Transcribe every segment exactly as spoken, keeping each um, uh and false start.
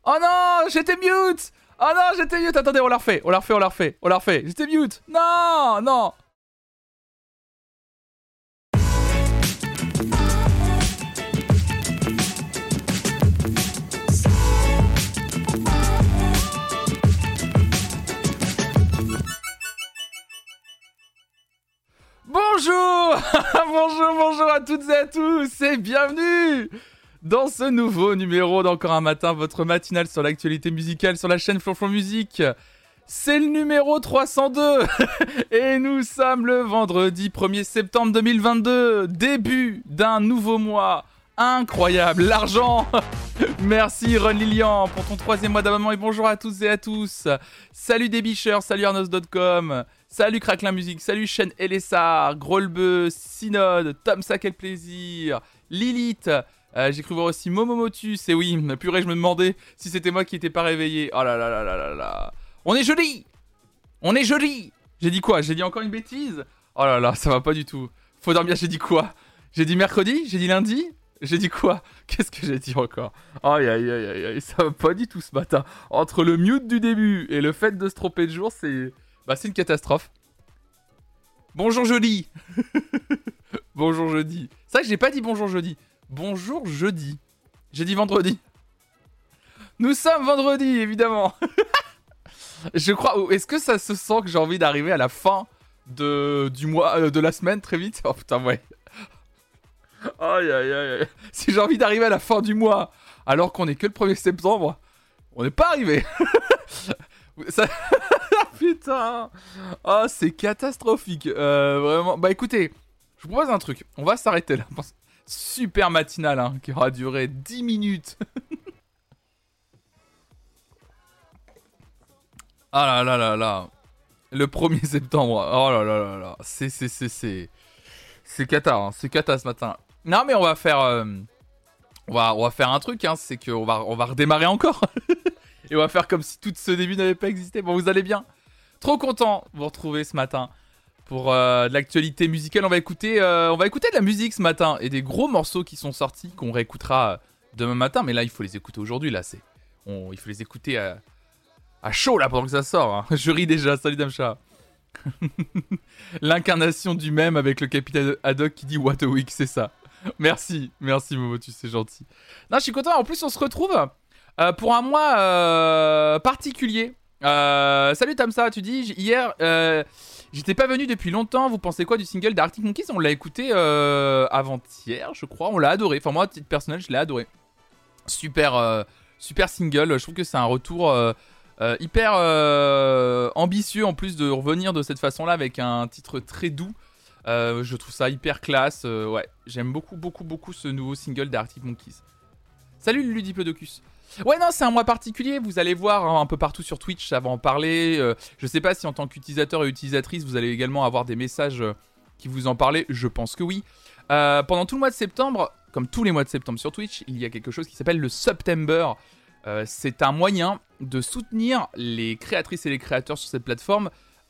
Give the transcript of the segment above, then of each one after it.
Oh non, j'étais mute. Oh non, j'étais mute. Attendez, on la refait, on la refait, on la refait, on la refait. J'étais mute. Non, non. Bonjour. Bonjour, bonjour à toutes et à tous et bienvenue dans ce nouveau numéro d'Encore un matin, votre matinale sur l'actualité musicale sur la chaîne Flonflon Musique. C'est le numéro trois cent deux et nous sommes le vendredi premier septembre deux mille vingt-deux, début d'un nouveau mois incroyable, l'argent. Merci Ron Lilian pour ton troisième mois d'abonnement et bonjour à tous et à tous. Salut Débicheur, salut Arnos point com, salut Craquelin Musique, salut Chen Elessar, Grolbe, Synode, Tom Ça Quel Plaisir, Lilith. Euh, j'ai cru voir aussi Momomotus, et oui, purée, je me demandais si c'était moi qui n'étais pas réveillé. Oh là là là là là là. On est jeudi. On est jeudi. J'ai dit quoi? J'ai dit encore une bêtise? Oh là là, ça va pas du tout. Faut dormir, j'ai dit quoi? J'ai dit mercredi? J'ai dit lundi? J'ai dit quoi? Qu'est-ce que j'ai dit encore? Aïe aïe aïe aïe aïe, ça va pas du tout ce matin. Entre le mute du début et le fait de se tromper de jour, c'est... Bah c'est une catastrophe. Bonjour jeudi. Bonjour jeudi. C'est vrai que j'ai pas dit bonjour jeudi. Bonjour jeudi. J'ai dit vendredi. Nous sommes vendredi, évidemment. Je crois... Est-ce que ça se sent que j'ai envie d'arriver à la fin de... du mois, euh, de la semaine très vite? Oh putain, ouais. Aïe aïe aïe. Si j'ai envie d'arriver à la fin du mois, alors qu'on est que le premier septembre, on n'est pas arrivé. Ça... Putain. Oh, c'est catastrophique. Euh, vraiment. Bah écoutez, je vous propose un truc. On va s'arrêter là. Super matinale hein, qui aura duré dix minutes. Ah là là là là. Le premier septembre. Oh là là là là. C'est c'est c'est c'est c'est cata hein. C'est cata ce matin. Non mais on va faire euh, on va on va faire un truc hein, c'est que on va on va redémarrer encore. Et on va faire comme si tout ce début n'avait pas existé. Bon, vous allez bien? Trop content de vous retrouver ce matin pour euh, de l'actualité musicale. On va écouter euh, on va écouter de la musique ce matin et des gros morceaux qui sont sortis qu'on réécoutera demain matin. Mais là, il faut les écouter aujourd'hui. Là, c'est on, il faut les écouter à, à chaud là pendant que ça sort. Hein. Je ris déjà. Salut Damcha. L'incarnation du mème avec le capitaine Haddock qui dit What a week, c'est ça. Merci, merci Momotus, c'est gentil. Non, je suis content. En plus, on se retrouve euh, pour un mois euh, particulier. Euh, salut Tamsa, tu dis hier euh, j'étais pas venu depuis longtemps. Vous pensez quoi du single d'Arctic Monkeys? On l'a écouté euh, avant-hier, je crois. On l'a adoré. Enfin moi, à titre personnel, je l'ai adoré. Super, euh, super single. Je trouve que c'est un retour euh, euh, hyper euh, ambitieux en plus de revenir de cette façon-là avec un titre très doux. Euh, je trouve ça hyper classe. Euh, ouais, j'aime beaucoup, beaucoup, beaucoup ce nouveau single d'Arctic Monkeys. Salut Ludipodocus. Ouais non, c'est un mois particulier, vous allez voir hein, un peu partout sur Twitch, ça va en parler. Euh, je sais pas si en tant qu'utilisateur et utilisatrice, vous allez également avoir des messages euh, qui vous en parlent, je pense que oui. Euh, pendant tout le mois de septembre, comme tous les mois de septembre sur Twitch, il y a quelque chose qui s'appelle le September. Euh, c'est un moyen de soutenir les créatrices et les créateurs sur cette plateforme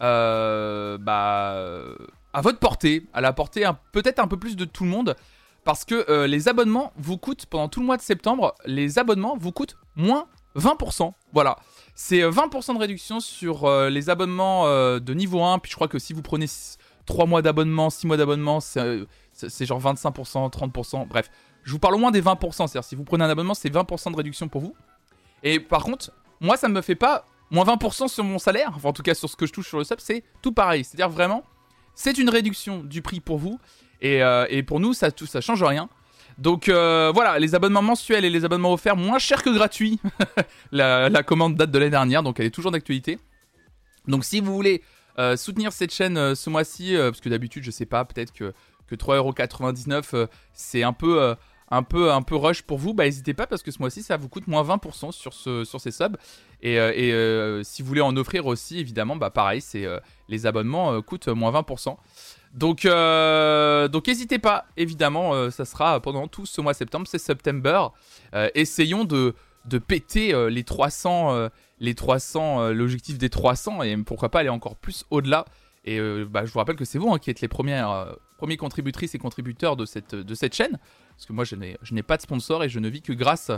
euh, bah, à votre portée, à la portée un, peut-être un peu plus de tout le monde. Parce que euh, les abonnements vous coûtent, pendant tout le mois de septembre, les abonnements vous coûtent moins vingt pour cent. Voilà, c'est vingt pour cent de réduction sur euh, les abonnements euh, de niveau un. Puis je crois que si vous prenez trois mois d'abonnement, six mois d'abonnement, c'est, c'est, c'est genre vingt-cinq pour cent, trente pour cent. Bref, je vous parle au moins des vingt pour cent. C'est-à-dire si vous prenez un abonnement, c'est vingt pour cent de réduction pour vous. Et par contre, moi ça ne me fait pas moins vingt pour cent sur mon salaire. Enfin en tout cas sur ce que je touche sur le sub, c'est tout pareil. C'est-à-dire vraiment, c'est une réduction du prix pour vous. Et, euh, et pour nous, ça ne ça change rien. Donc euh, voilà, les abonnements mensuels et les abonnements offerts moins chers que gratuits. la, la commande date de l'année dernière, donc elle est toujours d'actualité. Donc si vous voulez euh, soutenir cette chaîne euh, ce mois-ci, euh, parce que d'habitude, je sais pas, peut-être que, que trois euros quatre-vingt-dix-neuf, euh, c'est un peu, euh, un, peu, un peu rush pour vous, bah n'hésitez pas parce que ce mois-ci, ça vous coûte moins vingt pour cent sur, ce, sur ces subs. Et, euh, et euh, si vous voulez en offrir aussi, évidemment, bah pareil, c'est, euh, les abonnements euh, coûtent moins vingt pour cent. Donc, euh, donc n'hésitez pas, évidemment, euh, ça sera pendant tout ce mois de septembre, c'est September. Euh, essayons de, de péter euh, les trois cents, euh, les trois cents euh, l'objectif des trois cents, et pourquoi pas aller encore plus au-delà. Et euh, bah, je vous rappelle que c'est vous hein, qui êtes les premières, euh, premiers contributrices et contributeurs de cette, de cette chaîne, parce que moi je n'ai, je n'ai pas de sponsor et je ne vis que grâce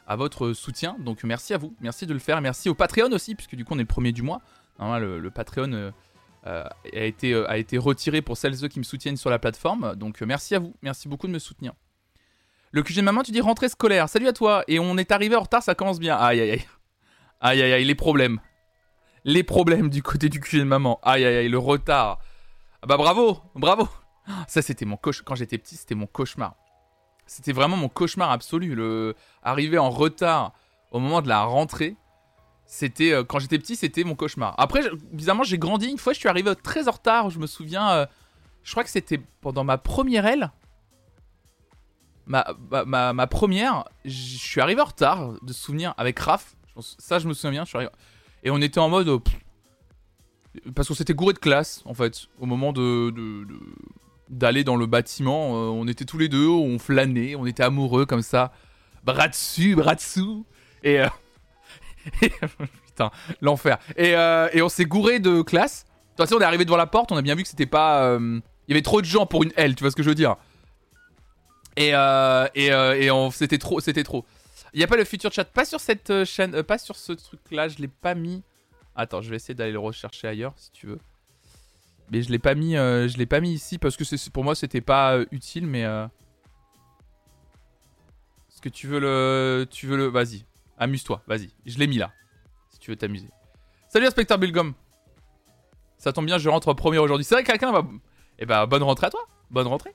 à votre soutien. Donc merci à vous, merci de le faire. Merci au Patreon aussi, puisque du coup on est le premier du mois. Normalement, le, le Patreon euh, euh, a, été, euh, a été retiré pour celles et ceux qui me soutiennent sur la plateforme. Donc euh, merci à vous, merci beaucoup de me soutenir. Le Q G de maman, tu dis rentrée scolaire. Salut à toi. Et on est arrivé en retard, ça commence bien. Aïe aïe aïe. Aïe aïe aïe, les problèmes. Les problèmes du côté du Q G de maman. Aïe aïe aïe, le retard. Ah bah bravo, bravo. Ça c'était mon cauchemar. Quand j'étais petit, c'était mon cauchemar. C'était vraiment mon cauchemar absolu. Le... Arriver en retard au moment de la rentrée, c'était euh, quand j'étais petit, c'était mon cauchemar. Après, je... bizarrement, j'ai grandi. Une fois, je suis arrivé très en retard. Je me souviens, euh... je crois que c'était pendant ma première aile. Ma, ma, ma, ma première, je suis arrivé en retard de souvenir avec Raph. Je pense... Ça, je me souviens bien. Je suis arrivé... Et on était en mode. Euh... Parce qu'on s'était gouré de classe, en fait, au moment de. de, de... d'aller dans le bâtiment, euh, on était tous les deux, on flânait, on était amoureux comme ça, bras dessus, bras dessous, et, euh... et putain, l'enfer. Et, euh, et on s'est gouré de classe. De toute façon, on est arrivé devant la porte, on a bien vu que c'était pas, euh... il y avait trop de gens pour une L, tu vois ce que je veux dire. Et euh, et, euh, et on... c'était trop, c'était trop. Il y a pas le futur chat, pas sur cette euh, chaîne, euh, pas sur ce truc-là, je l'ai pas mis. Attends, je vais essayer d'aller le rechercher ailleurs si tu veux. Mais je l'ai pas mis, euh, je l'ai pas mis ici parce que c'est, pour moi c'était pas euh, utile. Mais euh... est-ce que tu veux le, tu veux le, vas-y, amuse-toi, vas-y. Je l'ai mis là, si tu veux t'amuser. Salut Inspecteur Bilgum. Ça tombe bien, je rentre premier aujourd'hui. C'est vrai que quelqu'un va, eh ben bonne rentrée à toi, bonne rentrée.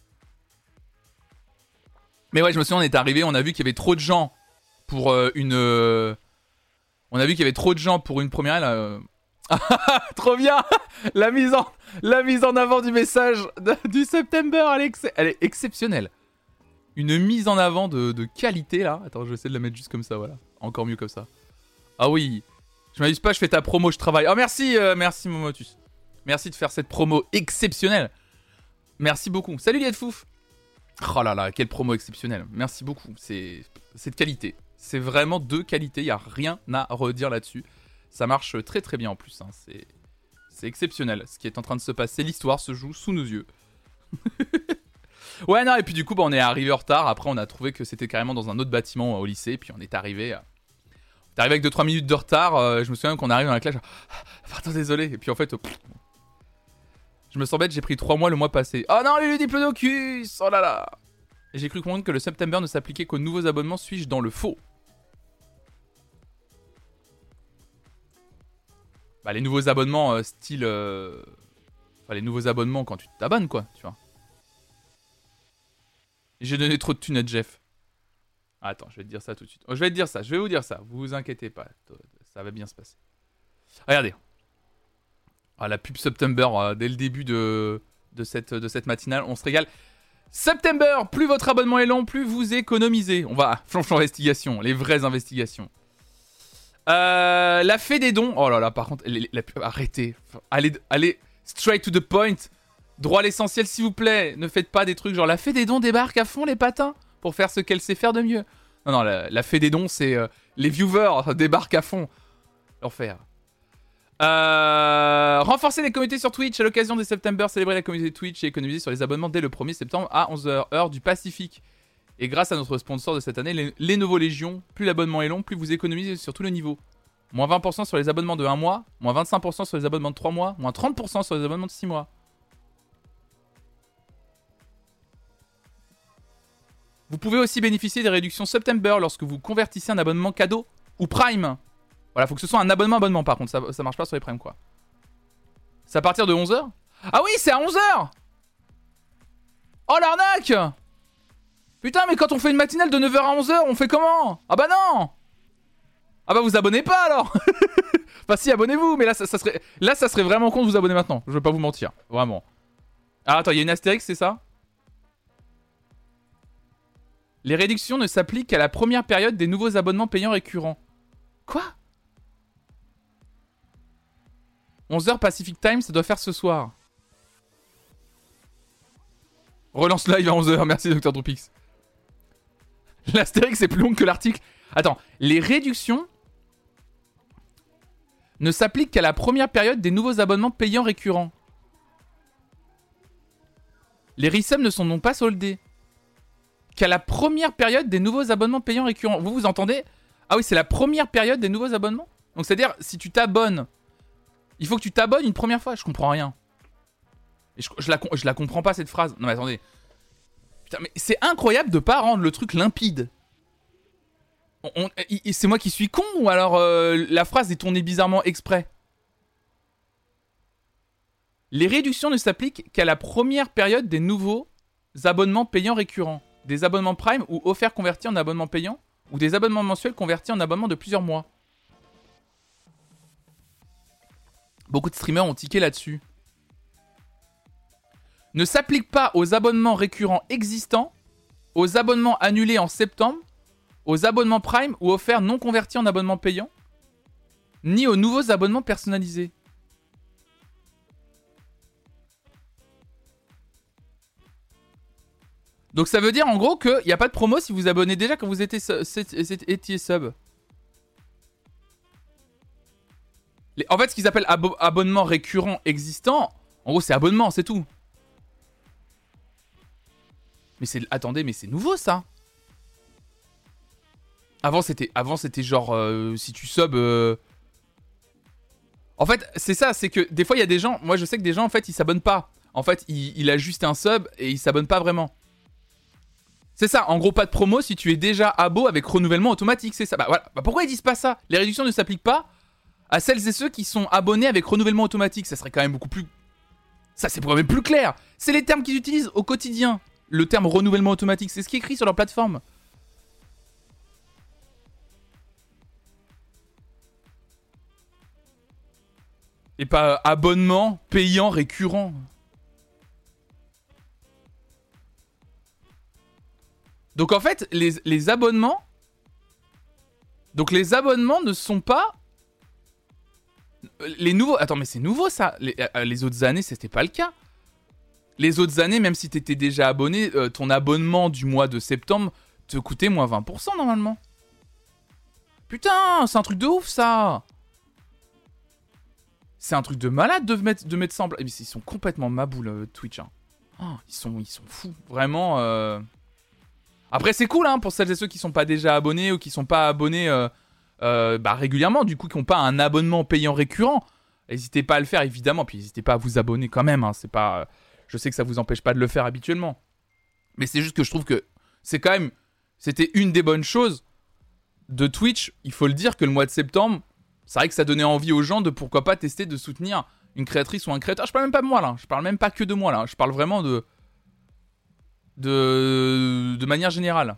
Mais ouais, je me souviens, on est arrivé, on a vu qu'il y avait trop de gens pour euh, une, euh... on a vu qu'il y avait trop de gens pour une première. Là, euh... Trop bien. La mise en, la mise en avant du message de, du September, elle est, ex, elle est exceptionnelle. Une mise en avant de, de qualité là. Attends, je vais essayer de la mettre juste comme ça, voilà. Encore mieux comme ça. Ah oui. Je m'amuse pas, je fais ta promo, je travaille. Oh merci, euh, merci Momotus. Merci de faire cette promo exceptionnelle. Merci beaucoup. Salut Lietfouf. Oh là là, quelle promo exceptionnelle. Merci beaucoup. C'est, c'est de qualité. C'est vraiment de qualité. Il n'y a rien à redire là-dessus. Ça marche très très bien en plus, hein. c'est... c'est exceptionnel ce qui est en train de se passer, l'histoire se joue sous nos yeux. Ouais non, et puis du coup bah, on est arrivé en retard, après on a trouvé que c'était carrément dans un autre bâtiment euh, au lycée, puis on est arrivé, euh... on est arrivé avec deux trois minutes de retard, euh, je me souviens qu'on arrive dans la classe, genre... pardon désolé, et puis en fait, euh... je me sens bête, j'ai pris trois mois le mois passé. Oh non, les diplodocus, oh là là. Et j'ai cru comprendre que le September ne s'appliquait qu'aux nouveaux abonnements, suis-je dans le faux? Bah, les nouveaux abonnements euh, style... Euh... Enfin, les nouveaux abonnements quand tu t'abonnes, quoi, tu vois. J'ai donné trop de thunes à Jeff. Attends, je vais te dire ça tout de suite. Oh, je vais te dire ça, je vais vous dire ça. Vous vous inquiétez pas, ça va bien se passer. Regardez. Ah, la pub September, euh, dès le début de, de, cette, de cette matinale, on se régale. September, plus votre abonnement est long, plus vous économisez. On va... Flanche investigation, les vraies investigations. Euh, la fée des dons. Oh là là, par contre, la, la, la, arrêtez. Allez, allez, straight to the point. Droit à l'essentiel, s'il vous plaît. Ne faites pas des trucs genre la fée des dons débarque à fond les patins pour faire ce qu'elle sait faire de mieux. Non, non, la, la fée des dons, c'est euh, les viewers débarquent à fond. L'enfer. Euh, renforcer les communautés sur Twitch à l'occasion des September. Célébrer la communauté Twitch et économiser sur les abonnements dès le premier septembre à onze heures heure du Pacifique. Et grâce à notre sponsor de cette année, les, les Nouveaux Légions, plus l'abonnement est long, plus vous économisez sur tout le niveau. Moins vingt pour cent sur les abonnements de un mois, moins vingt-cinq pour cent sur les abonnements de trois mois, moins trente pour cent sur les abonnements de six mois. Vous pouvez aussi bénéficier des réductions September lorsque vous convertissez un abonnement cadeau ou Prime. Voilà, faut que ce soit un abonnement abonnement par contre, ça, ça marche pas sur les Prime quoi. C'est à partir de onze heures? Ah oui, c'est à onze heures. Oh l'arnaque! Putain, mais quand on fait une matinale de neuf heures à onze heures, on fait comment? Ah bah non! Ah bah vous abonnez pas alors. Enfin si, abonnez-vous, mais là ça, ça serait là ça serait vraiment con de vous abonner maintenant. Je vais pas vous mentir, vraiment. Ah attends, il y a une astérix, c'est ça? Les réductions ne s'appliquent qu'à la première période des nouveaux abonnements payants récurrents. Quoi? onze heures Pacific Time, ça doit faire ce soir. Relance live à onze heures, merci Docteur Droopix. L'astérix est plus long que l'article. Attends, les réductions ne s'appliquent qu'à la première période des nouveaux abonnements payants récurrents. Les resubs ne sont donc pas soldés. qu'à la première période des nouveaux abonnements payants récurrents. Vous vous entendez? Ah oui, c'est la première période des nouveaux abonnements. Donc c'est-à-dire, si tu t'abonnes, il faut que tu t'abonnes une première fois. Je comprends rien. Et je, je, la, je la comprends pas cette phrase. Non mais attendez. Putain, mais c'est incroyable de pas rendre le truc limpide. On, on, c'est moi qui suis con ou alors euh, la phrase est tournée bizarrement exprès? Les réductions ne s'appliquent qu'à la première période des nouveaux abonnements payants récurrents. Des abonnements Prime ou offerts convertis en abonnements payants ou des abonnements mensuels convertis en abonnements de plusieurs mois. Beaucoup de streamers ont tiqué là-dessus. Ne s'applique pas aux abonnements récurrents existants, aux abonnements annulés en septembre, aux abonnements Prime ou offerts non convertis en abonnements payants, ni aux nouveaux abonnements personnalisés. Donc ça veut dire en gros qu'il n'y a pas de promo si vous abonnez déjà quand vous étiez, étiez sub. Les, en fait, ce qu'ils appellent abo- abonnement récurrent existant, en gros c'est abonnement, c'est tout. Mais c'est... Attendez, mais c'est nouveau ça. Avant c'était, avant, c'était genre euh, si tu sub... Euh... En fait, c'est ça, c'est que des fois il y a des gens... Moi je sais que des gens en fait ils s'abonnent pas. En fait, il, il a juste un sub et il s'abonne pas vraiment. C'est ça, en gros, pas de promo si tu es déjà abo avec renouvellement automatique, c'est ça. Bah voilà, bah, pourquoi ils disent pas ça? Les réductions ne s'appliquent pas à celles et ceux qui sont abonnés avec renouvellement automatique. Ça serait quand même beaucoup plus... Ça, c'est quand même plus clair. C'est les termes qu'ils utilisent au quotidien. Le terme renouvellement automatique, c'est ce qui est écrit sur leur plateforme. Et pas abonnement payant récurrent. Donc en fait, les, les abonnements... Donc les abonnements ne sont pas... Les nouveaux... Attends, mais c'est nouveau ça. Les, euh, les autres années, c'était pas le cas. Les autres années, même si t'étais déjà abonné, euh, ton abonnement du mois de septembre te coûtait moins vingt pour cent normalement. Putain, c'est un truc de ouf ça. C'est un truc de malade de mettre, de mettre ça en place. Ils sont complètement maboules, euh, Twitch. Hein. Oh, ils, sont, ils sont fous. Vraiment... Euh... Après, c'est cool hein, pour celles et ceux qui sont pas déjà abonnés ou qui sont pas abonnés euh, euh, bah, régulièrement, du coup, qui n'ont pas un abonnement payant récurrent. N'hésitez pas à le faire, évidemment. Puis n'hésitez pas à vous abonner quand même. Hein. C'est pas, euh, je sais que ça vous empêche pas de le faire habituellement. Mais c'est juste que je trouve que c'est quand même... C'était une des bonnes choses de Twitch. Il faut le dire que le mois de septembre, c'est vrai que ça donnait envie aux gens de pourquoi pas tester de soutenir une créatrice ou un créateur. Je parle même pas de moi là. Je parle même pas que de moi là. Je parle vraiment de... De, de manière générale.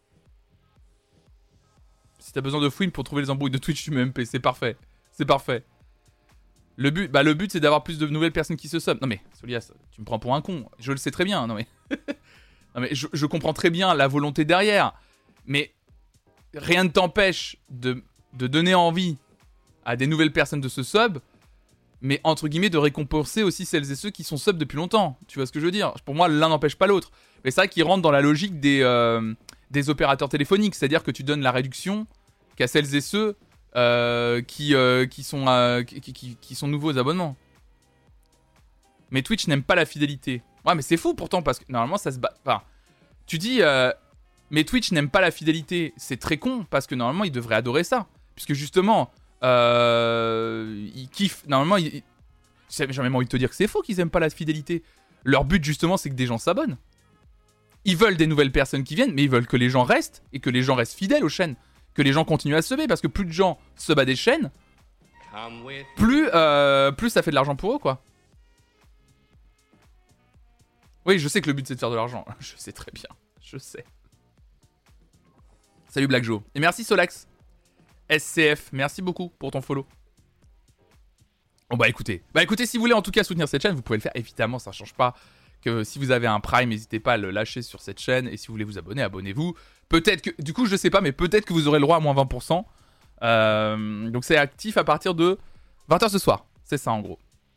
Si t'as besoin de fouine pour trouver les embrouilles de Twitch, tu mets M P, c'est parfait. C'est parfait. Le but, bah le but c'est d'avoir plus de nouvelles personnes qui se sub. Non mais, Solias, tu me prends pour un con. Je le sais très bien, non mais... non mais je, je comprends très bien la volonté derrière. Mais rien ne t'empêche de, de donner envie à des nouvelles personnes de se sub, mais entre guillemets de récompenser aussi celles et ceux qui sont sub depuis longtemps. Tu vois ce que je veux dire? Pour moi, l'un n'empêche pas l'autre. Mais c'est vrai qu'ils rentrent dans la logique des, euh, des opérateurs téléphoniques. C'est-à-dire que tu donnes la réduction qu'à celles et ceux euh, qui, euh, qui, sont, euh, qui, qui, qui sont nouveaux abonnements. Mais Twitch n'aime pas la fidélité. Ouais, mais c'est fou pourtant, parce que normalement, ça se bat... Enfin, tu dis... Euh, mais Twitch n'aime pas la fidélité. C'est très con, parce que normalement, ils devraient adorer ça. Puisque justement, euh, ils kiffent... Normalement, ils... j'ai même envie de te dire que c'est faux qu'ils aiment pas la fidélité. Leur but, justement, c'est que des gens s'abonnent. Ils veulent des nouvelles personnes qui viennent, mais ils veulent que les gens restent et que les gens restent fidèles aux chaînes. Que les gens continuent à se subber, parce que plus de gens se battent des chaînes, plus, euh, plus ça fait de l'argent pour eux, quoi. Oui, je sais que le but c'est de faire de l'argent. Je sais très bien. Je sais. Salut Black Joe. Et merci Solax. S C F, merci beaucoup pour ton follow. Bon bah écoutez. Bah écoutez, si vous voulez en tout cas soutenir cette chaîne, vous pouvez le faire. Évidemment, ça change pas. Que si vous avez un Prime, n'hésitez pas à le lâcher sur cette chaîne. Et si vous voulez vous abonner, abonnez-vous. Peut-être que... Du coup, je sais pas, mais peut-être que vous aurez le droit à moins vingt pour cent. Euh, donc c'est actif à partir de vingt heures ce soir. C'est ça en gros.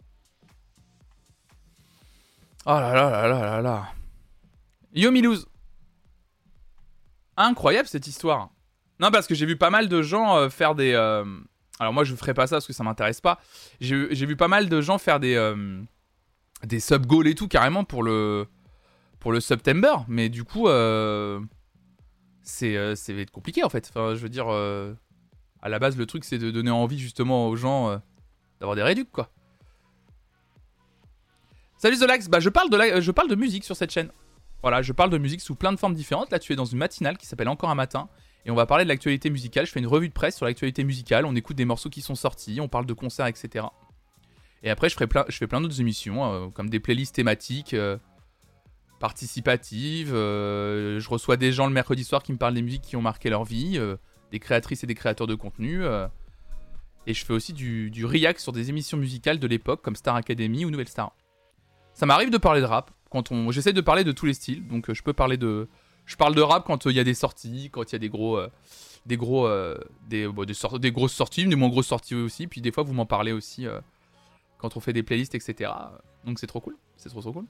Oh là là là là là là. Yo Milouz. Incroyable cette histoire. Non, parce que j'ai vu pas mal de gens euh, faire des... Euh... Alors moi, je ferai pas ça parce que ça m'intéresse pas. J'ai, j'ai vu pas mal de gens faire des... Euh... des sub goals et tout carrément pour le pour le September, mais du coup euh... c'est euh, c'est va être compliqué en fait. Enfin, je veux dire, euh, à la base, le truc c'est de donner envie justement aux gens euh, d'avoir des réducs quoi. Salut Zolax, bah je parle de la, je parle de musique sur cette chaîne. Voilà, je parle de musique sous plein de formes différentes. Là, tu es dans une matinale qui s'appelle Encore un matin. Et on va parler de l'actualité musicale. Je fais une revue de presse sur l'actualité musicale. On écoute des morceaux qui sont sortis. On parle de concerts, et cetera. Et après, je, ferai plein, je fais plein d'autres émissions, euh, comme des playlists thématiques, euh, participatives. Euh, je reçois des gens le mercredi soir qui me parlent des musiques qui ont marqué leur vie. Euh, des créatrices et des créateurs de contenu. Euh, et je fais aussi du, du react sur des émissions musicales de l'époque, comme Star Academy ou Nouvelle Star. Ça m'arrive de parler de rap. Quand on... J'essaie de parler de tous les styles. Donc, euh, je peux parler de... Je parle de rap quand il euh, y a des sorties, quand il y a des gros... Euh, des gros... Euh, des, bon, des, sor- des grosses sorties, des moins grosses sorties aussi. Puis des fois, vous m'en parlez aussi euh, quand on fait des playlists, et cetera. Donc, c'est trop cool. C'est trop, trop cool.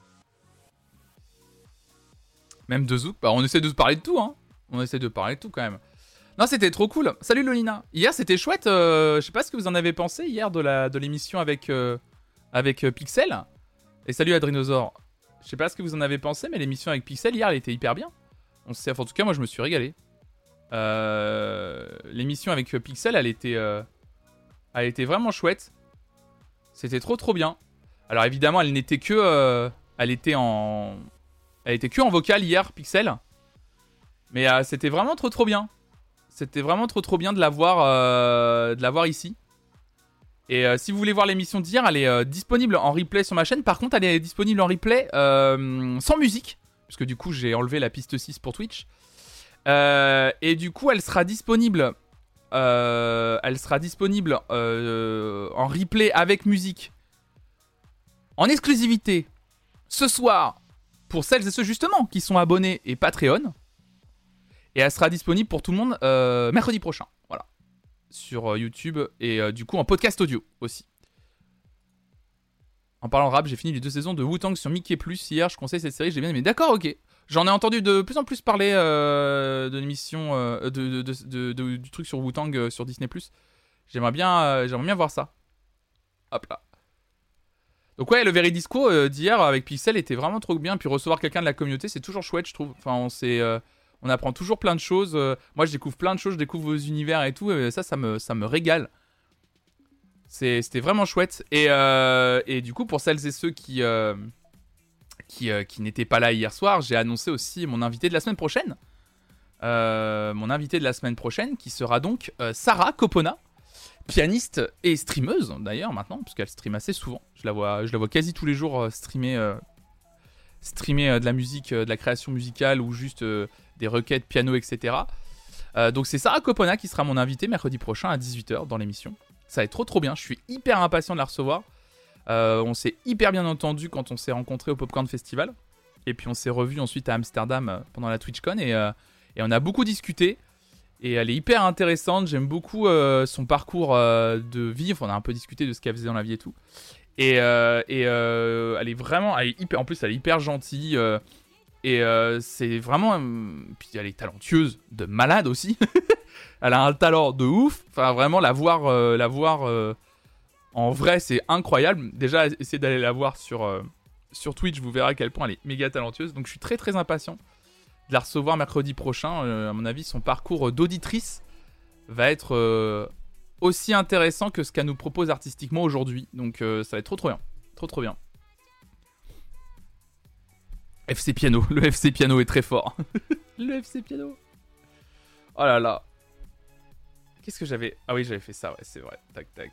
Même de Zouk. Bah, on essaie de se parler de tout, hein. On essaie de parler de tout, quand même. Non, c'était trop cool. Salut Lolina. Hier, c'était chouette. Euh, je sais pas ce que vous en avez pensé hier de, la, de l'émission avec, euh, avec euh, Pixel. Et salut Adrinosaure. Je sais pas ce que vous en avez pensé, mais l'émission avec Pixel hier, elle était hyper bien. On sait, enfin, en tout cas, moi, je me suis régalé. Euh, l'émission avec Pixel, elle était, euh, elle était vraiment chouette. C'était trop, trop bien. Alors évidemment, elle n'était que, euh, elle était en, elle était que en vocal hier, Pixel. Mais euh, c'était vraiment trop, trop bien. C'était vraiment trop, trop bien de la voir, euh, de la voir ici. Et euh, si vous voulez voir l'émission d'hier, elle est euh, disponible en replay sur ma chaîne. Par contre, elle est disponible en replay euh, sans musique. Parce que du coup, j'ai enlevé la piste six pour Twitch. Euh, et du coup, elle sera disponible, euh, elle sera disponible euh, en replay avec musique. En exclusivité. Ce soir. Pour celles et ceux justement qui sont abonnés et Patreon. Et elle sera disponible pour tout le monde euh, mercredi prochain. Voilà. Sur YouTube et euh, du coup en podcast audio aussi. En parlant de rap, j'ai fini les deux saisons de Wu-Tang sur Mickey Plus hier. Je conseille cette série, j'ai bien aimé. D'accord, ok. J'en ai entendu de plus en plus parler euh, de l'émission, euh, de, de, de, de, de, du truc sur Wu-Tang euh, sur Disney Plus. J'aimerais bien, euh, j'aimerais bien voir ça. Hop là. Donc ouais, le Veridisco euh, d'hier avec Pixel était vraiment trop bien. Puis recevoir quelqu'un de la communauté, c'est toujours chouette, je trouve. Enfin, on s'est... Euh, On apprend toujours plein de choses. Moi, je découvre plein de choses, je découvre vos univers et tout. Et ça, ça me, ça me régale. C'est, c'était vraiment chouette. Et, euh, et du coup, pour celles et ceux qui, euh, qui, euh, qui n'étaient pas là hier soir, j'ai annoncé aussi mon invité de la semaine prochaine. Euh, mon invité de la semaine prochaine, qui sera donc euh, Sarah Copona, pianiste et streameuse d'ailleurs maintenant, parce qu'elle stream assez souvent. Je la vois, je la vois quasi tous les jours euh, streamer, euh, streamer euh, de la musique, euh, de la création musicale ou juste... Euh, des requêtes piano, et cetera. Euh, donc c'est Sarah Copona qui sera mon invitée mercredi prochain à dix-huit heures dans l'émission. Ça va être trop trop bien, je suis hyper impatient de la recevoir. Euh, on s'est hyper bien entendu quand on s'est rencontrés au Popcorn Festival. Et puis on s'est revus ensuite à Amsterdam euh, pendant la TwitchCon. Et, euh, et on a beaucoup discuté. Et elle est hyper intéressante, j'aime beaucoup euh, son parcours euh, de vie. Enfin, on a un peu discuté de ce qu'elle faisait dans la vie et tout. Et, euh, et euh, elle est vraiment... Elle est hyper, en plus, elle est hyper gentille. Euh, Et euh, c'est vraiment... Euh, puis elle est talentueuse de malade aussi. Elle a un talent de ouf. Enfin, vraiment, la voir, euh, la voir euh, en vrai, c'est incroyable. Déjà, essayez d'aller la voir sur, euh, sur Twitch. Vous verrez à quel point elle est méga talentueuse. Donc, je suis très, très impatient de la recevoir mercredi prochain. Euh, à mon avis, son parcours d'auditrice va être euh, aussi intéressant que ce qu'elle nous propose artistiquement aujourd'hui. Donc, euh, ça va être trop, trop bien. Trop, trop bien. F C Piano, le F C Piano est très fort. Le F C Piano. Oh là là. Qu'est-ce que j'avais... Ah oui, j'avais fait ça, ouais, c'est vrai. Tac, tac.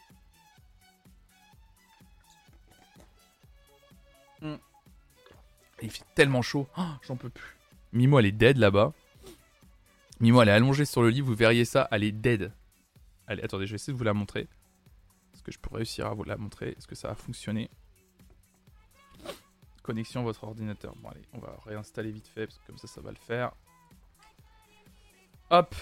Mm. Il fait tellement chaud. Oh, j'en peux plus. Mimo, elle est dead là-bas. Mimo, elle est allongée sur le lit. Vous verriez ça, elle est dead. Allez, attendez, je vais essayer de vous la montrer. Est-ce que je peux réussir à vous la montrer? Est-ce que ça va fonctionner? Connexion à votre ordinateur. Bon, allez, on va réinstaller vite fait, parce que comme ça, ça va le faire. Hop.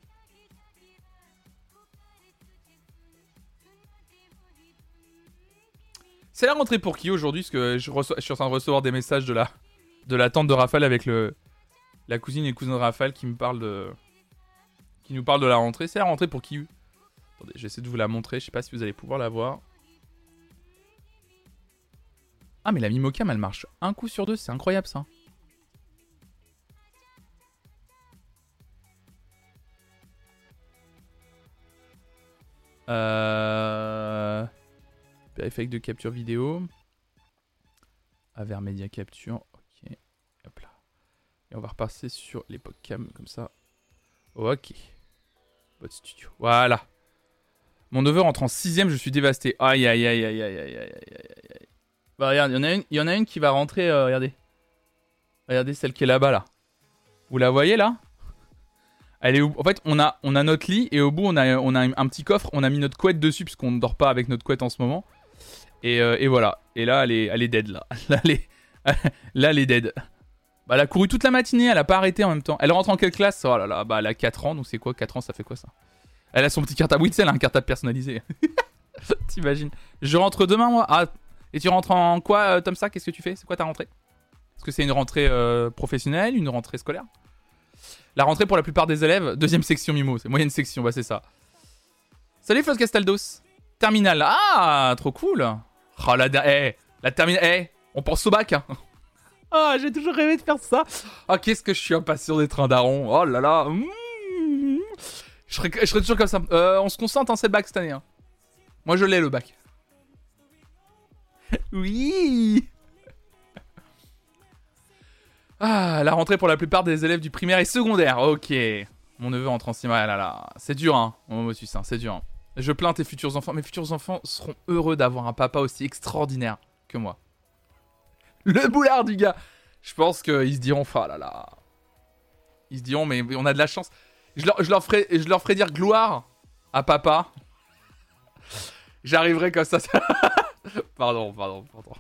C'est la rentrée pour qui aujourd'hui? Parce que je, reçois, je suis en train de recevoir des messages de la, de la tante de Raphaël avec le, la cousine et le cousin de Raphaël qui me parlent de... qui nous parlent de la rentrée. C'est la rentrée pour qui? Attendez, j'essaie de vous la montrer. Je sais pas si vous allez pouvoir la voir. Ah, mais la Mimocam, elle marche un coup sur deux. C'est incroyable, ça. Euh... Périphérique de capture vidéo. Aver Media Capture. Ok. Hop là. Et on va repasser sur l'époque cam comme ça. Ok. Bot studio. Voilà. Mon neveu rentre en sixième, je suis dévasté. Aïe aïe aïe aïe aïe aïe aïe aïe. Bah regarde, il y en a une, il y en a une qui va rentrer, euh, regardez. Regardez celle qui est là-bas là. Vous la voyez là? Elle est où? En fait, on a, on a notre lit et au bout on a, on a un petit coffre, on a mis notre couette dessus puisqu'on ne dort pas avec notre couette en ce moment. Et, euh, et voilà. Et là, elle est, elle est dead là. Là, elle est, là, elle est dead. Bah, elle a couru toute la matinée, elle a pas arrêté en même temps. Elle rentre en quelle classe? Oh là là, bah elle a quatre ans, donc c'est quoi? quatre ans, ça fait quoi ça? Elle a son petit cartable. Oui, tu sais, elle a un cartable personnalisé. T'imagines? Je rentre demain, moi. Ah, et tu rentres en quoi, euh, Tom ça? Qu'est-ce que tu fais? C'est quoi ta rentrée? Est-ce que c'est une rentrée euh, professionnelle, une rentrée scolaire? La rentrée pour la plupart des élèves, deuxième section Mimo, c'est moyenne section, bah c'est ça. Salut Flos Castaldos. Terminale. Ah, trop cool. Oh, la, hey, la terminale. Hey, on pense au bac. Hein. Ah, j'ai toujours rêvé de faire ça. Ah, qu'est-ce que je suis impatient d'être un daron. Oh là là. Mmh. Je, serais, je serais toujours comme ça. Euh, on se concentre, hein, c'est le bac cette année. Hein. Moi, je l'ai, le bac. Oui. Ah, la rentrée pour la plupart des élèves du primaire et secondaire. Ok. Mon neveu entre en sixième. Ah là là. C'est dur, hein. Mon motus, hein. C'est dur. Hein. Je plains tes futurs enfants. Mes futurs enfants seront heureux d'avoir un papa aussi extraordinaire que moi. Le boulard du gars. Je pense qu'ils se diront, oh là là. Ils se diront, mais on a de la chance. Je leur, je leur, ferai, je leur ferai dire gloire à papa. J'arriverai comme ça. Pardon, pardon, pardon.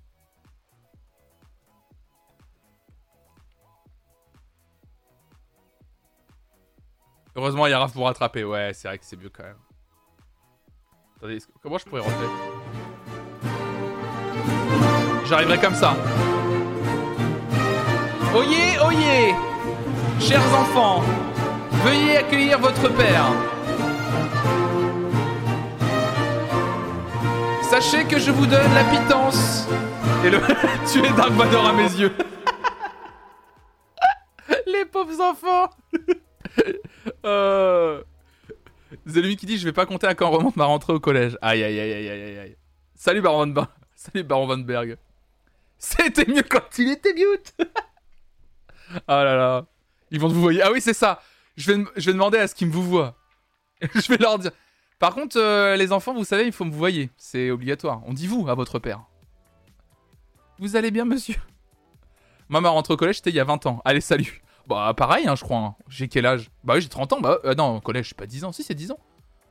Heureusement, il y a Raph pour rattraper. Ouais, c'est vrai que c'est mieux quand même. Attendez, comment je pourrais rentrer? J'arriverai comme ça. Oyez, oyez, chers enfants, veuillez accueillir votre père. Sachez que je vous donne la pitance. Et le... tu es Dark Vador à mes yeux. Les pauvres enfants. euh... Zelumi qui dit je vais pas compter à quand remonte ma rentrée au collège. Aïe aïe aïe aïe aïe aïe. Salut Baron Van Berg. Salut Baron Van Berg. C'était mieux quand il était mute. Ah là là. Ils vont te vous voyer. Ah oui c'est ça. Je vais, je vais demander à ce qu'ils me vous voient. Je vais leur dire. Par contre euh, les enfants vous savez il faut me vous voyer. C'est obligatoire. On dit vous à votre père. Vous allez bien monsieur? Moi ma rentrée au collège c'était il y a vingt ans. Allez salut. Bah pareil hein je crois. Hein. J'ai quel âge? Bah oui j'ai trente ans. Bah euh, non au collège j'ai pas dix ans. Si c'est dix ans.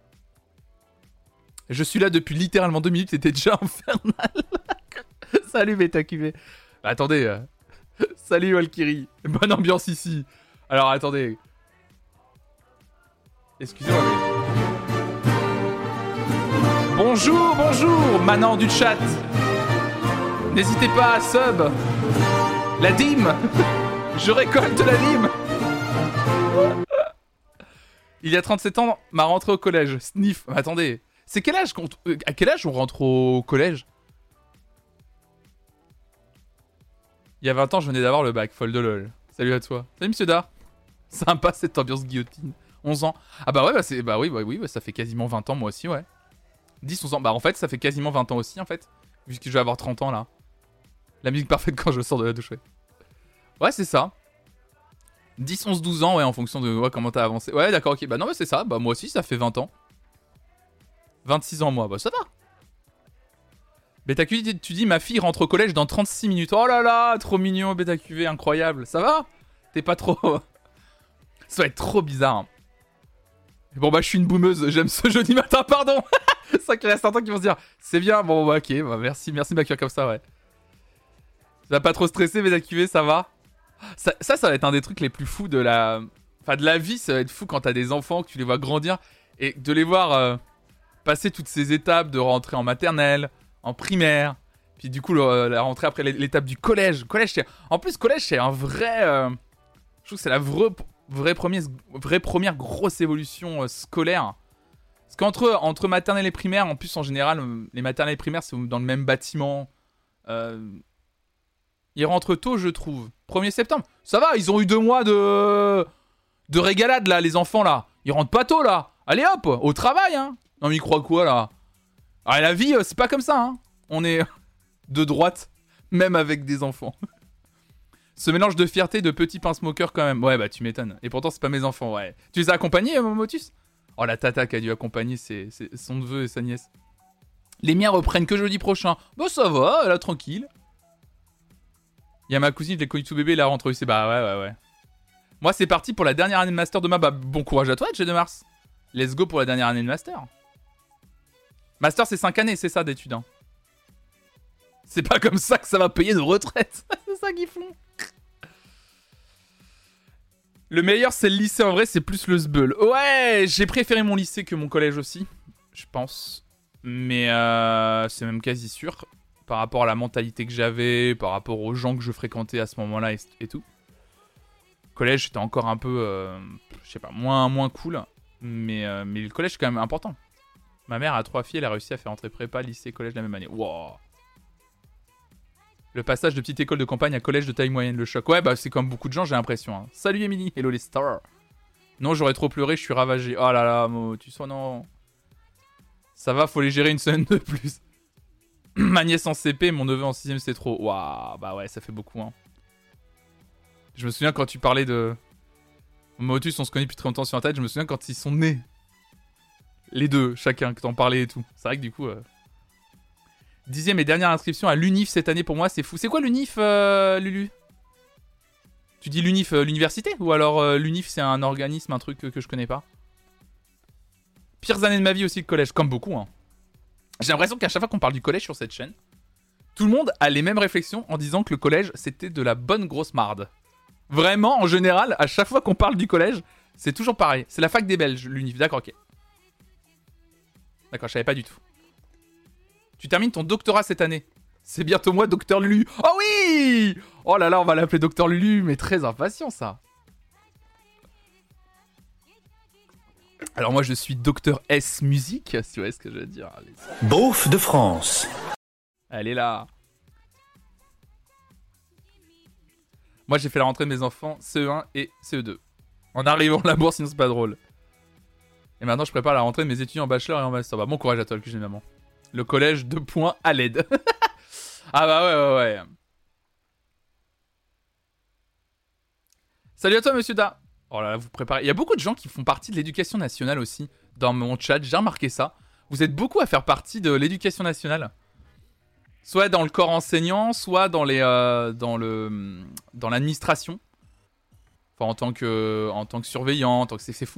Je suis là depuis littéralement deux minutes. C'était déjà infernal. Salut Beta Q V. Bah, attendez. Euh... Salut Valkyrie. Bonne ambiance ici. Alors attendez. Excusez-moi mais... Bonjour, bonjour Manant du chat. N'hésitez pas à sub. La dîme. Je récolte la dîme. Il y a trente-sept ans, ma rentrée au collège. Sniff. Attendez. C'est quel âge qu'on... À quel âge on rentre au collège? Il y a vingt ans, je venais d'avoir le bac. Folle de lol. Salut à toi. Salut Monsieur Da. Sympa cette ambiance guillotine. onze ans. Ah bah ouais, bah, c'est... bah oui, bah oui, bah ça fait quasiment vingt ans moi aussi, ouais. dix, onze ans. Bah en fait, ça fait quasiment vingt ans aussi, en fait. Vu que je vais avoir trente ans, là. La musique parfaite quand je sors de la douche, ouais. Ouais, c'est ça. dix, onze, douze ans, ouais, en fonction de ouais, comment t'as avancé. Ouais, d'accord, ok. Bah non, mais c'est ça. Bah moi aussi, ça fait vingt ans. vingt-six ans, moi. Bah ça va. Beta Q V, tu dis ma fille rentre au collège dans trente-six minutes. Oh là là, trop mignon, Beta Q V, incroyable. Ça va? T'es pas trop... Ça va être trop bizarre. Bon bah je suis une boumeuse, j'aime ce jeudi matin, pardon. C'est ça qu'il y a certains qui vont se dire, c'est bien, bon bah ok, bah merci, merci de m'accueillir comme ça, ouais. Tu vas pas trop stresser, Beta Q V, ça va? ça, ça, ça va être un des trucs les plus fous de la... Enfin de la vie, ça va être fou quand t'as des enfants, que tu les vois grandir, et de les voir euh, passer toutes ces étapes de rentrer en maternelle, en primaire, puis du coup le, la rentrée après l'étape du collège. Collège, c'est... En plus collège c'est un vrai... Euh... Je trouve que c'est la vraie, vraie, première, vraie première grosse évolution euh, scolaire. Parce qu'entre entre maternelle et primaire, en plus en général, euh, les maternelles et primaires c'est dans le même bâtiment. Euh... Ils rentrent tôt je trouve. premier septembre. Ça va, ils ont eu deux mois de... de régalade là, les enfants là. Ils rentrent pas tôt là. Allez hop, au travail hein. Non mais il croit quoi là? Ah la vie, euh, c'est pas comme ça, hein. On est de droite, même avec des enfants. Ce mélange de fierté de petit pince-moqueur quand même. Ouais bah tu m'étonnes. Et pourtant c'est pas mes enfants, ouais. Tu les as accompagnés, euh, Momotus? Oh la tata qui a dû accompagner ses, ses, son neveu et sa nièce. Les miens reprennent que jeudi prochain. Bah ça va, là tranquille. Il y a ma cousine, je l'ai connue tout bébé, la rentre au lycée. Bah ouais, ouais, ouais. Moi, c'est parti pour la dernière année de master demain. Bah bon courage à toi, J de Mars. Let's go pour la dernière année de master. Master, c'est cinq années, c'est ça d'études. Hein. C'est pas comme ça que ça va payer nos retraites. C'est ça qu'ils font. Le meilleur, c'est le lycée en vrai, c'est plus le sbeul. Ouais, j'ai préféré mon lycée que mon collège aussi, je pense. Mais euh, c'est même quasi sûr. Par rapport à la mentalité que j'avais, par rapport aux gens que je fréquentais à ce moment-là et, et tout. Collège, c'était encore un peu, euh, je sais pas, moins, moins cool. Mais, euh, mais le collège, c'est quand même important. Ma mère a trois filles, elle a réussi à faire entrer prépa, lycée, collège la même année. Wow. Le passage de petite école de campagne à collège de taille moyenne, le choc. Ouais, bah c'est comme beaucoup de gens, j'ai l'impression. Hein. Salut Emily, hello les stars. Non, j'aurais trop pleuré, je suis ravagé. Oh là là, Mo, tu sens non. Ça va, faut les gérer une semaine de plus. Ma nièce en C P, mon neveu en sixième, c'est trop. Waouh, bah ouais, ça fait beaucoup. Hein. Je me souviens quand tu parlais de... Motus, on se connaît depuis très longtemps sur Internet. Je me souviens quand ils sont nés. Les deux, chacun, que t'en parlais et tout. C'est vrai que du coup... Euh... Dixième et dernière inscription à l'Unif cette année pour moi, c'est fou. C'est quoi l'Unif, euh, Lulu? Tu dis l'Unif, euh, l'université? Ou alors euh, l'Unif, c'est un organisme, un truc que, que je connais pas? Pires années de ma vie aussi, le collège, comme beaucoup. Hein. J'ai l'impression qu'à chaque fois qu'on parle du collège sur cette chaîne, tout le monde a les mêmes réflexions en disant que le collège, c'était de la bonne grosse marde. Vraiment, en général, à chaque fois qu'on parle du collège, c'est toujours pareil. C'est la fac des Belges, l'Unif. D'accord, ok. D'accord, je savais pas du tout. Tu termines ton doctorat cette année. C'est bientôt moi, Docteur Lulu. Oh oui! Oh là là, on va l'appeler Docteur Lulu, mais très impatient, ça. Alors moi, je suis Docteur S Musique, si tu vois ce que je veux dire. Allez. Beauf de France. Elle est là. Moi, j'ai fait la rentrée de mes enfants C E un et C E deux. En arrivant à la bourse, sinon c'est pas drôle. Et maintenant, je prépare la rentrée de mes étudiants en bachelor et en master. Bah, bon courage à toi, le Q G maman. Le collège, deux points à l'aide. Ah bah ouais, ouais, ouais. Salut à toi, monsieur Da. Oh là là, vous préparez. Il y a beaucoup de gens qui font partie de l'éducation nationale aussi. Dans mon chat, j'ai remarqué ça. Vous êtes beaucoup à faire partie de l'éducation nationale. Soit dans le corps enseignant, soit dans les, euh, dans le, dans l'administration. Enfin, en tant que, en tant que surveillant, en tant que c'est, c'est fou.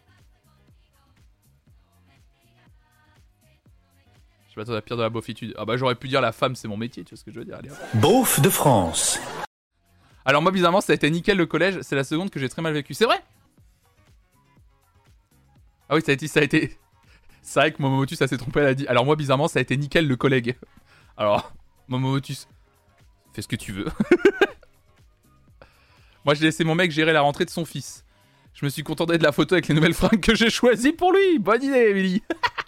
Je vais pas la pire de la beaufitude. Ah bah j'aurais pu dire la femme c'est mon métier, tu vois ce que je veux dire. Allez, Beauf de France. Alors moi bizarrement ça a été nickel le collège, c'est la seconde que j'ai très mal vécu. C'est vrai? Ah oui ça a été... Ça a été... C'est vrai que Momotus ça s'est trompé, elle a dit. Alors moi bizarrement ça a été nickel le collègue. Alors Momotus, fais ce que tu veux. Moi j'ai laissé mon mec gérer la rentrée de son fils. Je me suis contenté de la photo avec les nouvelles fringues que j'ai choisies pour lui. Bonne idée Emily.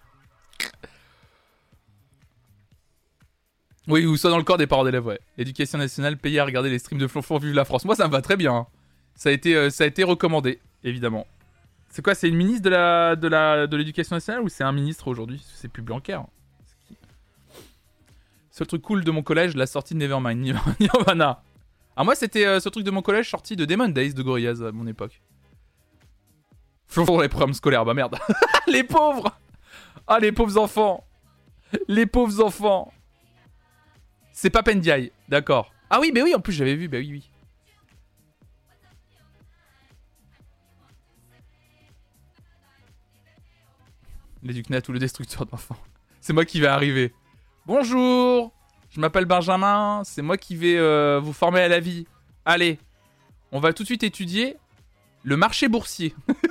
Oui, ou soit dans le corps des parents d'élèves, ouais. L'éducation nationale payée à regarder les streams de Flonflon, vive la France. Moi, ça me va très bien. Hein. Ça a été, euh, ça a été recommandé, évidemment. C'est quoi, c'est une ministre de la, de la, de l'éducation nationale ou c'est un ministre aujourd'hui? C'est plus Blanquer. C'est qui? Seul truc cool de mon collège, la sortie de Nevermind. Nirvana. Ah, moi, c'était euh, ce truc de mon collège sorti de Demon Days de Gorillaz à mon époque. Flonflon, les programmes scolaires, bah merde. Les pauvres. Ah, les pauvres enfants. Les pauvres enfants. C'est pas Pendiaï, d'accord. Ah oui, mais oui, en plus j'avais vu, bah oui, oui. L'éducnat ou le destructeur d'enfants. C'est moi qui vais arriver. Bonjour, je m'appelle Benjamin, c'est moi qui vais euh, vous former à la vie. Allez, on va tout de suite étudier le marché boursier.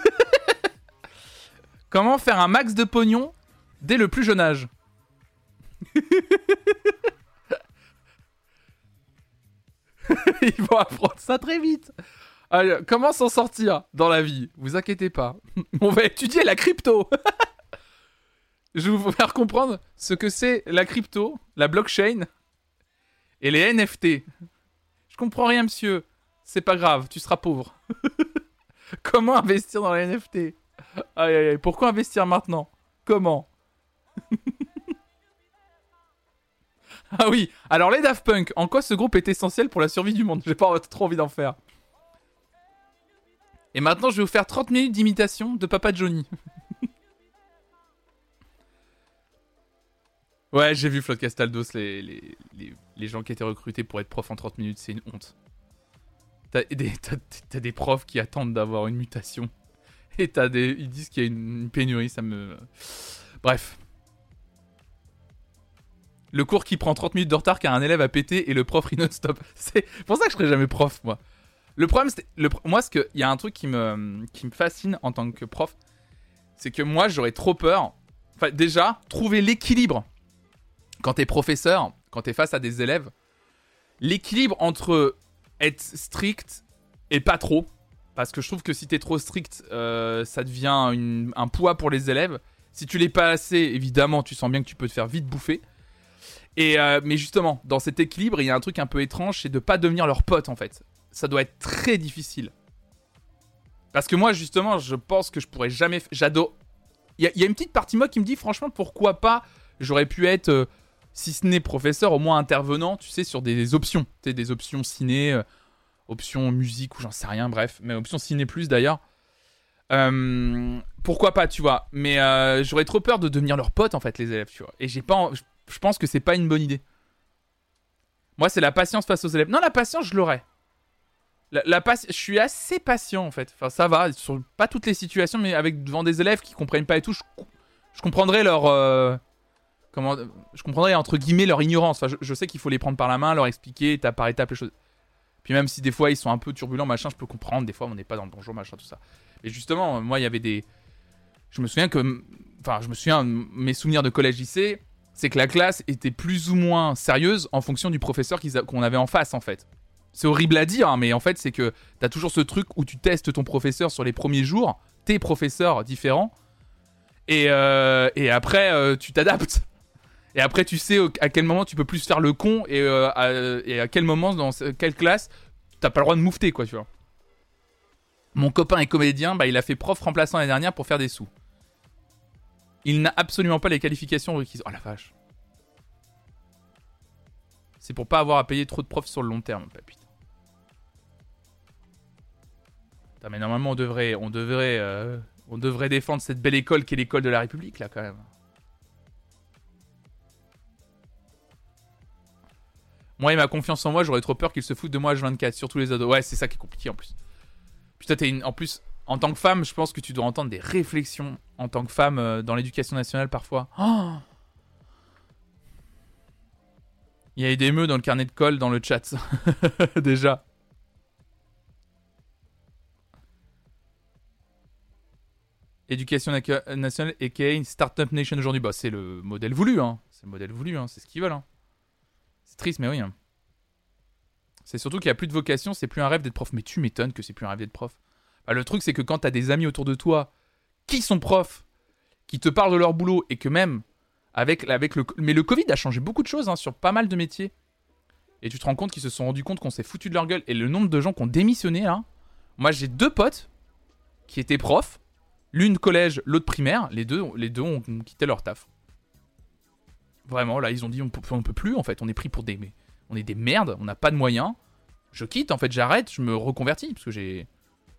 Comment faire un max de pognon dès le plus jeune âge. Ils vont apprendre ça très vite. Allez, comment s'en sortir dans la vie? Vous inquiétez pas. On va étudier la crypto. Je vais vous faire comprendre ce que c'est la crypto, la blockchain et les N F T. Je comprends rien, monsieur. C'est pas grave, tu seras pauvre. Comment investir dans les N F T? Aïe aïe aïe, pourquoi investir maintenant? Comment? Ah oui, alors les Daft Punk, en quoi ce groupe est essentiel pour la survie du monde? J'ai pas trop envie d'en faire. Et maintenant, je vais vous faire trente minutes d'imitation de Papa Johnny. Ouais, j'ai vu Flood Castaldos, les, les, les, les gens qui étaient recrutés pour être prof en trente minutes, c'est une honte. T'as des, t'as, t'as des profs qui attendent d'avoir une mutation. Et t'as des, ils disent qu'il y a une pénurie, ça me... Bref. Le cours qui prend trente minutes de retard car un élève a pété et le prof rit non-stop. C'est pour ça que je serai jamais prof, moi. Le problème, c'est... Le, moi, il y a un truc qui me, qui me fascine en tant que prof, c'est que moi, j'aurais trop peur... Enfin, déjà, trouver l'équilibre quand t'es professeur, quand t'es face à des élèves, l'équilibre entre être strict et pas trop, parce que je trouve que si t'es trop strict, euh, ça devient une, un poids pour les élèves. Si tu l'es pas assez, évidemment, tu sens bien que tu peux te faire vite bouffer. Et euh, mais justement, dans cet équilibre, il y a un truc un peu étrange, c'est de pas devenir leur pote, en fait. Ça doit être très difficile. Parce que moi, justement, je pense que je pourrais jamais... F... J'adore... Il y, y a une petite partie moi qui me dit, franchement, pourquoi pas, j'aurais pu être... Euh, si ce n'est professeur, au moins intervenant, tu sais, sur des options. Tu sais, des options ciné, euh, options musique ou j'en sais rien, bref. Mais options ciné plus d'ailleurs. Euh, pourquoi pas, tu vois. Mais euh, j'aurais trop peur de devenir leur pote, en fait, les élèves, tu vois. Et j'ai pas... En... Je pense que c'est pas une bonne idée. Moi, c'est la patience face aux élèves. Non, la patience, je l'aurais. La, la paci... Je suis assez patient, en fait. Enfin, ça va. Sur pas toutes les situations, mais avec devant des élèves qui comprennent pas et tout, je, je comprendrais leur... Euh... Comment, je comprendrais entre guillemets leur ignorance. Enfin, je, je sais qu'il faut les prendre par la main, leur expliquer étape par étape les choses. Puis même si des fois ils sont un peu turbulents, machin, je peux comprendre. Des fois on n'est pas dans le bonjour, machin, tout ça. Et justement, moi il y avait des... Je me souviens que... Enfin, je me souviens, mes souvenirs de collège-lycée, c'est que la classe était plus ou moins sérieuse en fonction du professeur a... qu'on avait en face, en fait. C'est horrible à dire, hein, mais en fait c'est que t'as toujours ce truc où tu testes ton professeur sur les premiers jours, tes professeurs différents, et, euh, et après euh, tu t'adaptes. Et après, tu sais à quel moment tu peux plus faire le con et, euh, à, et à quel moment, dans quelle classe, t'as pas le droit de moufter, quoi, tu vois. Mon copain est comédien, bah, il a fait prof remplaçant l'année dernière pour faire des sous. Il n'a absolument pas les qualifications requises. Oh la vache. C'est pour pas avoir à payer trop de profs sur le long terme, putain. Putain, mais normalement, on devrait, on devrait, euh, on devrait défendre cette belle école qui est l'école de la République, là, quand même. Moi et ma confiance en moi, j'aurais trop peur qu'ils se foutent de moi H vingt-quatre, surtout les ados. Ouais, c'est ça qui est compliqué en plus. Putain, t'es une... en plus, en tant que femme, je pense que tu dois entendre des réflexions en tant que femme euh, dans l'éducation nationale parfois. Oh, il y a eu des meux dans le carnet de colle dans le chat. Déjà. Éducation na- nationale, aka Startup Nation aujourd'hui. Bah, c'est le modèle voulu, hein. C'est le modèle voulu, hein. C'est ce qu'ils veulent, hein. C'est triste, mais oui. Hein. C'est surtout qu'il n'y a plus de vocation, c'est plus un rêve d'être prof. Mais tu m'étonnes que c'est plus un rêve d'être prof. Bah, le truc, c'est que quand t'as des amis autour de toi qui sont profs, qui te parlent de leur boulot, et que même, avec, avec le... Mais le Covid a changé beaucoup de choses, hein, sur pas mal de métiers. Et tu te rends compte qu'ils se sont rendus compte qu'on s'est foutu de leur gueule. Et le nombre de gens qui ont démissionné, là. Moi, j'ai deux potes qui étaient profs. L'une collège, l'autre primaire. Les deux, les deux ont quitté leur taf. Vraiment, là, ils ont dit on peut, on peut plus, en fait. On est pris pour des... On est des merdes, on n'a pas de moyens. Je quitte, en fait, j'arrête, je me reconvertis. Parce que j'ai...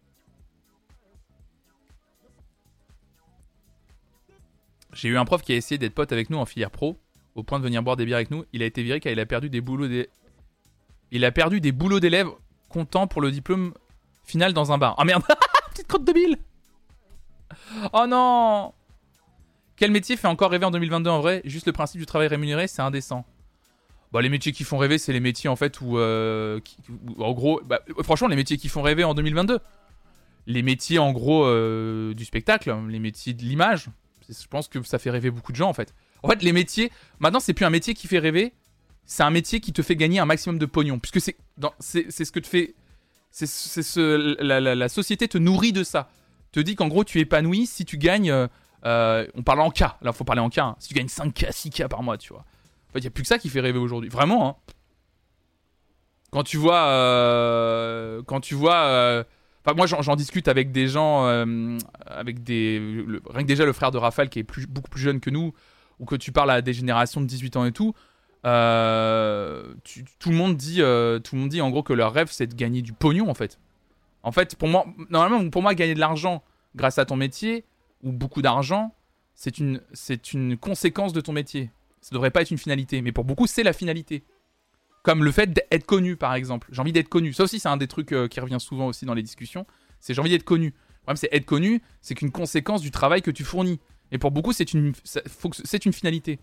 J'ai eu un prof qui a essayé d'être pote avec nous en filière pro, au point de venir boire des bières avec nous. Il a été viré car il a perdu des boulots des... Il a perdu des boulots d'élèves comptant pour le diplôme final dans un bar. Ah merde. Petite crotte de bile. Oh non. Quel métier fait encore rêver en deux mille vingt-deux en vrai? Juste le principe du travail rémunéré, c'est indécent. Bah, les métiers qui font rêver, c'est les métiers en fait où, euh, qui, où en gros, bah, franchement, les métiers qui font rêver en deux mille vingt-deux, les métiers en gros euh, du spectacle, les métiers de l'image, je pense que ça fait rêver beaucoup de gens en fait. En fait, les métiers, maintenant, c'est plus un métier qui fait rêver, c'est un métier qui te fait gagner un maximum de pognon, puisque c'est, dans, c'est, c'est ce que te fait, c'est, c'est ce, la, la, la société te nourrit de ça, te dit qu'en gros, tu es épanoui si tu gagnes. Euh, Euh, on parle en cas, là faut parler en cas, hein. Si tu gagnes cinq K, six K par mois, tu vois. En fait, il n'y a plus que ça qui fait rêver aujourd'hui, vraiment, hein. Quand tu vois... Euh... Quand tu vois... Euh... Enfin, moi, j'en, j'en discute avec des gens, euh, avec des... Le, rien que déjà le frère de Raphaël, qui est plus, beaucoup plus jeune que nous, ou que tu parles à des générations de dix-huit ans et tout, euh, tu, tout, le monde dit, euh, tout le monde dit en gros que leur rêve, c'est de gagner du pognon, en fait. En fait, pour moi, normalement, pour moi, gagner de l'argent grâce à ton métier, ou beaucoup d'argent, c'est une, c'est une conséquence de ton métier. Ça devrait pas être une finalité, mais pour beaucoup, c'est la finalité. Comme le fait d'être connu, par exemple. J'ai envie d'être connu. Ça aussi, c'est un des trucs euh, qui revient souvent aussi dans les discussions. C'est j'ai envie d'être connu. Le problème, c'est être connu, c'est qu'une conséquence du travail que tu fournis. Et pour beaucoup, c'est une, ça, faut que, c'est une finalité.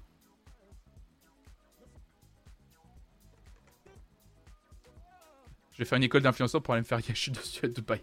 Je vais faire une école d'influenceurs pour aller me faire gâcher dessus à Dubaï.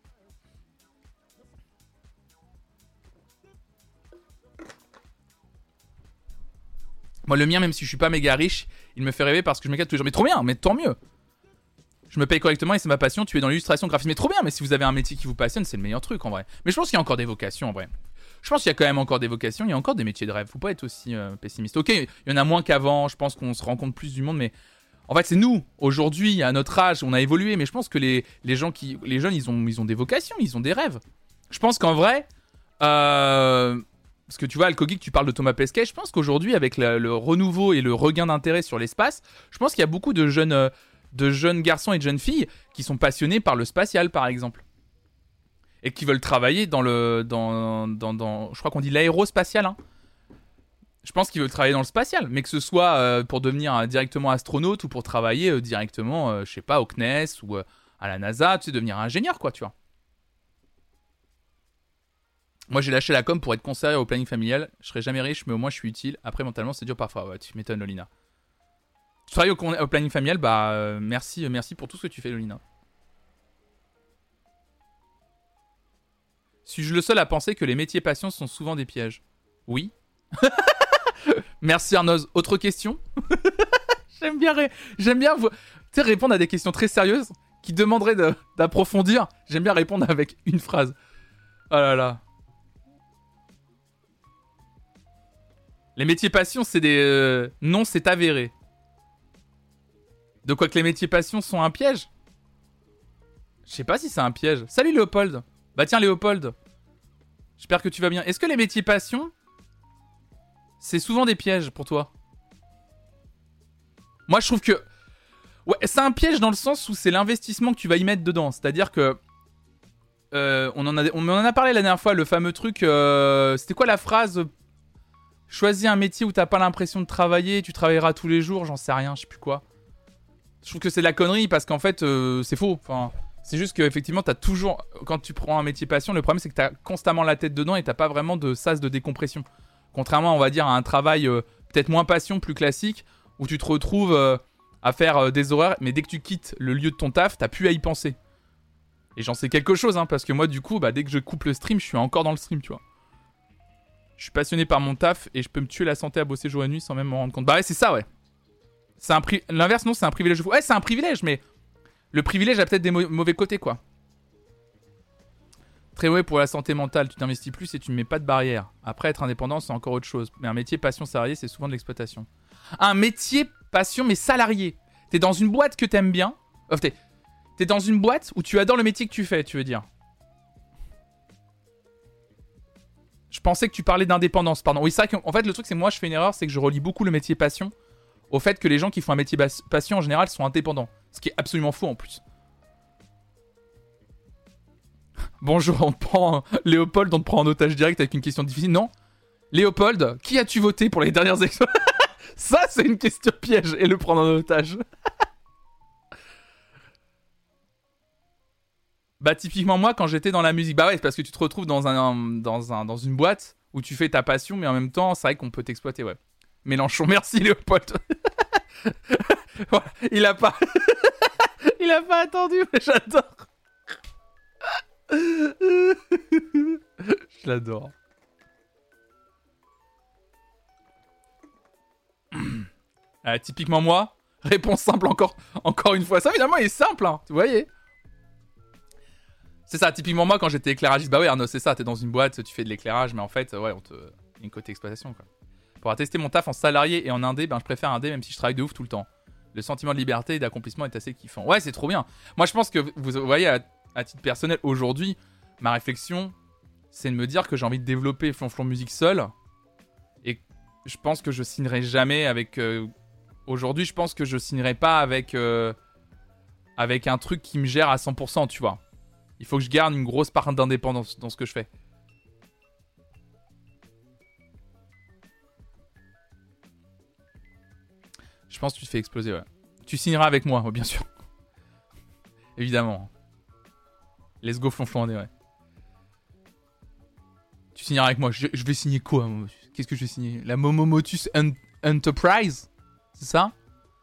Moi, le mien, même si je suis pas méga riche, il me fait rêver parce que je m'éclate tous les jours. Mais trop bien, mais tant mieux. Je me paye correctement et c'est ma passion. Tu es dans l'illustration graphisme. Mais trop bien, mais si vous avez un métier qui vous passionne, c'est le meilleur truc en vrai. Mais je pense qu'il y a encore des vocations en vrai. Je pense qu'il y a quand même encore des vocations. Il y a encore des métiers de rêve. Faut pas être aussi euh, pessimiste. Ok, il y en a moins qu'avant. Je pense qu'on se rencontre plus du monde. Mais en fait, c'est nous. Aujourd'hui, à notre âge, on a évolué. Mais je pense que les, les gens qui. Les jeunes, ils ont, ils ont des vocations. Ils ont des rêves. Je pense qu'en vrai. Euh. Parce que tu vois, Alcogeek, tu parles de Thomas Pesquet. Je pense qu'aujourd'hui, avec la, le renouveau et le regain d'intérêt sur l'espace, je pense qu'il y a beaucoup de jeunes, euh, de jeunes garçons et de jeunes filles qui sont passionnés par le spatial, par exemple. Et qui veulent travailler dans le... Dans, dans, dans, je crois qu'on dit l'aérospatial. Hein. Je pense qu'ils veulent travailler dans le spatial. Mais que ce soit euh, pour devenir euh, directement astronaute ou pour travailler euh, directement, euh, je sais pas, au C N E S ou euh, à la NASA, tu sais, devenir ingénieur, quoi, tu vois. Moi, j'ai lâché la com pour être conseiller au planning familial. Je serai jamais riche, mais au moins, je suis utile. Après, mentalement, c'est dur parfois. Ouais, tu m'étonnes, Lolina. Tu travailles au, au planning familial, bah, euh, merci, merci pour tout ce que tu fais, Lolina. Suis-je le seul à penser que les métiers passions sont souvent des pièges? Oui. Merci, Arnoz. Autre question? J'aime bien, ré... J'aime bien vous... tu sais, répondre à des questions très sérieuses qui demanderaient de... d'approfondir. J'aime bien répondre avec une phrase. Oh là là. Les métiers passion, c'est des... Euh... Non, c'est avéré. De quoi que les métiers passion sont un piège? Je sais pas si c'est un piège. Salut Léopold. Bah tiens Léopold. J'espère que tu vas bien. Est-ce que les métiers passion, c'est souvent des pièges pour toi? Moi je trouve que... Ouais, c'est un piège dans le sens où c'est l'investissement que tu vas y mettre dedans. C'est-à-dire que... Euh, on, en a, on en a parlé la dernière fois, le fameux truc... Euh... C'était quoi la phrase? Choisis un métier où t'as pas l'impression de travailler, tu travailleras tous les jours, j'en sais rien, je sais plus quoi. Je trouve que c'est de la connerie parce qu'en fait, euh, c'est faux. Enfin, c'est juste qu'effectivement, t'as toujours... Quand tu prends un métier passion, le problème c'est que t'as constamment la tête dedans et t'as pas vraiment de sas de décompression. Contrairement, on va dire, à un travail euh, peut-être moins passion, plus classique, où tu te retrouves euh, à faire euh, des horaires, mais dès que tu quittes le lieu de ton taf, t'as plus à y penser. Et j'en sais quelque chose, hein, parce que moi, du coup, bah, dès que je coupe le stream, je suis encore dans le stream, tu vois. Je suis passionné par mon taf et je peux me tuer la santé à bosser jour et nuit sans même m'en rendre compte. Bah ouais, c'est ça, ouais. C'est un pri... L'inverse, non, c'est un privilège. Ouais, c'est un privilège, mais le privilège a peut-être des mau- mauvais côtés, quoi. Très ouais pour la santé mentale, tu t'investis plus et tu ne mets pas de barrière. Après, être indépendant, c'est encore autre chose. Mais un métier passion salarié, c'est souvent de l'exploitation. Un métier passion, mais salarié. T'es dans une boîte que t'aimes bien. Enfin, t'es... t'es dans une boîte où tu adores le métier que tu fais, tu veux dire. Je pensais que tu parlais d'indépendance, pardon. Oui, c'est vrai qu'en fait, le truc, c'est que moi, je fais une erreur, c'est que je relie beaucoup le métier passion au fait que les gens qui font un métier bas- passion, en général, sont indépendants. Ce qui est absolument faux, en plus. Bonjour, on te prend... Léopold, on te prend en otage direct avec une question difficile. Non. Léopold, qui as-tu voté pour les dernières élections? Ça, c'est une question piège, et le prendre en otage. Bah typiquement moi quand j'étais dans la musique, bah ouais c'est parce que tu te retrouves dans un dans un dans une boîte où tu fais ta passion mais en même temps c'est vrai qu'on peut t'exploiter, ouais. Mélenchon, merci Léopold. Voilà, il a pas il a pas attendu mais j'adore. Je l'adore. Ah, typiquement moi, réponse simple encore encore une fois. Ça finalement il est simple hein, vous voyez. C'est ça, typiquement moi quand j'étais éclairagiste, bah ouais Arnaud c'est ça, t'es dans une boîte, tu fais de l'éclairage, mais en fait, ouais, on te... il y a une côté exploitation quoi. Pour attester mon taf en salarié et en indé, ben je préfère indé même si je travaille de ouf tout le temps. Le sentiment de liberté et d'accomplissement est assez kiffant. Ouais, c'est trop bien. Moi je pense que vous voyez, à titre personnel, aujourd'hui, ma réflexion, c'est de me dire que j'ai envie de développer Flonflon Musique seul. Et je pense que je signerai jamais avec... Euh, aujourd'hui, je pense que je signerai pas avec, euh, avec un truc qui me gère à cent pour cent, tu vois. Il faut que je garde une grosse part d'indépendance dans ce que je fais. Je pense que tu te fais exploser, ouais. Tu signeras avec moi, bien sûr. Évidemment. Let's go Flonflon, ouais. Tu signeras avec moi. Je, je vais signer quoi? Qu'est-ce que je vais signer? La Momomotus Un- Enterprise? C'est ça?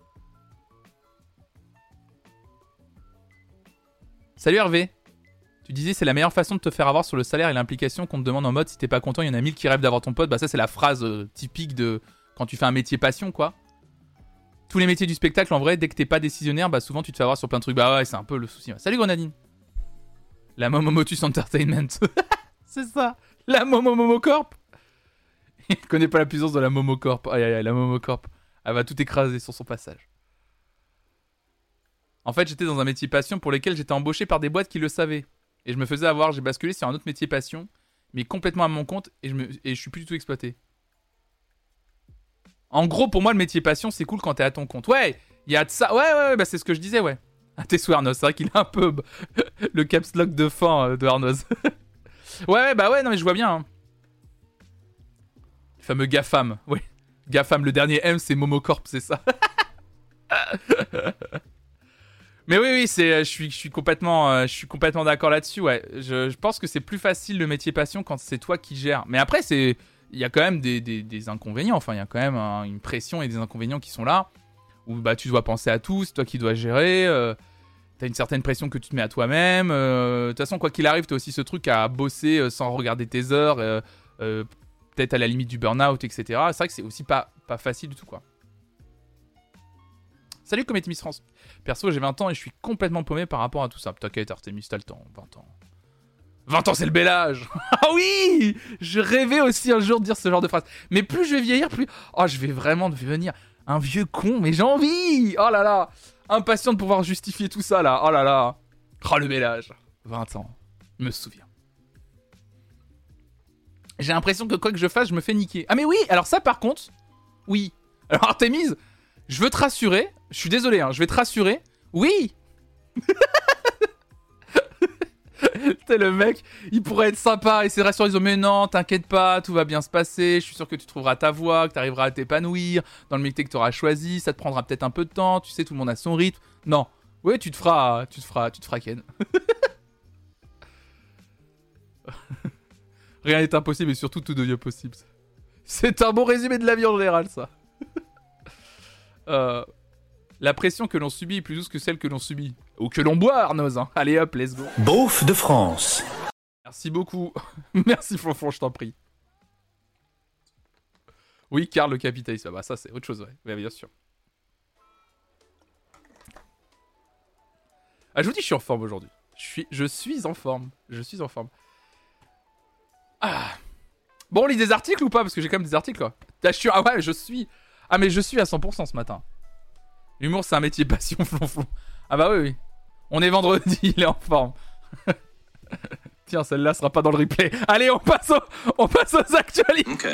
Salut Hervé. Tu disais c'est la meilleure façon de te faire avoir sur le salaire et l'implication qu'on te demande en mode si t'es pas content, il y en a mille qui rêvent d'avoir ton pote. Bah ça c'est la phrase euh, typique de quand tu fais un métier passion, quoi. Tous les métiers du spectacle, en vrai, dès que t'es pas décisionnaire, bah souvent tu te fais avoir sur plein de trucs. Bah ouais, c'est un peu le souci. Salut Grenadine. La Momomotus Entertainment. C'est ça. La Momomomo Corp. Il connaît pas la puissance de la Momo Corp. Aïe aïe aïe, la Momo Corp. Elle va tout écraser sur son passage. En fait, j'étais dans un métier passion pour lequel j'étais embauché par des boîtes qui le savaient. Et je me faisais avoir, j'ai basculé sur un autre métier passion, mais complètement à mon compte, et je, me, et je suis plus du tout exploité. En gros, pour moi, le métier passion, c'est cool quand t'es à ton compte. Ouais, il y a de ça. Ouais, ouais, ouais, bah c'est ce que je disais, ouais. Ah, t'es sous Arnoz, c'est vrai qu'il a un peu le caps lock de fin de Arnoz. Ouais, ouais, bah ouais, non, mais je vois bien. Hein. Le fameux GAFAM, ouais. GAFAM, le dernier M, c'est Momocorp, c'est ça. Mais oui, oui, c'est, je suis, je suis complètement, euh, je suis complètement d'accord là-dessus, ouais. Je, je pense que c'est plus facile le métier passion quand c'est toi qui gères. Mais après, c'est, il y a quand même des, des, des inconvénients. Enfin, il y a quand même un, une pression et des inconvénients qui sont là. Où bah, tu dois penser à tout, c'est toi qui dois gérer. Euh, t'as une certaine pression que tu te mets à toi-même. Euh, de toute façon, quoi qu'il arrive, t'as aussi ce truc à bosser euh, sans regarder tes heures. Euh, euh, peut-être à la limite du burn-out, et cetera. C'est vrai que c'est aussi pas, pas facile du tout, quoi. Salut Comédie Miss France. Perso, j'ai vingt ans et je suis complètement paumé par rapport à tout ça. T'inquiète, Artemis, t'as le temps. vingt ans. vingt ans, c'est le bel âge. Ah oui, je rêvais aussi un jour de dire ce genre de phrase. Mais plus je vais vieillir, plus... Oh, je vais vraiment devenir un vieux con, mais j'ai envie. Oh là là. Impatient de pouvoir justifier tout ça, là. Oh là là. Oh, le bel âge. vingt ans. Je me souviens. J'ai l'impression que quoi que je fasse, je me fais niquer. Ah mais oui, alors ça par contre... Oui. Alors Artemis... Je veux te rassurer, je suis désolé, hein, je vais te rassurer. Oui. T'es le mec, il pourrait être sympa, il s'est rassuré, ils ont mais non, t'inquiète pas, tout va bien se passer, je suis sûr que tu trouveras ta voie, que t'arriveras à t'épanouir dans le métier que t'auras choisi, ça te prendra peut-être un peu de temps, tu sais, tout le monde a son rythme. Non, ouais, tu te feras, tu te feras, tu te feras ken. Rien n'est impossible et surtout tout devient possible. C'est un bon résumé de la vie en général, ça. Euh, la pression que l'on subit est plus douce que celle que l'on subit. Ou que l'on boit, Arnoz. Hein. Allez hop, let's go. Beauf de France. Merci beaucoup. Merci Flonflon, je t'en prie. Oui, car le capitalisme. Bah ça, c'est autre chose, ouais. Ouais, bien sûr. Ah, je vous dis, je suis en forme aujourd'hui. Je suis, je suis en forme. Je suis en forme. Ah. Bon, on lit des articles ou pas? Parce que j'ai quand même des articles, quoi. Ah, je suis... ah ouais, je suis... Ah mais je suis à cent pour cent ce matin. L'humour c'est un métier passion Flonflon. Ah bah oui oui. On est vendredi, il est en forme. Tiens, celle-là sera pas dans le replay. Allez, on passe, au... on passe aux actualités. Okay.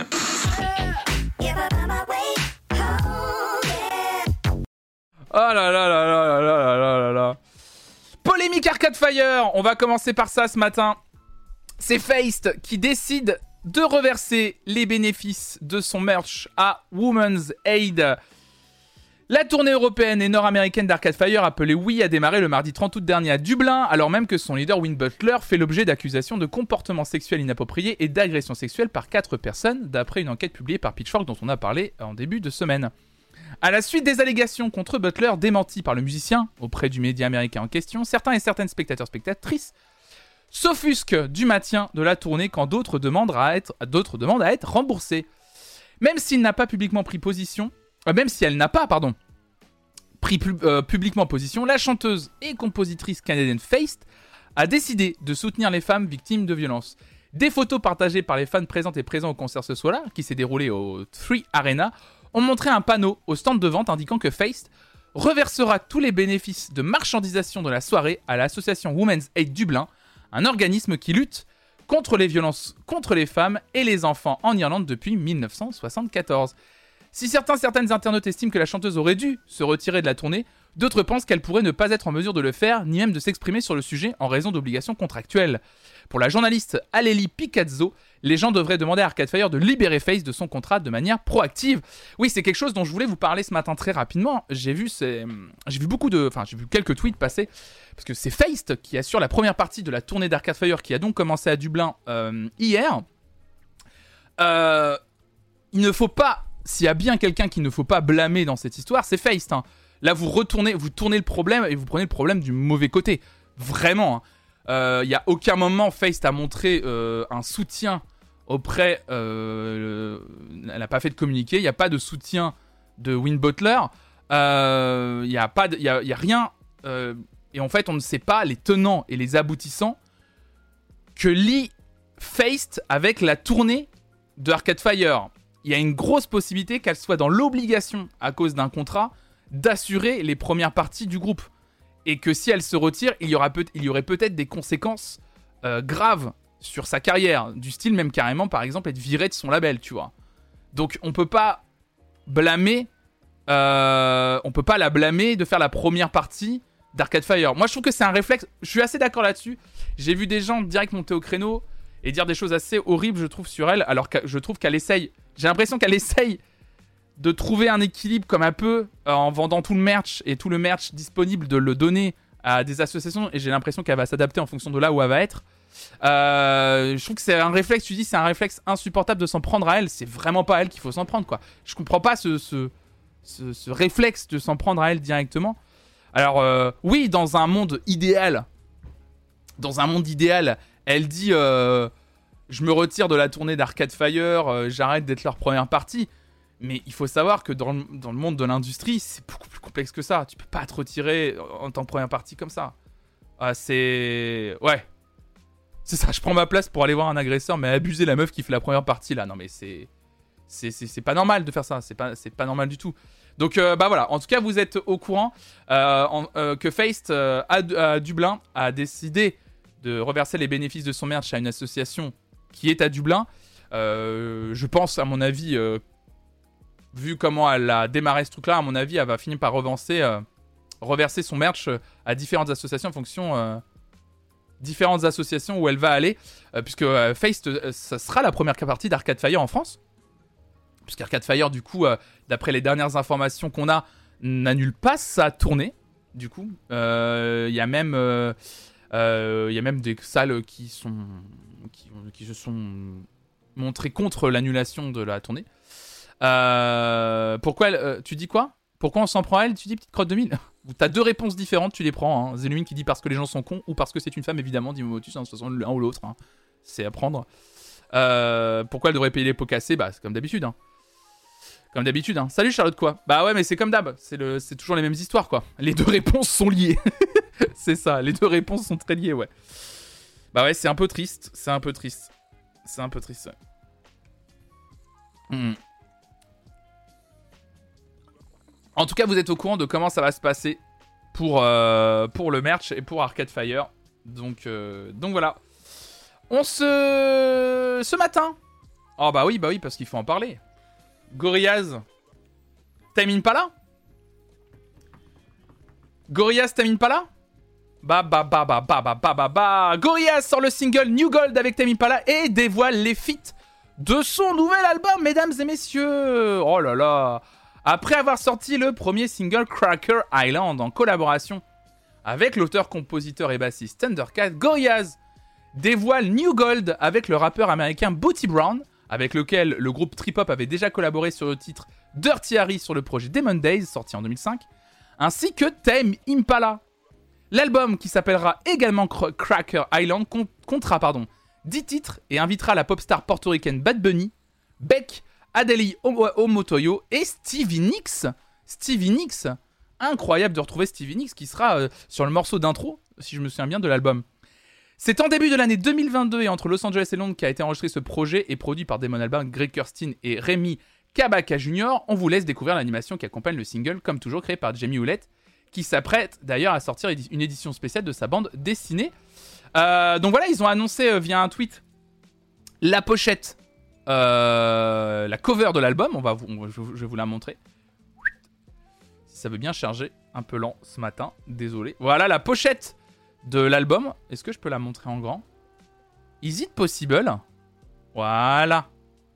Oh là là là là là là là là là. Polémique Arcade Fire. On va commencer par ça ce matin. C'est Feist qui décide de reverser les bénéfices de son merch à Women's Aid. La tournée européenne et nord-américaine d'Arcade Fire, appelée Oui, a démarré le mardi trente août dernier à Dublin, alors même que son leader Win Butler fait l'objet d'accusations de comportement sexuel inapproprié et d'agression sexuelle par quatre personnes, d'après une enquête publiée par Pitchfork dont on a parlé en début de semaine. À la suite des allégations contre Butler démenties par le musicien auprès du média américain en question, certains et certaines spectateurs-spectatrices s'offusquent du maintien de la tournée quand d'autres demandent à être, d'autres demandent à être remboursés. Même s'il n'a pas publiquement pris position, euh, même si elle n'a pas, pardon, pris pu- euh, publiquement position, la chanteuse et compositrice canadienne Feist a décidé de soutenir les femmes victimes de violences. Des photos partagées par les fans présentes et présents au concert ce soir-là, qui s'est déroulé au Three Arena, ont montré un panneau au stand de vente indiquant que Feist reversera tous les bénéfices de marchandisation de la soirée à l'association Women's Aid Dublin, un organisme qui lutte contre les violences contre les femmes et les enfants en Irlande depuis dix-neuf cent soixante-quatorze. Si certains certaines internautes estiment que la chanteuse aurait dû se retirer de la tournée, d'autres pensent qu'elle pourrait ne pas être en mesure de le faire, ni même de s'exprimer sur le sujet en raison d'obligations contractuelles. Pour la journaliste Alélie Picazzo, les gens devraient demander à Arcade Fire de libérer Face de son contrat de manière proactive. Oui, c'est quelque chose dont je voulais vous parler ce matin très rapidement. J'ai vu, c'est... j'ai vu beaucoup de... Enfin, j'ai vu quelques tweets passer, parce que c'est Face qui assure la première partie de la tournée d'Arcade Fire, qui a donc commencé à Dublin euh, hier. Euh... Il ne faut pas... S'il y a bien quelqu'un qu'il ne faut pas blâmer dans cette histoire, c'est Face. Hein. Là, vous retournez, vous tournez le problème et vous prenez le problème du mauvais côté. Vraiment. Il hein. n'y euh, a aucun moment Face a montré euh, un soutien auprès... Euh, le, elle n'a pas fait de communiqué. Il n'y a pas de soutien de Win Butler. Il euh, n'y a, pas de, y a, y a rien. Euh, et en fait, on ne sait pas les tenants et les aboutissants que lie Face avec la tournée de Arcade Fire. Il y a une grosse possibilité qu'elle soit dans l'obligation, à cause d'un contrat, d'assurer les premières parties du groupe. Et que si elle se retire, il y, aura peut- il y aurait peut-être des conséquences euh, graves sur sa carrière. Du style même carrément, par exemple, être viré de son label, tu vois. Donc on peut pas blâmer... Euh, on peut pas la blâmer de faire la première partie d'Arcade Fire. Moi je trouve que c'est un réflexe... Je suis assez d'accord là-dessus. J'ai vu des gens direct monter au créneau et dire des choses assez horribles, je trouve, sur elle. Alors que je trouve qu'elle essaye... J'ai l'impression qu'elle essaye de trouver un équilibre comme un peu euh, en vendant tout le merch et tout le merch disponible, de le donner à des associations. Et j'ai l'impression qu'elle va s'adapter en fonction de là où elle va être. Euh, je trouve que c'est un réflexe, tu dis, c'est un réflexe insupportable de s'en prendre à elle. C'est vraiment pas à elle qu'il faut s'en prendre, quoi. Je comprends pas ce, ce, ce, ce réflexe de s'en prendre à elle directement. Alors, euh, oui, dans un monde idéal, dans un monde idéal, elle dit... Euh, je me retire de la tournée d'Arcade Fire, euh, j'arrête d'être leur première partie. Mais il faut savoir que dans le, dans le monde de l'industrie, c'est beaucoup plus complexe que ça. Tu peux pas te retirer en tant que première partie comme ça. Ah, c'est... Ouais. C'est ça, je prends ma place pour aller voir un agresseur, mais abuser la meuf qui fait la première partie, là. Non, mais c'est... C'est, c'est, c'est pas normal de faire ça. C'est pas, c'est pas normal du tout. Donc, euh, bah voilà. En tout cas, vous êtes au courant euh, en, euh, que Face, euh, à, à Dublin, a décidé de reverser les bénéfices de son merch à une association qui est à Dublin. Euh, je pense, à mon avis, euh, vu comment elle a démarré ce truc-là, à mon avis, elle va finir par reverser, euh, reverser son merch à différentes associations en fonction... Euh, différentes associations où elle va aller, euh, puisque euh, Face, euh, ça sera la première partie d'Arcade Fire en France. Puisqu'Arcade Fire, du coup, euh, d'après les dernières informations qu'on a, n'annule pas sa tournée, du coup. Il euh, y a même... Il euh, euh, y a même des salles qui sont... Qui, qui se sont montrées contre l'annulation de la tournée. Euh, pourquoi elle, euh, tu dis quoi ? Pourquoi on s'en prend à elle ? Tu dis petite crotte de mille ? T'as deux réponses différentes, tu les prends. Hein. Zénumine qui dit parce que les gens sont cons ou parce que c'est une femme, évidemment, dit Momotus, hein, de toute façon, l'un ou l'autre. Hein. C'est à prendre. Euh, pourquoi elle devrait payer les pots cassés ? Bah, c'est comme d'habitude. Hein. Comme d'habitude. Hein. Salut Charlotte, quoi ? Bah ouais, mais c'est comme d'hab. C'est, le, c'est toujours les mêmes histoires, quoi. Les deux réponses sont liées. C'est ça, les deux réponses sont très liées, ouais. Bah ouais, c'est un peu triste. C'est un peu triste. C'est un peu triste, ouais. Mmh. En tout cas, vous êtes au courant de comment ça va se passer pour, euh, pour le merch et pour Arcade Fire. Donc, euh, donc voilà. On se... Ce matin. Oh bah oui, bah oui, parce qu'il faut en parler. Gorillaz. Tame Impala. Gorillaz, Tame Impala. Bah bah bah bah bah bah bah bah bah. Gorillaz sort le single New Gold avec Tame Impala et dévoile les feats de son nouvel album, mesdames et messieurs. Oh là là. Après avoir sorti le premier single Cracker Island en collaboration avec l'auteur, compositeur et bassiste Thundercat, Gorillaz dévoile New Gold avec le rappeur américain Booty Brown, avec lequel le groupe Trip Hop avait déjà collaboré sur le titre Dirty Harry sur le projet Demon Days, sorti en deux mille cinq, ainsi que Tame Impala. L'album, qui s'appellera également Cracker Island, comptera pardon, dix titres et invitera la pop star portoricaine Bad Bunny, Beck, Adeli Omotoyo et Stevie Nicks. Stevie Nicks, incroyable de retrouver Stevie Nicks qui sera euh, sur le morceau d'intro, si je me souviens bien, de l'album. C'est en début de l'année deux mille vingt-deux et entre Los Angeles et Londres qu'a été enregistré ce projet et produit par Damon Albarn, Greg Kurstin et Rémi Kabaka Junior, on vous laisse découvrir l'animation qui accompagne le single, comme toujours créé par Jamie Hewlett, qui s'apprête d'ailleurs à sortir une édition spéciale de sa bande dessinée. Euh, donc voilà, ils ont annoncé euh, via un tweet la pochette, euh, la cover de l'album. On va, vous, on, je, je vais vous la montrer. Si ça veut bien charger, un peu lent ce matin, désolé. Voilà la pochette de l'album. Est-ce que je peux la montrer en grand? Is it possible? Voilà.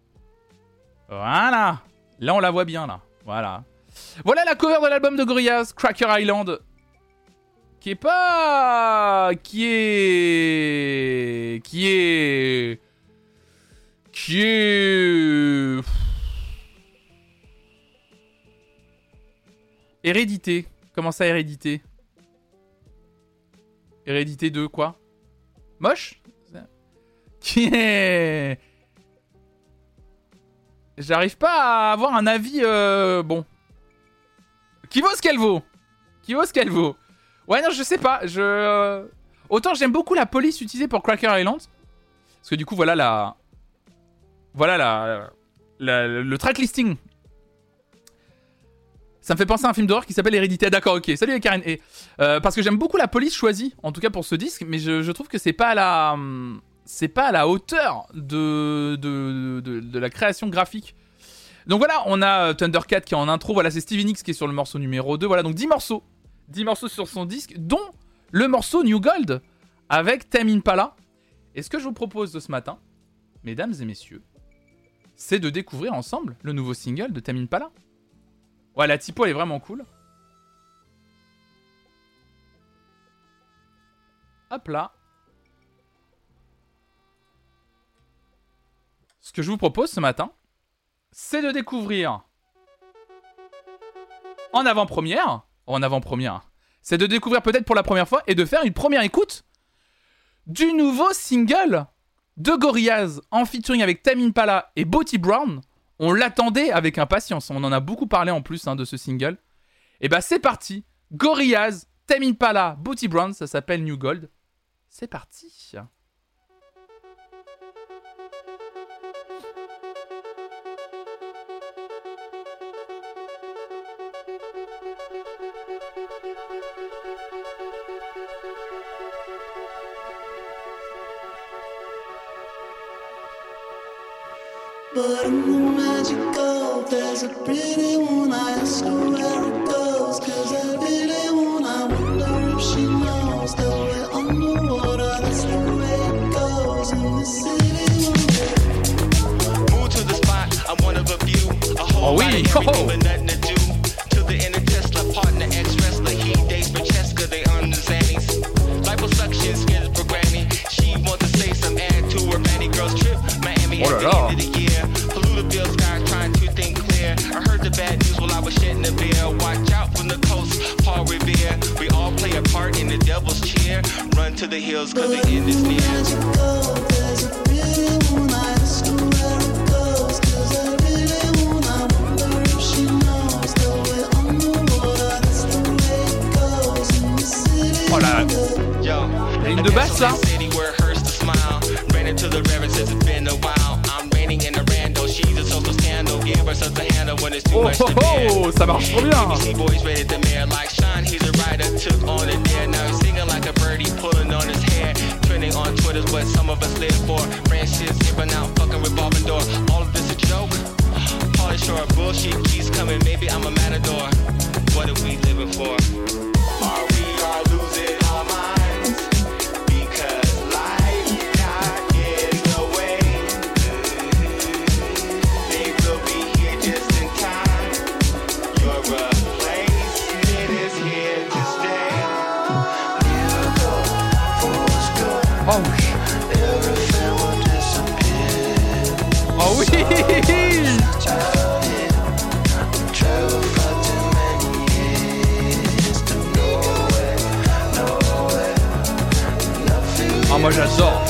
Voilà. Là, on la voit bien, là. Voilà. Voilà la cover de l'album de Gorillaz, Cracker Island. Qui est pas... Qui est... Qui est... Qui est... Hérédité. Comment ça, hérédité? Hérédité de quoi? Moche? Qui est... J'arrive pas à avoir un avis... Euh... Bon. Qui vaut ce qu'elle vaut. Qui vaut ce qu'elle vaut. Ouais, non, je sais pas. Je... Autant j'aime beaucoup la police utilisée pour Cracker Island. Parce que du coup, voilà la... Voilà la... la... le track listing. Ça me fait penser à un film d'horreur qui s'appelle Hérédité. D'accord, ok. Salut Karen. Et, euh, parce que j'aime beaucoup la police choisie, en tout cas pour ce disque, mais je, je trouve que c'est pas à la... C'est pas à la hauteur de, de, de, de la création graphique. Donc voilà, on a Thundercat qui est en intro. Voilà, c'est Stevie Nicks qui est sur le morceau numéro deux. Voilà, donc dix morceaux. dix morceaux sur son disque, dont le morceau New Gold avec Tame Impala. Et ce que je vous propose de ce matin, mesdames et messieurs, c'est de découvrir ensemble le nouveau single de Tame Impala. Ouais, la typo elle est vraiment cool. Hop là. Ce que je vous propose ce matin, c'est de découvrir en avant-première, en avant-première, c'est de découvrir peut-être pour la première fois et de faire une première écoute du nouveau single de Gorillaz en featuring avec Tame Impala et Booty Brown. On l'attendait avec impatience, on en a beaucoup parlé en plus hein, de ce single. Et bah c'est parti, Gorillaz, Tame Impala, Booty Brown, ça s'appelle New Gold. C'est parti. But in the magical, there's a pretty one. I ask her where it goes, cause I really wanna wonder if she knows that we're underwater. That's the way it goes in the city. Move to the spot, I'm one of a few. A whole oh, lot oui. of everything but nothing to do. To the inner Tesla, partner, ex-wrestler. He dates Francesca, they on the Zannies. Liposuction, skins for Grammy. She wants to say some add to her Fanny Girls trip. Miami oh at the end of the year. Polluted sky trying to think clear. I heard the bad news while I was shedding the beer. Watch out from the coast, Paul Revere. We all play a part in the devil's cheer. Run to the hills cause the end is near. There's a pretty one, I ask her where it goes. Cause I really wanna wonder if she knows that we're underwater. That's the way it goes in the city. Oh la la ligne de basse là. Ran into the river since it's been a while. I'm raining in the rando. She's a social scandal. Give her such a handle when it's too oh, much oh, to bear. oh, ça marche trop bien. B B C boys ready to mayor like Sean. He's a writer, took on a dare. Now he's singing like a birdie, pulling on his hair. Trending on Twitter's what some of us live for. Branches giving out, fucking revolving door. All of this a joke. Pauly Shore, bullshit keeps coming. Maybe I'm a matador. What are we living for? Are we all losing our minds? Because life got in the way. They will be here just in time. Your replacement is here to stay. You go, fools go. Oh, Everything will disappear. oh oui. Ah, moi j'adore.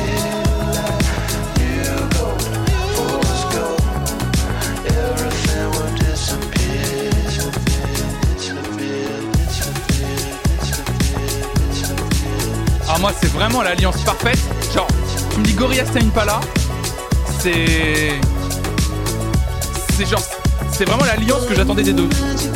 Ah, moi c'est vraiment l'alliance parfaite. Genre, tu me dis Gorillaz Tame Impala, c'est c'est genre, c'est vraiment l'alliance que j'attendais des deux.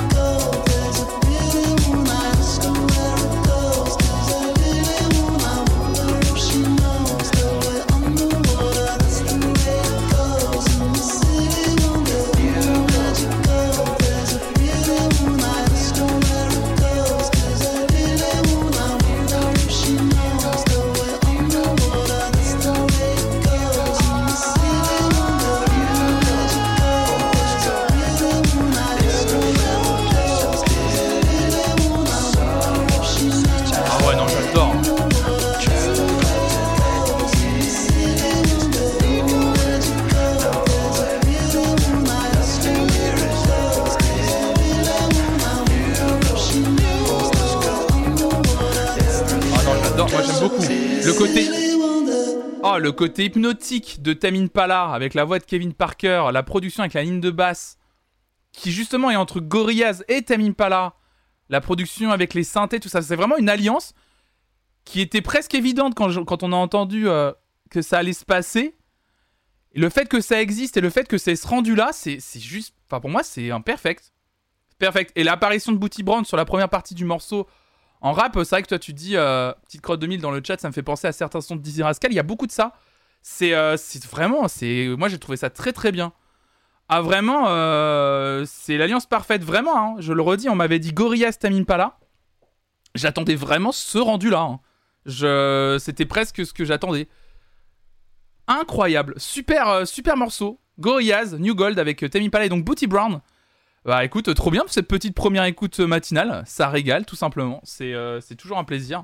Moi j'aime beaucoup le côté oh le côté hypnotique de Tame Impala avec la voix de Kevin Parker, la production avec la ligne de basse qui justement est entre Gorillaz et Tame Impala, la production avec les synthés, tout ça, c'est vraiment une alliance qui était presque évidente quand, je, quand on a entendu euh, que ça allait se passer. Et le fait que ça existe et le fait que c'est ce rendu là, c'est, c'est juste, enfin pour moi c'est un perfect, perfect. Et l'apparition de Booty Brown sur la première partie du morceau. En rap, c'est vrai que toi tu dis euh, Petite Crotte deux mille dans le chat, ça me fait penser à certains sons de Dizzy Rascal. Il y a beaucoup de ça. C'est, euh, c'est vraiment, c'est, moi j'ai trouvé ça très très bien. Ah vraiment, euh, c'est l'alliance parfaite, vraiment. Hein, je le redis, on m'avait dit Gorillaz Tame Impala. J'attendais vraiment ce rendu-là. Hein. Je, c'était presque ce que j'attendais. Incroyable, super, euh, super morceau. Gorillaz, New Gold avec euh, Tame Impala et donc Booty Brown. Bah écoute, trop bien cette petite première écoute matinale, ça régale tout simplement, c'est, euh, c'est toujours un plaisir.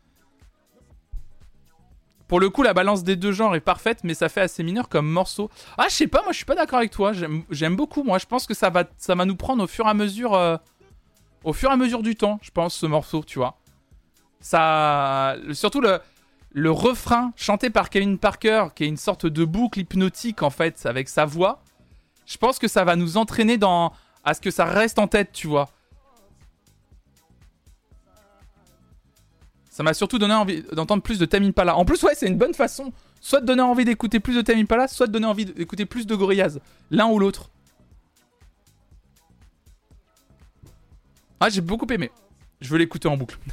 Pour le coup, la balance des deux genres est parfaite, mais ça fait assez mineur comme morceau. Ah, je sais pas, moi je suis pas d'accord avec toi, j'aime, j'aime beaucoup, moi je pense que ça va, ça va nous prendre au fur et à mesure, euh, au fur et à mesure du temps, je pense, ce morceau, tu vois. Ça, surtout le, le refrain chanté par Kevin Parker, qui est une sorte de boucle hypnotique en fait, avec sa voix, je pense que ça va nous entraîner dans... à ce que ça reste en tête, tu vois. Ça m'a surtout donné envie d'entendre plus de Tame Impala. En plus, ouais, c'est une bonne façon, soit de donner envie d'écouter plus de Tame Impala, soit de donner envie d'écouter plus de Gorillaz. L'un ou l'autre. Ah, j'ai beaucoup aimé. Je veux l'écouter en boucle.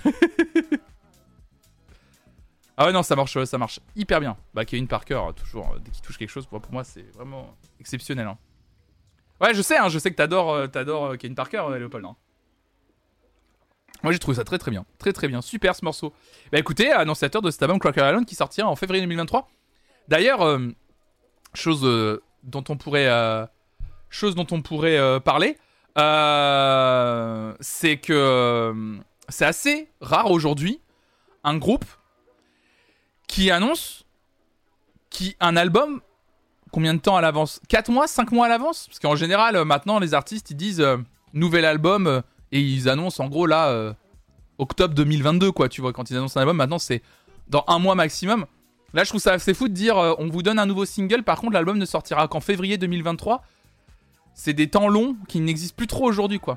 Ah ouais, non, ça marche, ça marche hyper bien. Bah, Kevin Parker, toujours, dès qu'il touche quelque chose, pour moi, c'est vraiment exceptionnel, hein. Ouais, je sais, hein, je sais que t'adores, euh, t'adores euh, Kevin Parker, euh, Léopold. Hein. Moi, j'ai trouvé ça très très bien. Très très bien. Super ce morceau. Bah écoutez, annonciateur de cet album Cracker Island qui sortira en février deux mille vingt-trois. D'ailleurs, euh, chose euh, dont on pourrait, euh, chose dont on pourrait euh, parler, euh, c'est que euh, c'est assez rare aujourd'hui un groupe qui annonce qui un album. Combien de temps à l'avance ? quatre mois, cinq mois à l'avance ? Parce qu'en général, euh, maintenant, les artistes, ils disent euh, nouvel album euh, et ils annoncent en gros là, euh, octobre deux mille vingt-deux, quoi, tu vois. Quand ils annoncent un album, maintenant, c'est dans un mois maximum. Là, je trouve ça assez fou de dire euh, on vous donne un nouveau single, par contre, l'album ne sortira qu'en février deux mille vingt-trois. C'est des temps longs qui n'existent plus trop aujourd'hui, quoi.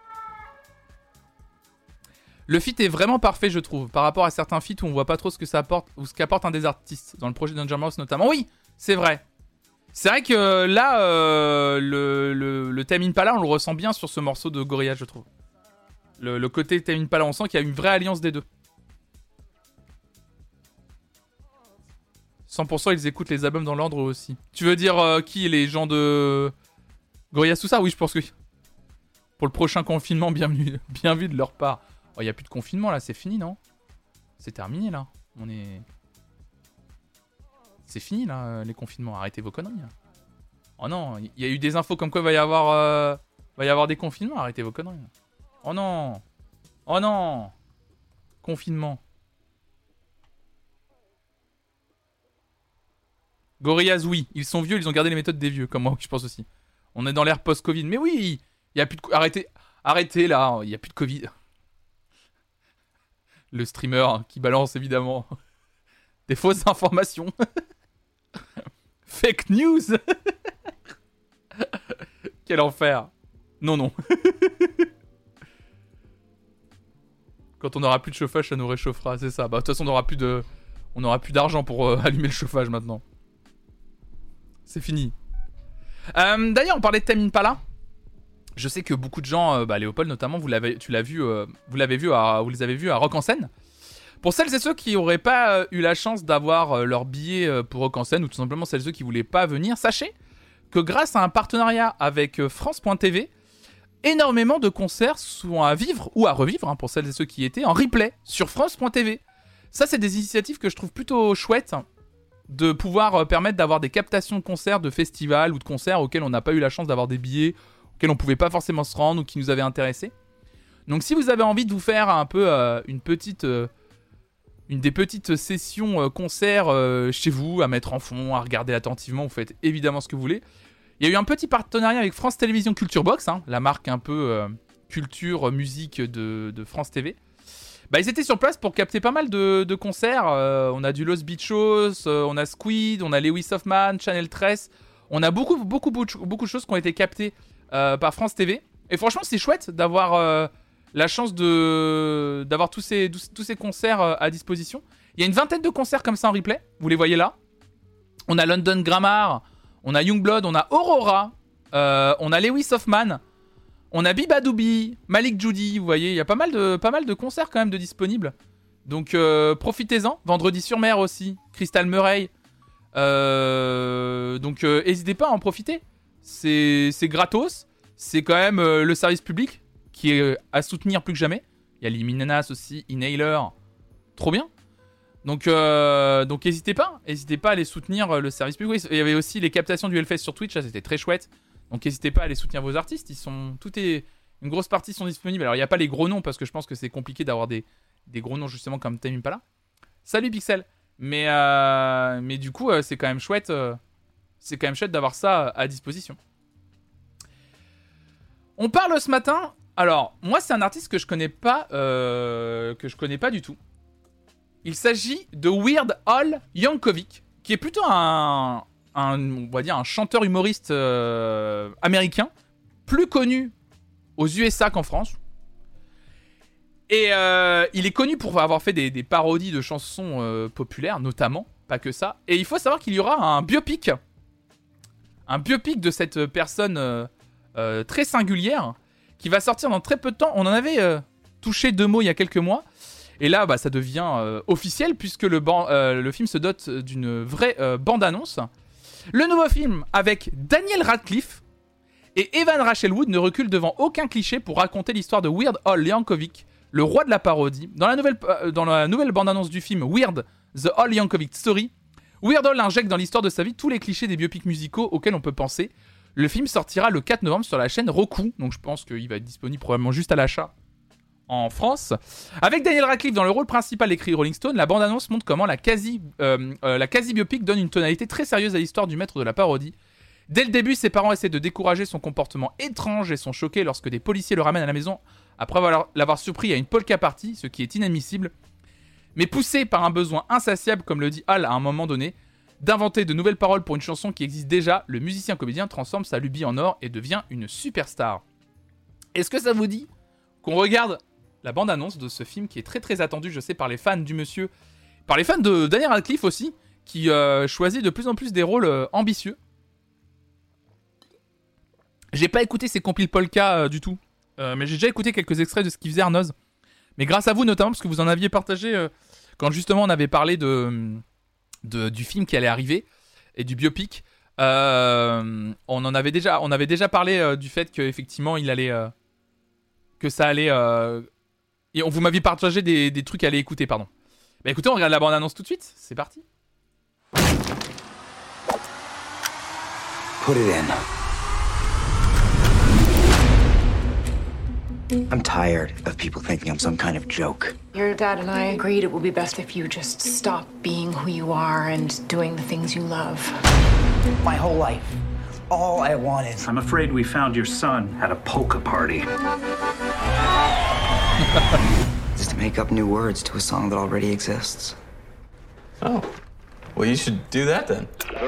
Le feat est vraiment parfait, je trouve, par rapport à certains feats où on voit pas trop ce que ça apporte, ou ce qu'apporte un des artistes, dans le projet Danger Mouse notamment. Oui, c'est vrai. C'est vrai que là, euh, le, le, le Tame Impala, on le ressent bien sur ce morceau de Gorillaz, je trouve. Le, le côté Tame Impala, on sent qu'il y a une vraie alliance des deux. cent pour cent ils écoutent les albums dans l'ordre aussi. Tu veux dire euh, qui, les gens de Gorillaz, tout ça ? Oui, je pense que pour le prochain confinement, bienvenue, bien vu de leur part. Oh, il n'y a plus de confinement là, c'est fini, non ? C'est terminé là. On est... C'est fini là, les confinements. Arrêtez vos conneries. Là. Oh non, il y a eu des infos comme quoi il va y avoir, euh, va y avoir des confinements. Arrêtez vos conneries. Là. Oh non, oh non, confinement. Gorillaz, oui, ils sont vieux, ils ont gardé les méthodes des vieux, comme moi, je pense aussi. On est dans l'ère post-Covid, mais oui, il y a plus de, arrêtez, arrêtez là, il y a plus de Covid. Le streamer qui balance évidemment des fausses informations. Fake news. Quel enfer. Non, non. Quand on n'aura plus de chauffage, ça nous réchauffera, c'est ça. Bah, de toute façon, on n'aura plus de... on n'aura plus d'argent pour euh, allumer le chauffage maintenant. C'est fini. Euh, d'ailleurs, on parlait de Tame Impala. Je sais que beaucoup de gens, euh, bah, Léopold notamment, vous l'avez, tu l'as vu, euh, vous l'avez vu, à, vous les avez vus à Rock en Seine. Pour celles et ceux qui n'auraient pas euh, eu la chance d'avoir euh, leur billet euh, pour Rock en Seine, ou tout simplement celles et ceux qui voulaient pas venir, sachez que grâce à un partenariat avec euh, France point T V, énormément de concerts sont à vivre ou à revivre, hein, pour celles et ceux qui étaient en replay sur France point T V. Ça, c'est des initiatives que je trouve plutôt chouettes, de pouvoir euh, permettre d'avoir des captations de concerts, de festivals ou de concerts auxquels on n'a pas eu la chance d'avoir des billets, auxquels on pouvait pas forcément se rendre ou qui nous avaient intéressés. Donc si vous avez envie de vous faire un peu euh, une petite, euh, une des petites sessions euh, concerts euh, chez vous, à mettre en fond, à regarder attentivement, vous faites évidemment ce que vous voulez. Il y a eu un petit partenariat avec France Télévisions Culture Box, hein, la marque un peu euh, culture, musique de, de France T V. Bah, ils étaient sur place pour capter pas mal de, de concerts. Euh, on a du Los Bichos, euh, on a Squid, on a Lewis Hoffman, Channel treize. On a beaucoup, beaucoup, beaucoup, beaucoup de choses qui ont été captées euh, par France T V. Et franchement, c'est chouette d'avoir euh, la chance de, d'avoir tous ces, tous ces concerts euh, à disposition. Il y a une vingtaine de concerts comme ça en replay. Vous les voyez là. On a London Grammar, on a Youngblood, on a Aurora, euh, on a Lewis Hoffman. On a Bibadoubi, Malik Judy, vous voyez, il y a pas mal de, pas mal de concerts quand même de disponibles. Donc euh, profitez-en. Vendredi sur mer aussi, Crystal Murray. Euh, donc n'hésitez euh, pas à en profiter. C'est, c'est gratos. C'est quand même euh, le service public qui est euh, à soutenir plus que jamais. Il y a Liminenas aussi, Inhaler. Trop bien. Donc euh, donc n'hésitez pas. N'hésitez pas à aller soutenir euh, le service public. Oui, il y avait aussi les captations du Hellfest sur Twitch, ça c'était très chouette. Donc n'hésitez pas à aller soutenir vos artistes, ils sont, tout est, une grosse partie sont disponibles. Alors il n'y a pas les gros noms parce que je pense que c'est compliqué d'avoir des, des gros noms justement comme Tame Impala. Salut Pixel. Mais, euh, mais du coup euh, c'est quand même chouette, euh, c'est quand même chouette d'avoir ça à disposition. On parle ce matin. Alors moi c'est un artiste que je connais pas, euh, que je connais pas du tout. Il s'agit de Weird Al Yankovic, qui est plutôt un Un, on va dire un chanteur humoriste euh, américain, plus connu aux U S A qu'en France. Et euh, il est connu pour avoir fait des, des parodies de chansons euh, populaires, notamment, pas que ça. Et il faut savoir qu'il y aura un biopic, un biopic de cette personne euh, euh, très singulière, qui va sortir dans très peu de temps. On en avait euh, touché deux mots il y a quelques mois. Et là, bah, ça devient euh, officiel, puisque le, ban- euh, le film se dote d'une vraie euh, bande-annonce. Le nouveau film avec Daniel Radcliffe et Evan Rachel Wood ne recule devant aucun cliché pour raconter l'histoire de Weird Al Yankovic, le roi de la parodie. Dans la nouvelle, euh, dans la nouvelle bande-annonce du film Weird, The Al Yankovic Story, Weird Al injecte dans l'histoire de sa vie tous les clichés des biopics musicaux auxquels on peut penser. Le film sortira le quatre novembre sur la chaîne Roku, donc je pense qu'il va être disponible probablement juste à l'achat en France. Avec Daniel Radcliffe dans le rôle principal, écrit Rolling Stone, la bande-annonce montre comment la quasi, euh, euh, la quasi-biopic donne une tonalité très sérieuse à l'histoire du maître de la parodie. Dès le début, ses parents essaient de décourager son comportement étrange et sont choqués lorsque des policiers le ramènent à la maison après avoir, l'avoir surpris à une polka party, ce qui est inadmissible. Mais poussé par un besoin insatiable, comme le dit Al à un moment donné, d'inventer de nouvelles paroles pour une chanson qui existe déjà, le musicien-comédien transforme sa lubie en or et devient une superstar. Est-ce que ça vous dit qu'on regarde la bande-annonce de ce film qui est très très attendu, je sais, par les fans du monsieur, par les fans de Daniel Radcliffe aussi, qui euh, choisit de plus en plus des rôles euh, ambitieux. J'ai pas écouté ces compiles polka euh, du tout, euh, mais j'ai déjà écouté quelques extraits de ce qu'il faisait Arnoz. Mais grâce à vous notamment, parce que vous en aviez partagé euh, quand justement on avait parlé de, de, du film qui allait arriver, et du biopic. Euh, on en avait déjà, on avait déjà parlé euh, du fait qu'effectivement il allait... Euh, que ça allait... Euh, Et on vous m'aviez partagé des, des trucs à aller écouter, pardon. Bah écoutez, on regarde la bande-annonce tout de suite. C'est parti. Put it in. I'm tired of people thinking I'm some kind of joke. Your dad and I agreed it would be best if you just stop being who you are and doing the things you love. My whole life, all I wanted. I'm afraid we found your son at a polka party. Just to make up new words to a song that already exists. Oh, well, you should do that then.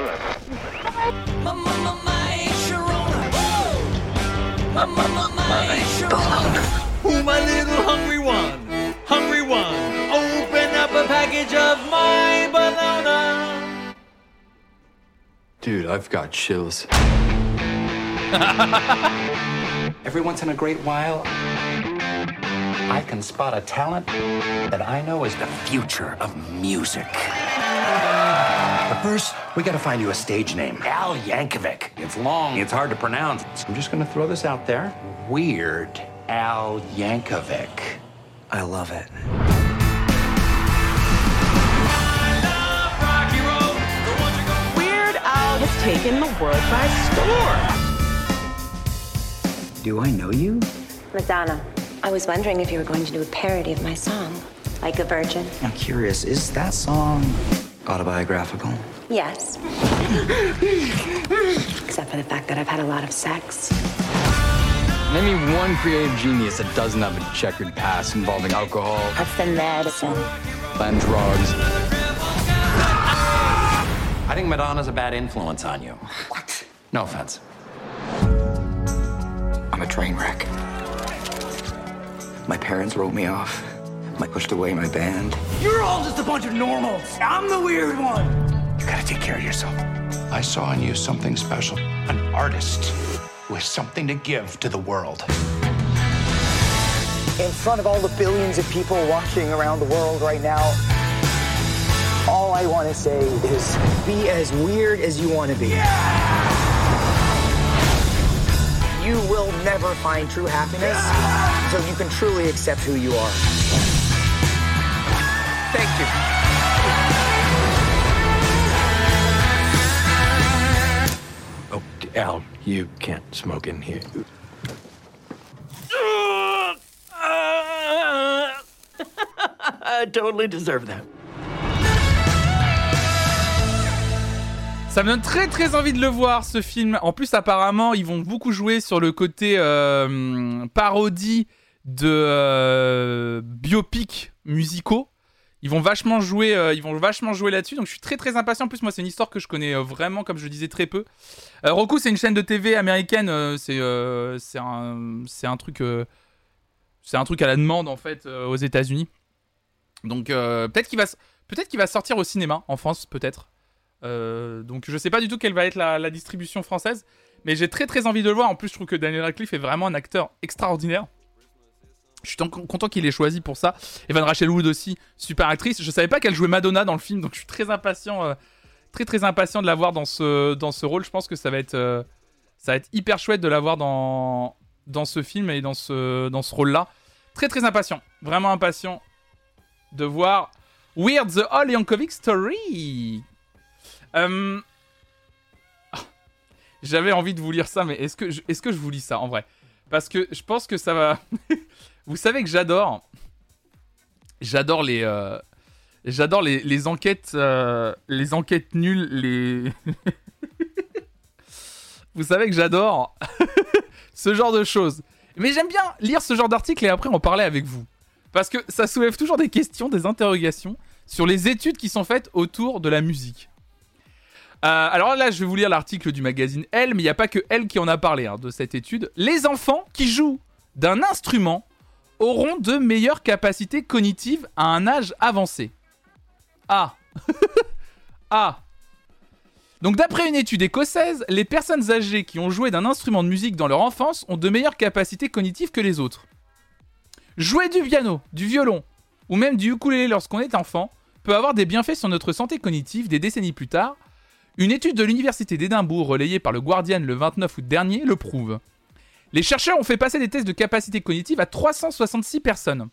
Who my little hungry one, hungry one, open up a package of my banana. Dude, I've got chills. Every once in a great while, I can spot a talent that I know is the future of music. But first, we gotta find you a stage name. Al Yankovic. It's long, it's hard to pronounce. So I'm just gonna throw this out there. Weird Al Yankovic. I love it. Weird Al has taken the world by storm. Do I know you? Madonna, I was wondering if you were going to do a parody of my song, Like a Virgin. I'm curious, is that song autobiographical? Yes. Except for the fact that I've had a lot of sex. Name me one creative genius that doesn't have a checkered past involving alcohol. That's the medicine. And drugs. I think Madonna's a bad influence on you. What? No offense. I'm a train wreck. My parents wrote me off. I pushed away my band. You're all just a bunch of normals. I'm the weird one. You gotta take care of yourself. I saw in you something special. An artist with something to give to the world. In front of all the billions of people watching around the world right now, all I want to say is be as weird as you want to be. Yeah! You will never find true happiness until you can truly accept who you are. Thank you. Oh, Al, you can't smoke in here. I totally deserve that. Ça me donne très très envie de le voir, ce film. En plus, apparemment, ils vont beaucoup jouer sur le côté euh, parodie de euh, biopics musicaux. Ils vont vachement jouer, euh, ils vont vachement jouer là-dessus. Donc, je suis très très impatient. En plus, moi, c'est une histoire que je connais euh, vraiment, comme je le disais, très peu. Euh, Roku, c'est une chaîne de T V américaine. Euh, c'est euh, c'est un c'est un truc euh, c'est un truc à la demande en fait euh, aux États-Unis. Donc, euh, peut-être qu'il va peut-être qu'il va sortir au cinéma en France, peut-être. Euh, donc je sais pas du tout quelle va être la, la distribution française, mais j'ai très très envie de le voir. En plus, je trouve que Daniel Radcliffe est vraiment un acteur extraordinaire. Je suis content qu'il ait choisi pour ça. Evan Rachel Wood aussi, super actrice. Je savais pas qu'elle jouait Madonna dans le film, donc je suis très impatient, euh, très très impatient de la voir dans ce dans ce rôle. Je pense que ça va être euh, ça va être hyper chouette de la voir dans dans ce film et dans ce dans ce rôle-là. Très très impatient, vraiment impatient de voir Weird the Al Yankovic Story. Euh... J'avais envie de vous lire ça, mais est-ce que je, est-ce que je vous lis ça en vrai ? Parce que je pense que ça va. Vous savez que j'adore, j'adore les, euh... j'adore les, les enquêtes, euh... les enquêtes nulles, les. Vous savez que j'adore ce genre de choses. Mais j'aime bien lire ce genre d'articles et après en parler avec vous, parce que ça soulève toujours des questions, des interrogations sur les études qui sont faites autour de la musique. Euh, alors là, je vais vous lire l'article du magazine Elle, mais il n'y a pas que Elle qui en a parlé hein, de cette étude. Les enfants qui jouent d'un instrument auront de meilleures capacités cognitives à un âge avancé. Ah Ah Donc d'après une étude écossaise, les personnes âgées qui ont joué d'un instrument de musique dans leur enfance ont de meilleures capacités cognitives que les autres. Jouer du piano, du violon ou même du ukulélé lorsqu'on est enfant peut avoir des bienfaits sur notre santé cognitive des décennies plus tard. Une étude de l'université d'Édimbourg relayée par le Guardian le vingt-neuf août dernier le prouve. Les chercheurs ont fait passer des tests de capacité cognitive à trois cent soixante-six personnes.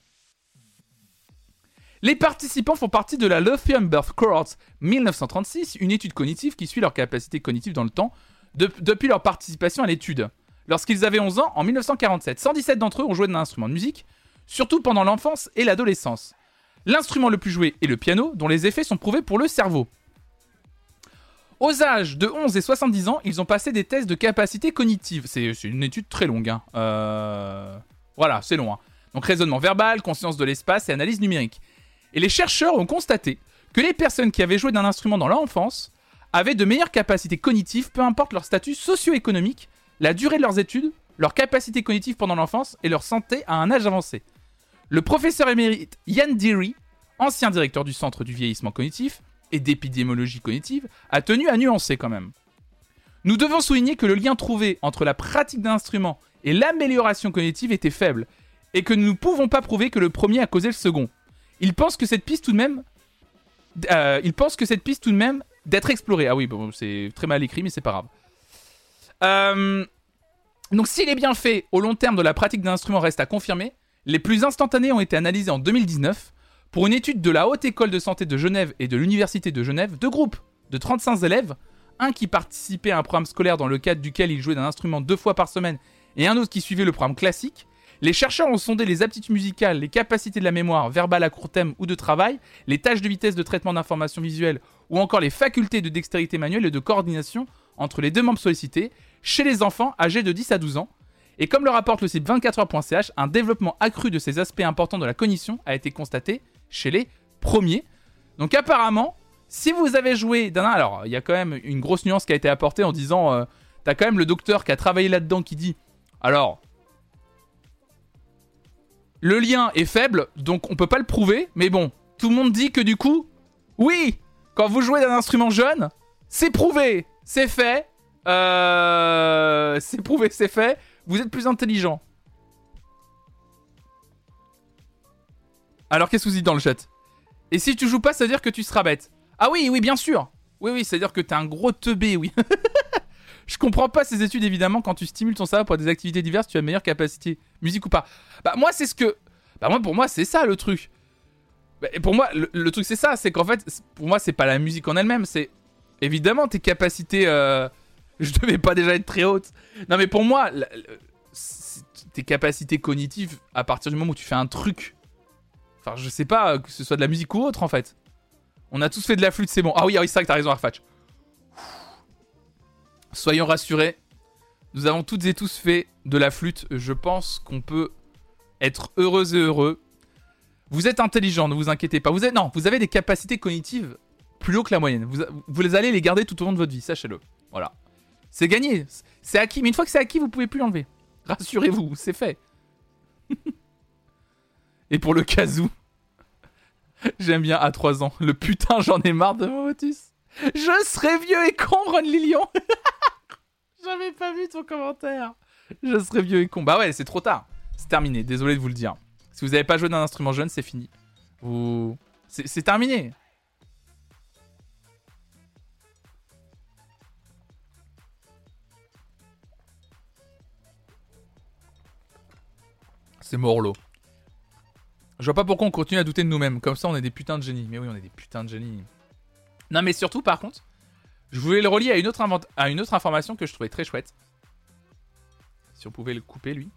Les participants font partie de la Lothian Birth Cohort dix-neuf cent trente-six, une étude cognitive qui suit leur capacité cognitive dans le temps de, depuis leur participation à l'étude. Lorsqu'ils avaient onze ans, en dix-neuf cent quarante-sept, cent dix-sept d'entre eux ont joué d'un instrument de musique, surtout pendant l'enfance et l'adolescence. L'instrument le plus joué est le piano, dont les effets sont prouvés pour le cerveau. Aux âges de onze et soixante-dix ans, ils ont passé des tests de capacité cognitive. C'est, c'est une étude très longue. Hein. Euh... Voilà, c'est long. Hein. Donc raisonnement verbal, conscience de l'espace et analyse numérique. Et les chercheurs ont constaté que les personnes qui avaient joué d'un instrument dans leur enfance avaient de meilleures capacités cognitives, peu importe leur statut socio-économique, la durée de leurs études, leur capacité cognitive pendant l'enfance et leur santé à un âge avancé. Le professeur émérite Ian Deary, ancien directeur du Centre du vieillissement cognitif, et d'épidémiologie cognitive, a tenu à nuancer quand même. Nous devons souligner que le lien trouvé entre la pratique d'un instrument et l'amélioration cognitive était faible, et que nous ne pouvons pas prouver que le premier a causé le second. Il pense que cette piste tout de même... Euh, il pense que cette piste tout de même d'être explorée. Ah oui, bon, c'est très mal écrit, mais c'est pas grave. Euh... Donc si les bienfaits au long terme de la pratique d'un instrument restent à confirmer, les plus instantanés ont été analysés en deux mille dix-neuf pour une étude de la Haute École de Santé de Genève et de l'Université de Genève, deux groupes de trente-cinq élèves, un qui participait à un programme scolaire dans le cadre duquel il jouait d'un instrument deux fois par semaine et un autre qui suivait le programme classique. Les chercheurs ont sondé les aptitudes musicales, les capacités de la mémoire verbale à court terme ou de travail, les tâches de vitesse de traitement d'informations visuelles ou encore les facultés de dextérité manuelle et de coordination entre les deux membres sollicités chez les enfants âgés de dix à douze ans. Et comme le rapporte le site vingt-quatre heures point c h, un développement accru de ces aspects importants de la cognition a été constaté chez les premiers. Donc apparemment, si vous avez joué d'un... Alors, il y a quand même une grosse nuance qui a été apportée en disant... Euh, t'as quand même le docteur qui a travaillé là-dedans qui dit... Alors... Le lien est faible, donc on peut pas le prouver, mais bon, tout le monde dit que du coup, oui, quand vous jouez d'un instrument jeune, c'est prouvé, c'est fait, euh, c'est prouvé, c'est fait, vous êtes plus intelligent. Alors qu'est-ce que vous dites dans le chat? Et si tu joues pas, ça veut dire que tu seras bête. Ah oui, oui, bien sûr. Oui, oui, ça veut dire que t'es un gros teubé, oui. Je comprends pas ces études, évidemment. Quand tu stimules ton cerveau pour des activités diverses, tu as une meilleure capacité, musique ou pas. Bah, moi, c'est ce que. Bah, moi, pour moi, c'est ça le truc. Bah, pour moi, le, le truc, c'est ça. C'est qu'en fait, pour moi, c'est pas la musique en elle-même. C'est évidemment tes capacités. Euh... Je devais pas déjà être très haute. Non, mais pour moi, la, la, tes capacités cognitives, à partir du moment où tu fais un truc. Enfin, je sais pas, que ce soit de la musique ou autre, en fait. On a tous fait de la flûte, c'est bon. Ah oui, ah oui, c'est vrai que t'as raison, Arfatch. Soyons rassurés, nous avons toutes et tous fait de la flûte. Je pense qu'on peut être heureux et heureux. Vous êtes intelligent, ne vous inquiétez pas. Vous êtes, non, vous avez des capacités cognitives plus haut que la moyenne. Vous, vous les allez les garder tout au long de votre vie, sachez-le. Voilà. C'est gagné, c'est acquis. Mais une fois que c'est acquis, vous pouvez plus l'enlever. Rassurez-vous, c'est fait. Et pour le kazoo, j'aime bien à trois ans. Le putain, j'en ai marre de Momotus. Je serai vieux et con, Ron Lilian. J'avais pas vu ton commentaire. Je serai vieux et con. Bah ouais, c'est trop tard. C'est terminé, désolé de vous le dire. Si vous avez pas joué d'un instrument jeune, c'est fini. Vous... C'est, c'est terminé. C'est Morlo. Je vois pas pourquoi on continue à douter de nous-mêmes. Comme ça, on est des putains de génies. Mais oui, on est des putains de génies. Non, mais surtout, par contre, je voulais le relier à une autre, invent... à une autre information que je trouvais très chouette. Si on pouvait le couper, lui.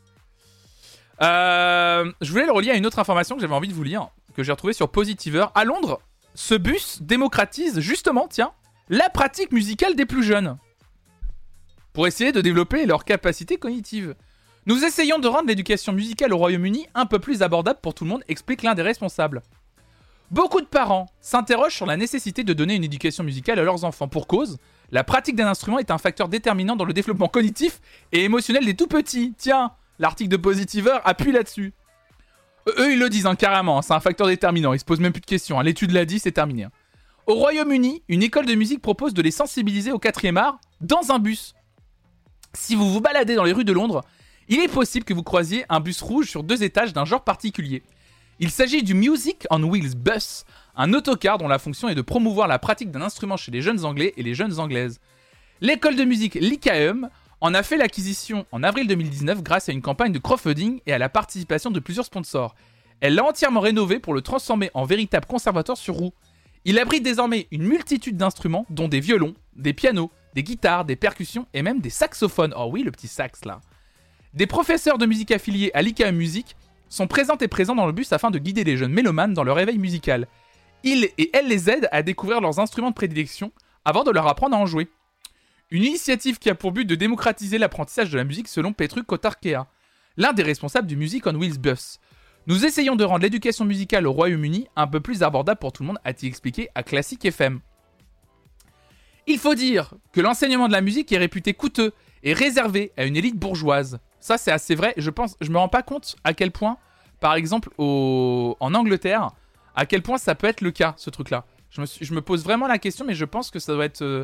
Euh... Je voulais le relier à une autre information que j'avais envie de vous lire, que j'ai retrouvée sur Positiver. À Londres, ce bus démocratise justement, tiens, la pratique musicale des plus jeunes. Pour essayer de développer leurs capacités cognitives. Nous essayons de rendre l'éducation musicale au Royaume-Uni un peu plus abordable pour tout le monde, explique l'un des responsables. Beaucoup de parents s'interrogent sur la nécessité de donner une éducation musicale à leurs enfants. Pour cause, la pratique d'un instrument est un facteur déterminant dans le développement cognitif et émotionnel des tout-petits. Tiens, l'article de Positiver appuie là-dessus. Eux, ils le disent hein, carrément, hein, c'est un facteur déterminant, ils se posent même plus de questions. Hein. L'étude l'a dit, c'est terminé. Hein. Au Royaume-Uni, une école de musique propose de les sensibiliser au quatrième art dans un bus. Si vous vous baladez dans les rues de Londres, il est possible que vous croisiez un bus rouge sur deux étages d'un genre particulier. Il s'agit du Music on Wheels Bus, un autocar dont la fonction est de promouvoir la pratique d'un instrument chez les jeunes anglais et les jeunes anglaises. L'école de musique Lyceum en a fait l'acquisition en avril deux mille dix-neuf grâce à une campagne de crowdfunding et à la participation de plusieurs sponsors. Elle l'a entièrement rénové pour le transformer en véritable conservatoire sur roues. Il abrite désormais une multitude d'instruments, dont des violons, des pianos, des guitares, des percussions et même des saxophones. Oh oui, le petit sax là. Des professeurs de musique affiliés à Lyceum Music sont présents et présents dans le bus afin de guider les jeunes mélomanes dans leur éveil musical. Ils et elles les aident à découvrir leurs instruments de prédilection avant de leur apprendre à en jouer. Une initiative qui a pour but de démocratiser l'apprentissage de la musique selon Petru Kotarkea, l'un des responsables du Music on Wheels Bus. Nous essayons de rendre l'éducation musicale au Royaume-Uni un peu plus abordable pour tout le monde, a-t-il expliqué à Classic F M. Il faut dire que l'enseignement de la musique est réputé coûteux et réservé à une élite bourgeoise. Ça, c'est assez vrai. Je pense, je me rends pas compte à quel point, par exemple, au, en Angleterre, à quel point ça peut être le cas, ce truc-là. Je me, suis, je me pose vraiment la question, mais je pense que ça doit être euh,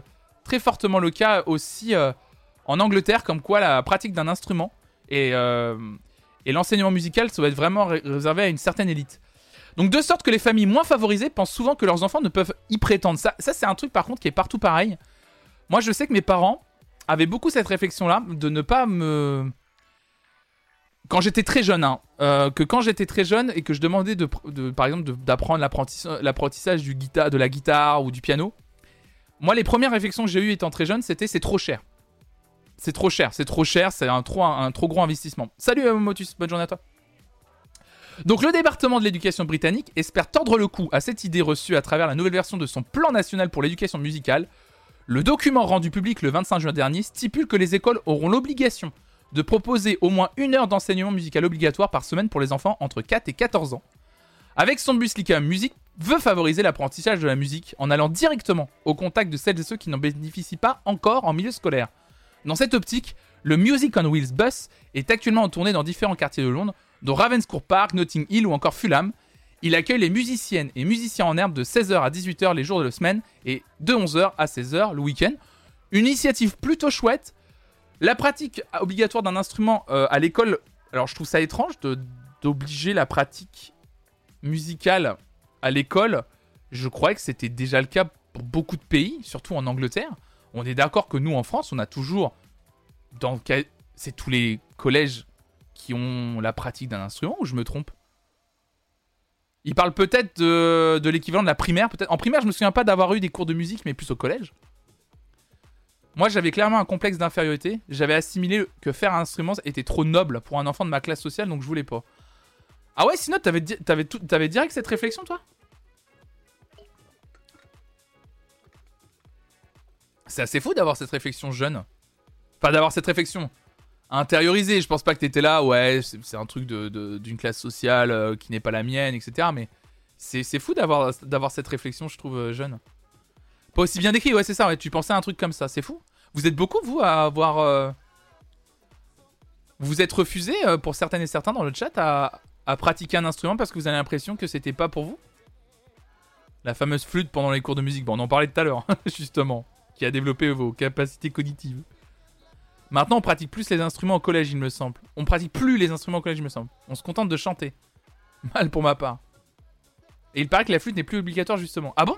très fortement le cas aussi euh, en Angleterre, comme quoi la pratique d'un instrument et, euh, et l'enseignement musical, ça doit être vraiment ré- réservé à une certaine élite. Donc de sorte que les familles moins favorisées pensent souvent que leurs enfants ne peuvent y prétendre. Ça, ça c'est un truc par contre qui est partout pareil. Moi je sais que mes parents avaient beaucoup cette réflexion-là, de ne pas me... Quand j'étais très jeune, hein, euh, que quand j'étais très jeune et que je demandais de, de, par exemple de, d'apprendre l'apprentissage, l'apprentissage du guita- de la guitare ou du piano, moi les premières réflexions que j'ai eues étant très jeune, c'était c'est trop cher. C'est trop cher, c'est trop cher, c'est un trop, un, un trop gros investissement. Salut euh, Motus, bonne journée à toi. Donc le département de l'éducation britannique espère tordre le cou à cette idée reçue à travers la nouvelle version de son plan national pour l'éducation musicale. Le document rendu public le vingt-cinq juin dernier stipule que les écoles auront l'obligation de proposer au moins une heure d'enseignement musical obligatoire par semaine pour les enfants entre quatre et quatorze ans. Avec son bus Lyceum Music, veut favoriser l'apprentissage de la musique en allant directement au contact de celles et ceux qui n'en bénéficient pas encore en milieu scolaire. Dans cette optique, le Music on Wheels Bus est actuellement en tournée dans différents quartiers de Londres, dont Ravenscourt Park, Notting Hill ou encore Fulham. Il accueille les musiciennes et musiciens en herbe de seize heures à dix-huit heures les jours de la semaine et de onze heures à seize heures le week-end. Une initiative plutôt chouette. La pratique obligatoire d'un instrument euh, à l'école, alors je trouve ça étrange de, d'obliger la pratique musicale à l'école. Je croyais que c'était déjà le cas pour beaucoup de pays, surtout en Angleterre. On est d'accord que nous en France, on a toujours, dans, c'est tous les collèges qui ont la pratique d'un instrument, ou je me trompe? Il parle peut-être de, de l'équivalent de la primaire. Peut-être. En primaire, je me souviens pas d'avoir eu des cours de musique, mais plus au collège. Moi, j'avais clairement un complexe d'infériorité. J'avais assimilé que faire un instrument était trop noble pour un enfant de ma classe sociale, donc je voulais pas. Ah ouais, sinon, t'avais, t'avais, tout, t'avais direct cette réflexion, toi? C'est assez fou d'avoir cette réflexion jeune. Enfin, d'avoir cette réflexion intériorisée. Je pense pas que t'étais là, ouais, c'est, c'est un truc de, de, d'une classe sociale euh, qui n'est pas la mienne, et cetera. Mais c'est, c'est fou d'avoir, d'avoir cette réflexion, je trouve, euh, jeune. Pas aussi bien décrit, ouais, c'est ça, ouais, tu pensais à un truc comme ça, c'est fou. Vous êtes beaucoup, vous, à avoir... Euh... Vous êtes refusé, euh, pour certaines et certains dans le chat, à, à pratiquer un instrument parce que vous avez l'impression que c'était pas pour vous? La fameuse flûte pendant les cours de musique, bon, on en parlait tout à l'heure, justement, qui a développé vos capacités cognitives. Maintenant, on pratique plus les instruments au collège, il me semble. On pratique plus les instruments au collège, il me semble. On se contente de chanter. Mal pour ma part. Et il paraît que la flûte n'est plus obligatoire, justement. Ah bon?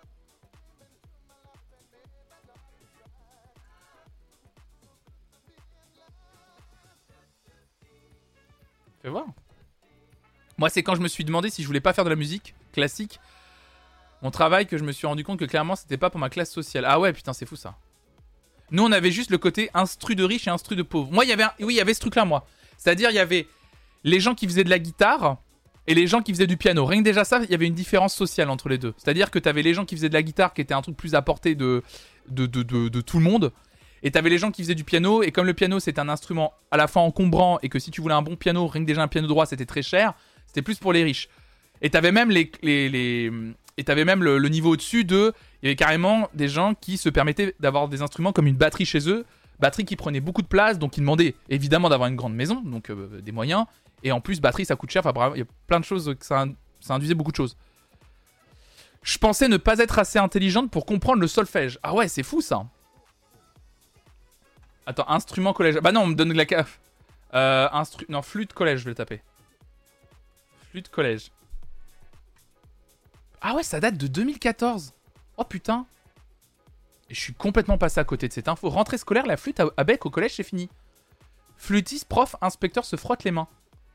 Fais voir. Moi, c'est quand je me suis demandé si je voulais pas faire de la musique classique, mon travail, que je me suis rendu compte que clairement, c'était pas pour ma classe sociale. Ah ouais, putain, c'est fou ça. Nous, on avait juste le côté instru de riche et instru de pauvre. Moi, il y avait un... oui, il y avait ce truc-là, moi. C'est-à-dire, il y avait les gens qui faisaient de la guitare et les gens qui faisaient du piano. Rien que déjà ça, il y avait une différence sociale entre les deux. C'est-à-dire que t'avais les gens qui faisaient de la guitare, qui était un truc plus à portée de, de, de, de, de tout le monde. Et t'avais les gens qui faisaient du piano, et comme le piano c'était un instrument à la fois encombrant, et que si tu voulais un bon piano, rien que déjà un piano droit c'était très cher, c'était plus pour les riches. Et t'avais même, les, les, les... Et t'avais même le, le niveau au-dessus de... Il y avait carrément des gens qui se permettaient d'avoir des instruments comme une batterie chez eux, batterie qui prenait beaucoup de place, donc ils demandaient évidemment d'avoir une grande maison, donc euh, des moyens, et en plus batterie ça coûte cher, enfin il y a plein de choses, que ça, ça induisait beaucoup de choses. Je pensais ne pas être assez intelligente pour comprendre le solfège. Ah ouais, c'est fou ça. Attends, instrument collège. Bah non, on me donne de la caf. Euh, instru... Non, flûte collège, je vais le taper. Flûte collège. Ah ouais, ça date de deux mille quatorze. Oh putain. Et je suis complètement passé à côté de cette info. Rentrée scolaire, la flûte à bec au collège, c'est fini. Flûtiste, prof, inspecteur se frottent les mains.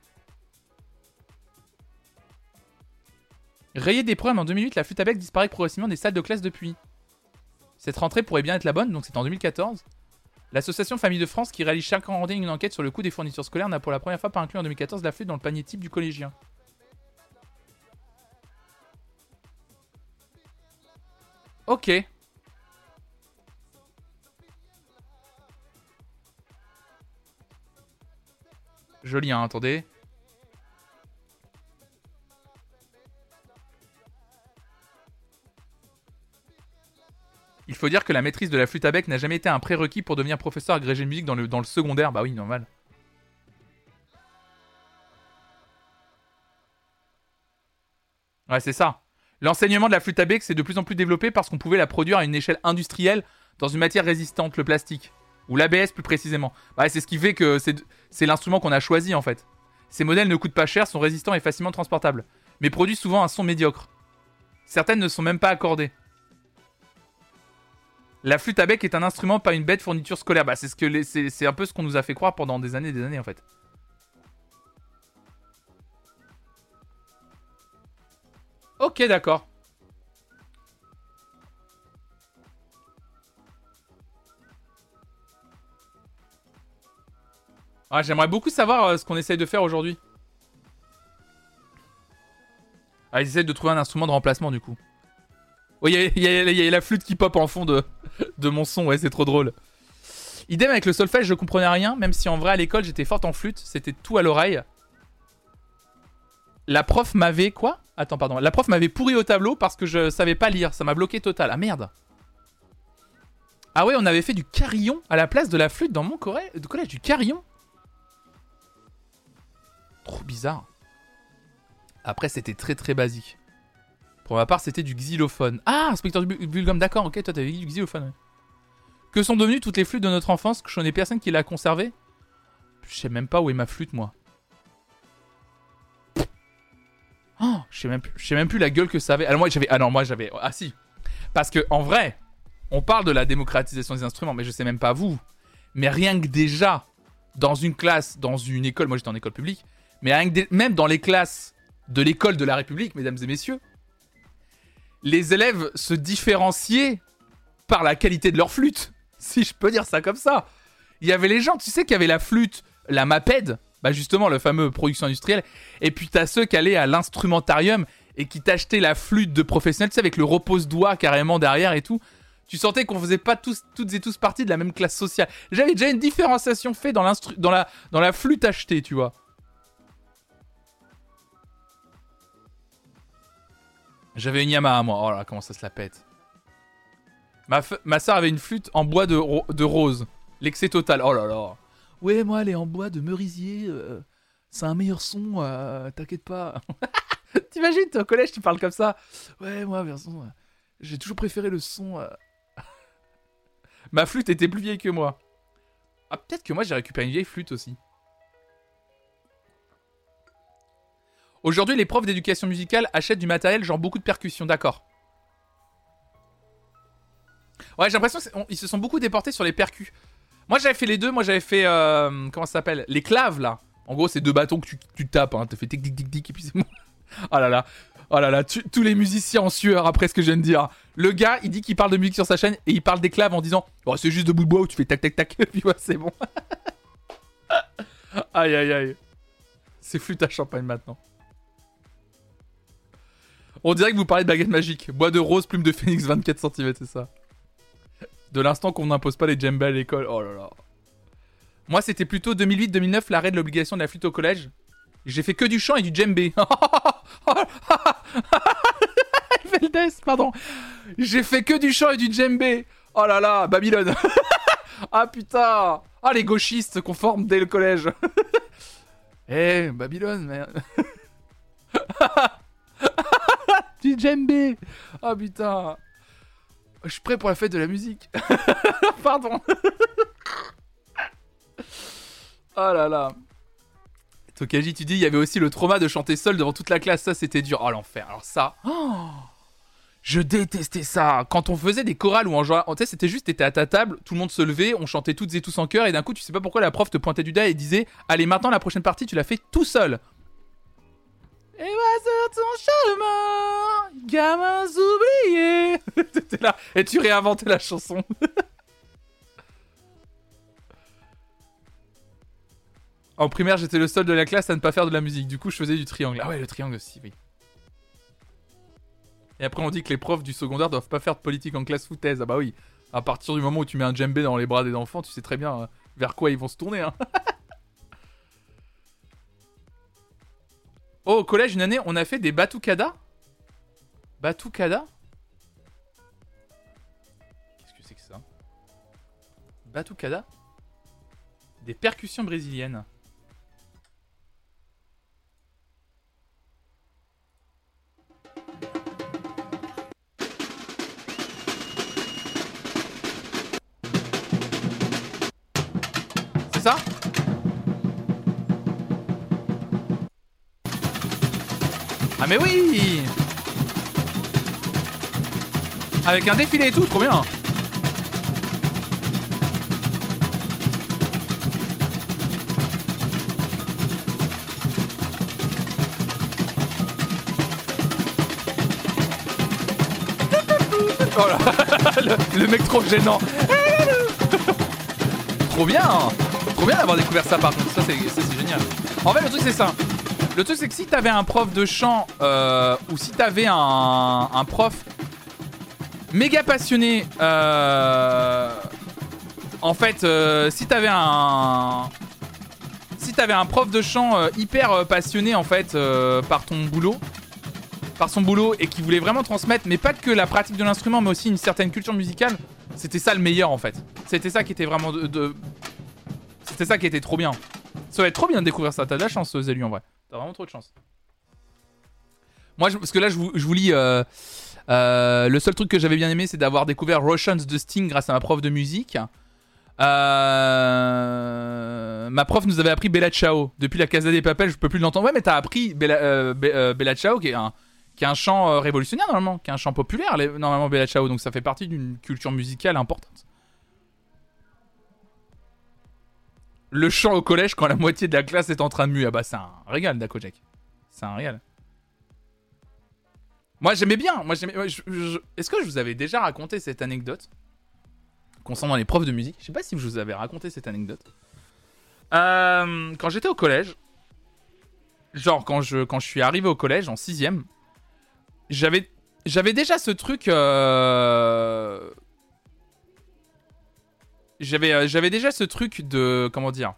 Rayé des problèmes en deux mille huit, la flûte à bec disparaît progressivement des salles de classe depuis. Cette rentrée pourrait bien être la bonne, donc c'est en deux mille quatorze. L'association Famille de France, qui réalise chaque année une enquête sur le coût des fournitures scolaires, n'a pour la première fois pas inclus en deux mille quatorze la flûte dans le panier type du collégien. Ok. Joli, hein, attendez. Il faut dire que la maîtrise de la flûte à bec n'a jamais été un prérequis pour devenir professeur agrégé de musique dans le, dans le secondaire. Bah oui, normal. Ouais, c'est ça. L'enseignement de la flûte à bec s'est de plus en plus développé parce qu'on pouvait la produire à une échelle industrielle dans une matière résistante, le plastique. Ou l'A B S plus précisément. Bah, c'est ce qui fait que c'est, c'est l'instrument qu'on a choisi en fait. Ces modèles ne coûtent pas cher, sont résistants et facilement transportables. Mais produisent souvent un son médiocre. Certaines ne sont même pas accordées. La flûte à bec est un instrument, pas une bête fourniture scolaire. Bah, c'est, ce que les, c'est, c'est un peu ce qu'on nous a fait croire pendant des années et des années en fait. Ok, d'accord. Ah, j'aimerais beaucoup savoir euh, ce qu'on essaye de faire aujourd'hui. Ah, ils essayent de trouver un instrument de remplacement du coup. Oui, il y, y, y a la flûte qui pop en fond de, de mon son, ouais, c'est trop drôle. Idem avec le solfège, je comprenais rien, même si en vrai à l'école j'étais forte en flûte, c'était tout à l'oreille. La prof m'avait... Quoi ? Attends, pardon. La prof m'avait pourri au tableau parce que je savais pas lire, ça m'a bloqué total. Ah merde. Ah ouais, on avait fait du carillon à la place de la flûte dans mon collège, de collège, du carillon. Trop bizarre. Après, c'était très très basique. Pour ma part, c'était du xylophone. Ah, inspecteur du Bulgum, d'accord, ok, toi t'avais dit du xylophone. Ouais. Que sont devenues toutes les flûtes de notre enfance? Que je connais personne qui l'a conservée? Je sais même pas où est ma flûte, moi. Oh, je sais même plus, je sais même plus la gueule que ça avait. Alors moi, j'avais... Ah non, moi j'avais... Ah si. Parce que, en vrai, on parle de la démocratisation des instruments, mais je sais même pas vous. Mais rien que déjà, dans une classe, dans une école... Moi, j'étais en école publique. Mais rien que des, même dans les classes de l'école de la République, mesdames et messieurs, les élèves se différenciaient par la qualité de leur flûte, si je peux dire ça comme ça. Il y avait les gens, tu sais, qui avaient la flûte, la Maped, bah justement, le fameux production industrielle, et puis t'as ceux qui allaient à l'instrumentarium et qui t'achetaient la flûte de professionnel, tu sais, avec le repose-doigt carrément derrière et tout. Tu sentais qu'on faisait pas tous, toutes et tous partie de la même classe sociale. J'avais déjà une différenciation faite dans, l'instru- dans, la, dans la flûte achetée, tu vois. J'avais une Yamaha, moi. Oh là, comment ça se la pète. Ma, f- ma soeur avait une flûte en bois de, ro- de rose. L'excès total. Oh là là. Ouais, moi, elle est en bois de merisier. Euh, c'est un meilleur son. Euh, t'inquiète pas. T'imagines, t'es au collège, tu parles comme ça. Ouais, moi, version, euh, j'ai toujours préféré le son. Euh... Ma flûte était plus vieille que moi. Ah, peut-être que moi, j'ai récupéré une vieille flûte aussi. Aujourd'hui, les profs d'éducation musicale achètent du matériel, genre beaucoup de percussions, d'accord. Ouais, j'ai l'impression qu'ils se sont beaucoup déportés sur les percus. Moi, j'avais fait les deux. Moi, j'avais fait... Euh, comment ça s'appelle? Les claves, là. En gros, c'est deux bâtons que tu, tu tapes. Hein. Tu fais tic, tic, tic, tic, et puis c'est bon. Oh là là. Oh là là. Tu, tous les musiciens en sueur après ce que je viens de dire. Le gars, il dit qu'il parle de musique sur sa chaîne et il parle des claves en disant oh, c'est juste de bout de bois où tu fais tac, tac, tac. Et puis ouais, c'est bon. Aïe, aïe, aïe. C'est flûte à champagne maintenant. On dirait que vous parlez de baguette magique. Bois de rose, plume de phénix, vingt-quatre centimètres, c'est ça. De l'instant qu'on n'impose pas les djembés à l'école. Oh là là. Moi, c'était plutôt deux mille huit deux mille neuf, l'arrêt de l'obligation de la flûte au collège. J'ai fait que du chant et du djembé. Veldes, pardon. J'ai fait que du chant et du djembé. Oh là là, Babylone. Ah putain. Ah, les gauchistes qu'on forme dès le collège. Eh, hey, Babylone, merde. Du djembé. Ah putain. Je suis prêt pour la fête de la musique. Pardon. Oh là là. Tokaji, tu dis, il y avait aussi le trauma de chanter seul devant toute la classe. Ça, c'était dur. Oh, l'enfer. Alors ça... Oh, je détestais ça. Quand on faisait des chorales ou en genre... Tu sais, c'était juste, t'étais à ta table, tout le monde se levait, on chantait toutes et tous en chœur, et d'un coup, tu sais pas pourquoi la prof te pointait du doigt et disait « Allez, maintenant, la prochaine partie, tu la fais tout seul. » Et va sur ton chemin, gamins oubliés. T'étais là, et tu réinventais la chanson. En primaire, j'étais le seul de la classe à ne pas faire de la musique. Du coup, je faisais du triangle. Ah ouais, le triangle aussi, oui. Et après, on dit que les profs du secondaire doivent pas faire de politique en classe foutaise. Ah bah oui. À partir du moment où tu mets un djembé dans les bras des enfants, tu sais très bien vers quoi ils vont se tourner. Hein. Oh, au collège, une année, on a fait des batucadas. Batucada? Qu'est-ce que c'est que ça? Batucada? Des percussions brésiliennes. Ah mais oui. Avec un défilé et tout, trop bien. Oh là, le, le mec trop gênant. Trop bien. Trop bien d'avoir découvert ça par contre. Ça c'est, ça, c'est génial. En fait le truc c'est ça. Le truc c'est que si t'avais un prof de chant euh, ou si t'avais un, un prof méga passionné, euh, en fait, euh, si t'avais un, si t'avais un prof de chant euh, hyper euh, passionné en fait euh, par ton boulot, par son boulot et qui voulait vraiment transmettre, mais pas que la pratique de l'instrument, mais aussi une certaine culture musicale, c'était ça le meilleur en fait. C'était ça qui était vraiment de, de... c'était ça qui était trop bien. Ça va être trop bien de découvrir ça. T'as de la chance, Zélu, en vrai. T'as vraiment trop de chance. Moi, je, parce que là, je vous, je vous lis. Euh, euh, le seul truc que j'avais bien aimé, c'est d'avoir découvert Russians de Sting grâce à ma prof de musique. Euh, ma prof nous avait appris Bella Ciao. Depuis la Casa des Papel, je peux plus l'entendre. Ouais, mais t'as appris Bella, euh, Be, euh, Bella Ciao, qui est un, qui est un chant euh, révolutionnaire normalement, qui est un chant populaire normalement, Bella Ciao. Donc ça fait partie d'une culture musicale importante. Le chant au collège quand la moitié de la classe est en train de muer. Ah bah c'est un régal, Dako Jack. C'est un régal. Moi j'aimais bien. Moi, j'aimais, je, je, est-ce que je vous avais déjà raconté cette anecdote concernant les profs de musique? Je sais pas si je vous avais raconté cette anecdote. Euh, quand j'étais au collège, genre quand je, quand je suis arrivé au collège en sixième, j'avais, j'avais déjà ce truc... Euh... J'avais, euh, j'avais déjà ce truc de... Comment dire,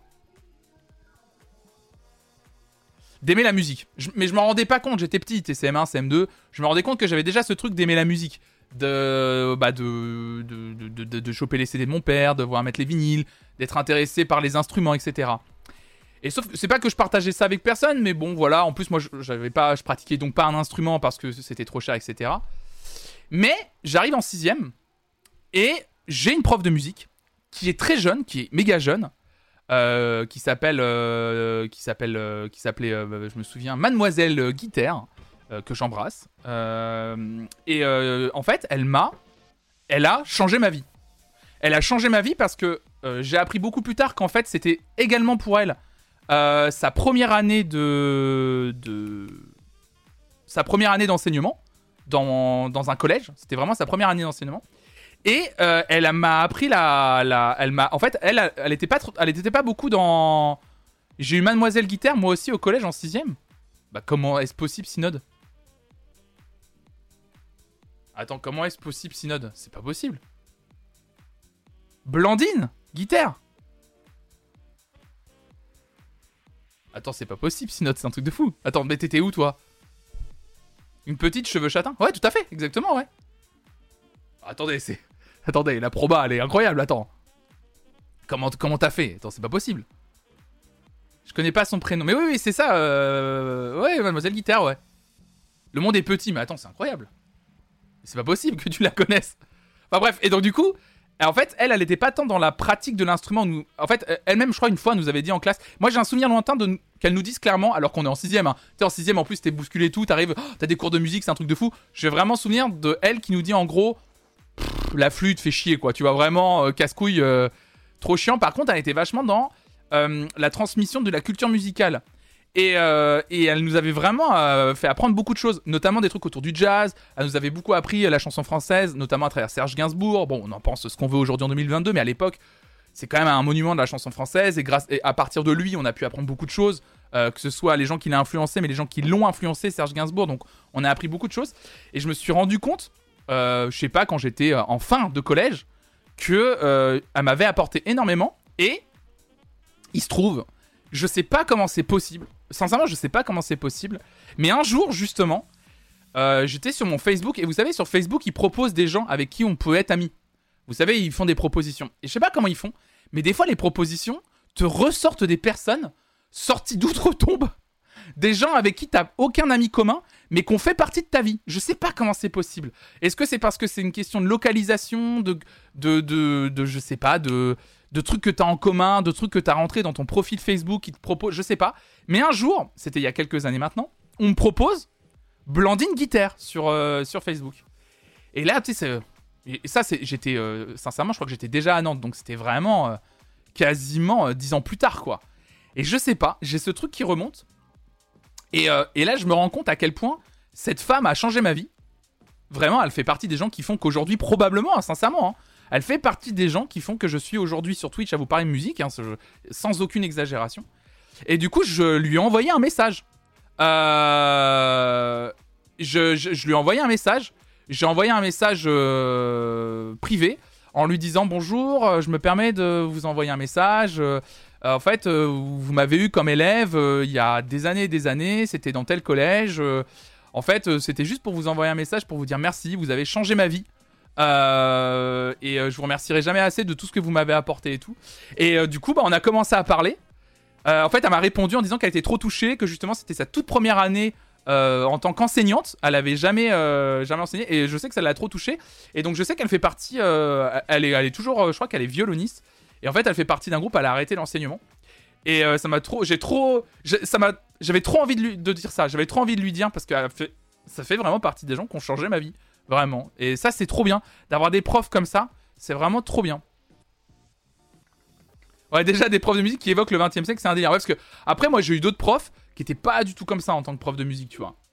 d'aimer la musique. Je, mais je m'en rendais pas compte, j'étais petit, t'es C M un, C M deux. Je me rendais compte que j'avais déjà ce truc d'aimer la musique. De, bah de, de, de, de, de choper les C D de mon père, de voir mettre les vinyles, d'être intéressé par les instruments, et cetera. Et sauf que c'est pas que je partageais ça avec personne, mais bon, voilà. En plus, moi, je, j'avais pas, je pratiquais donc pas un instrument parce que c'était trop cher, et cetera. Mais j'arrive en sixième et j'ai une prof de musique qui est très jeune, qui est méga jeune, euh, qui s'appelle, euh, qui s'appelle, euh, qui s'appelait, euh, je me souviens, Mademoiselle Guitare, euh, que j'embrasse. Euh, et euh, en fait, elle m'a, elle a changé ma vie. Elle a changé ma vie parce que euh, j'ai appris beaucoup plus tard qu'en fait, c'était également pour elle euh, sa première année de, de, sa première année d'enseignement dans dans un collège. C'était vraiment sa première année d'enseignement. Et euh, elle m'a appris la, la, elle m'a, en fait, elle, elle était pas, trop, elle était pas beaucoup dans. J'ai eu Mademoiselle Guitare moi aussi au collège en sixième. Bah comment est-ce possible, Synode? Attends, comment est-ce possible, Synode? C'est pas possible. Blandine Guitare. Attends, c'est pas possible, Synode, c'est un truc de fou. Attends, mais t'étais où toi? Une petite cheveux châtains? Ouais, tout à fait, exactement, ouais. Attendez, c'est. Attendez, la proba, elle est incroyable, attends. Comment, comment t'as fait? Attends, c'est pas possible. Je connais pas son prénom. Mais oui, oui, c'est ça. Euh... Ouais, Mademoiselle Guitare, ouais. Le monde est petit, mais attends, c'est incroyable. C'est pas possible que tu la connaisses. Enfin bref, et donc du coup, en fait, elle, elle était pas tant dans la pratique de l'instrument. Nous... En fait, elle-même, je crois, une fois, nous avait dit en classe... Moi, j'ai un souvenir lointain de... qu'elle nous dise clairement, alors qu'on est en sixième. Hein. Tu sais, en sixième, en plus, t'es bousculé et tout, t'arrives, oh, t'as des cours de musique, c'est un truc de fou. J'ai vraiment souvenir de elle qui nous dit en gros... La flûte fait chier, quoi. Tu vois, vraiment euh, casse-couille, euh, trop chiant. Par contre, elle était vachement dans euh, la transmission de la culture musicale. Et, euh, et elle nous avait vraiment euh, fait apprendre beaucoup de choses, notamment des trucs autour du jazz. Elle nous avait beaucoup appris la chanson française, notamment à travers Serge Gainsbourg. Bon, on en pense ce qu'on veut aujourd'hui en deux mille vingt-deux, mais à l'époque, c'est quand même un monument de la chanson française. Et, grâce, et à partir de lui, on a pu apprendre beaucoup de choses, euh, que ce soit les gens qui l'ont influencé, mais les gens qui l'ont influencé, Serge Gainsbourg. Donc, on a appris beaucoup de choses. Et je me suis rendu compte... Euh, je sais pas, quand j'étais en fin de collège, que euh, elle m'avait apporté énormément. Et il se trouve, je sais pas comment c'est possible. Sincèrement, je sais pas comment c'est possible. Mais un jour, justement, euh, j'étais sur mon Facebook. Et vous savez, sur Facebook, ils proposent des gens avec qui on peut être amis. Vous savez, ils font des propositions. Et je sais pas comment ils font. Mais des fois, les propositions te ressortent des personnes sorties d'outre-tombe. Des gens avec qui t'as aucun ami commun, mais qu'on fait partie de ta vie. Je sais pas comment c'est possible. Est-ce que c'est parce que c'est une question de localisation, de, de, de, de je sais pas, de, de trucs que t'as en commun, de trucs que t'as rentré dans ton profil Facebook qui te propose, je sais pas. Mais un jour, c'était il y a quelques années maintenant, on me propose Blandine Guitare sur, euh, sur Facebook. Et là, tu sais, et ça, c'est, j'étais, euh, sincèrement, je crois que j'étais déjà à Nantes, donc c'était vraiment euh, quasiment euh, dix ans plus tard, quoi. Et je sais pas, j'ai ce truc qui remonte. Et, euh, et là, je me rends compte à quel point cette femme a changé ma vie. Vraiment, elle fait partie des gens qui font qu'aujourd'hui, probablement, hein, sincèrement, hein, elle fait partie des gens qui font que je suis aujourd'hui sur Twitch à vous parler de musique, hein, sans aucune exagération. Et du coup, je lui ai envoyé un message. Euh... Je, je, je lui ai envoyé un message. J'ai envoyé un message euh, privé en lui disant bonjour, je me permets de vous envoyer un message. Euh, en fait, euh, vous m'avez eu comme élève euh, il y a des années et des années. C'était dans tel collège. Euh, en fait, euh, c'était juste pour vous envoyer un message pour vous dire merci. Vous avez changé ma vie. Euh, et euh, je vous remercierai jamais assez de tout ce que vous m'avez apporté et tout. Et euh, du coup, bah, on a commencé à parler. Euh, en fait, elle m'a répondu en disant qu'elle était trop touchée, que justement c'était sa toute première année euh, en tant qu'enseignante. Elle avait jamais, euh, jamais enseigné et je sais que ça l'a trop touchée. Et donc je sais qu'elle fait partie, euh, elle, est, elle est toujours, je crois qu'elle est violoniste. Et en fait, elle fait partie d'un groupe, elle a arrêté l'enseignement. Et euh, ça m'a trop, j'ai trop, j'ai, ça m'a, j'avais trop envie de, lui, de dire ça. J'avais trop envie de lui dire parce que fait, ça fait vraiment partie des gens qui ont changé ma vie, vraiment. Et ça, c'est trop bien d'avoir des profs comme ça. C'est vraiment trop bien. Ouais, déjà des profs de musique qui évoquent le vingtième siècle, c'est un délire. Ouais, parce que après, moi, j'ai eu d'autres profs qui étaient pas du tout comme ça en tant que prof de musique, tu vois.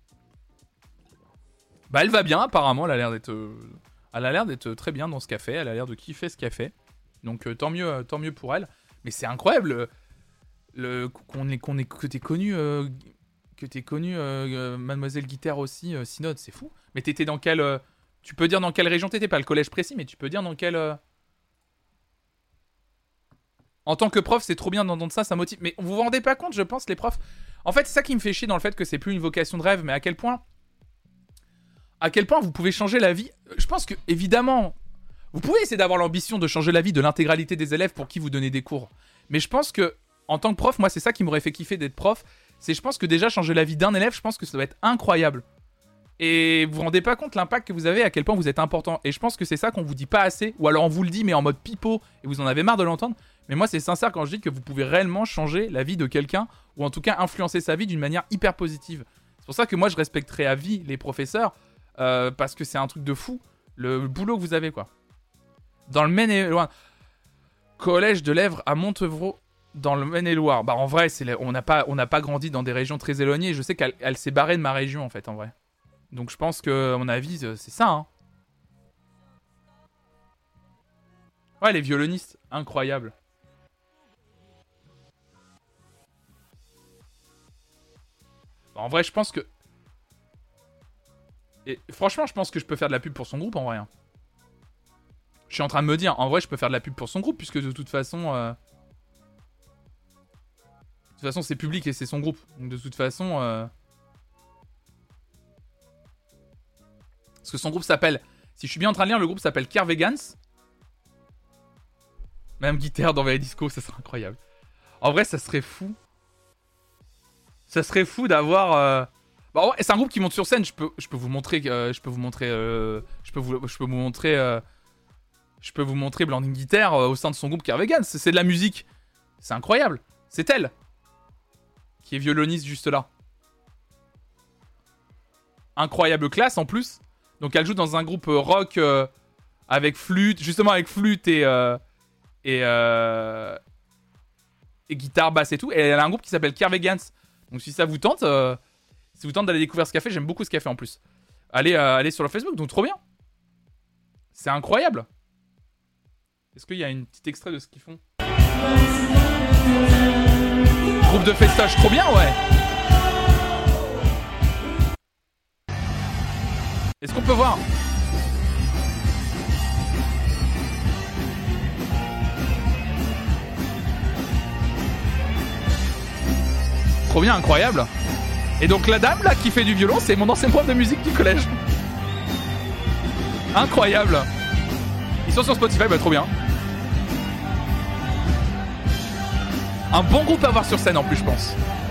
Bah, elle va bien, apparemment. Elle a l'air d'être, euh, elle a l'air d'être très bien dans ce qu'elle fait. Elle a l'air de kiffer ce qu'elle fait. Donc, euh, tant mieux, euh, tant mieux pour elle. Mais c'est incroyable, le, le qu'on est, qu'on est, que t'aies connu, euh, que t'aies connu, euh, euh, Mademoiselle Guitare aussi, euh, Synode, c'est fou. Mais t'étais dans quelle, euh, tu peux dire dans quelle région t'étais, pas le collège précis, mais tu peux dire dans quelle. Euh, En tant que prof, c'est trop bien d'entendre ça, ça motive. Mais vous vous rendez pas compte, je pense, les profs. En fait, c'est ça qui me fait chier dans le fait que c'est plus une vocation de rêve, mais à quel point, à quel point vous pouvez changer la vie. Je pense que, évidemment, vous pouvez essayer d'avoir l'ambition de changer la vie de l'intégralité des élèves pour qui vous donnez des cours. Mais je pense que, en tant que prof, moi, c'est ça qui m'aurait fait kiffer d'être prof. C'est, je pense que déjà changer la vie d'un élève, je pense que ça doit être incroyable. Et vous vous rendez pas compte l'impact que vous avez, à quel point vous êtes important. Et je pense que c'est ça qu'on vous dit pas assez, ou alors on vous le dit mais en mode pipeau et vous en avez marre de l'entendre. Mais moi c'est sincère quand je dis que vous pouvez réellement changer la vie de quelqu'un, ou en tout cas influencer sa vie d'une manière hyper positive. C'est pour ça que moi je respecterai à vie les professeurs, euh, parce que c'est un truc de fou, le boulot que vous avez, quoi. Dans le Maine-et-Loire, collège de Lèvres à Montevraud, dans le Maine-et-Loire. Bah en vrai, c'est, on n'a pas, on n'a pas grandi dans des régions très éloignées. Je sais qu'elle elle s'est barrée de ma région en fait, en vrai. Donc je pense que, à mon avis, c'est ça, hein. Ouais, les violonistes, incroyable. En vrai, je pense que... Et franchement, je pense que je peux faire de la pub pour son groupe, en vrai. Hein. Je suis en train de me dire, en vrai, je peux faire de la pub pour son groupe, puisque de toute façon... Euh... De toute façon, c'est public et c'est son groupe. Donc de toute façon... Euh... Parce que son groupe s'appelle... Si je suis bien en train de lire, le groupe s'appelle Kervegans. Même Guitare dans Valley Disco, ça serait incroyable. En vrai, ça serait fou. Ça serait fou d'avoir... Euh... Bah, ouais, c'est un groupe qui monte sur scène. Je peux, je peux vous montrer... Euh, je peux vous montrer... Euh... Je, peux vous, je peux vous montrer... Euh... Je peux vous montrer Blandine Guitare euh, au sein de son groupe Kervegans. C'est, c'est de la musique. C'est incroyable. C'est elle qui est violoniste juste là. Incroyable classe en plus. Donc elle joue dans un groupe rock euh, avec flûte, justement avec flûte et euh, et, euh, et guitare, basse et tout. Et elle a un groupe qui s'appelle Kervegans. Donc si ça vous tente, euh, si vous tente d'aller découvrir ce qu'elle fait, j'aime beaucoup ce qu'elle fait en plus. Allez, euh, allez sur leur Facebook, donc trop bien. C'est incroyable. Est-ce qu'il y a une petite extrait de ce qu'ils font? Groupe de festoche, trop bien, ouais. Est-ce qu'on peut voir? Trop bien, incroyable. Et donc la dame là qui fait du violon, c'est mon ancien prof de musique du collège. Incroyable. Ils sont sur Spotify, bah trop bien. Un bon groupe à voir sur scène en plus, je pense.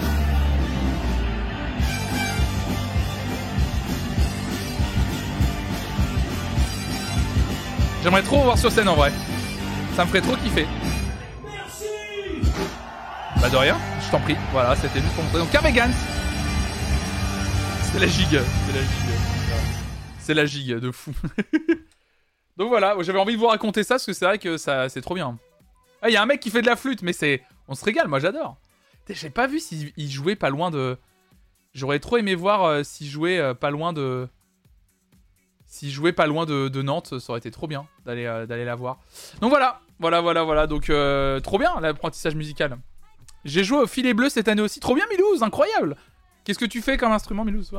J'aimerais trop voir sur scène en vrai. Ça me ferait trop kiffer. Merci. Bah de rien, je t'en prie. Voilà, c'était juste pour montrer. Donc Kervegans. C'est la gigue. C'est la gigue. C'est la gigue de fou. Donc voilà, j'avais envie de vous raconter ça parce que c'est vrai que ça, c'est trop bien. Ah, il y a un mec qui fait de la flûte, mais c'est... On se régale, moi j'adore. J'ai pas vu s'il jouait pas loin de... J'aurais trop aimé voir euh, s'il jouait euh, pas loin de... S'il jouait pas loin de, de Nantes, ça aurait été trop bien d'aller euh, d'aller la voir. Donc voilà, voilà, voilà, voilà. Donc euh, trop bien l'apprentissage musical. J'ai joué au filet bleu cette année aussi. Trop bien Milouz, incroyable. Qu'est-ce que tu fais comme instrument Milouz, toi ?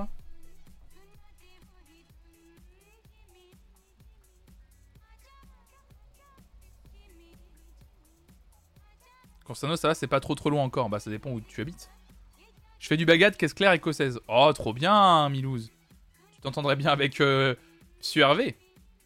Constano, ça va, c'est pas trop trop loin encore. Bah ça dépend où tu habites. Je fais du baguette, caisse claire écossaise. Oh, trop bien, Milouz. Tu t'entendrais bien avec euh, Monsieur Hervé.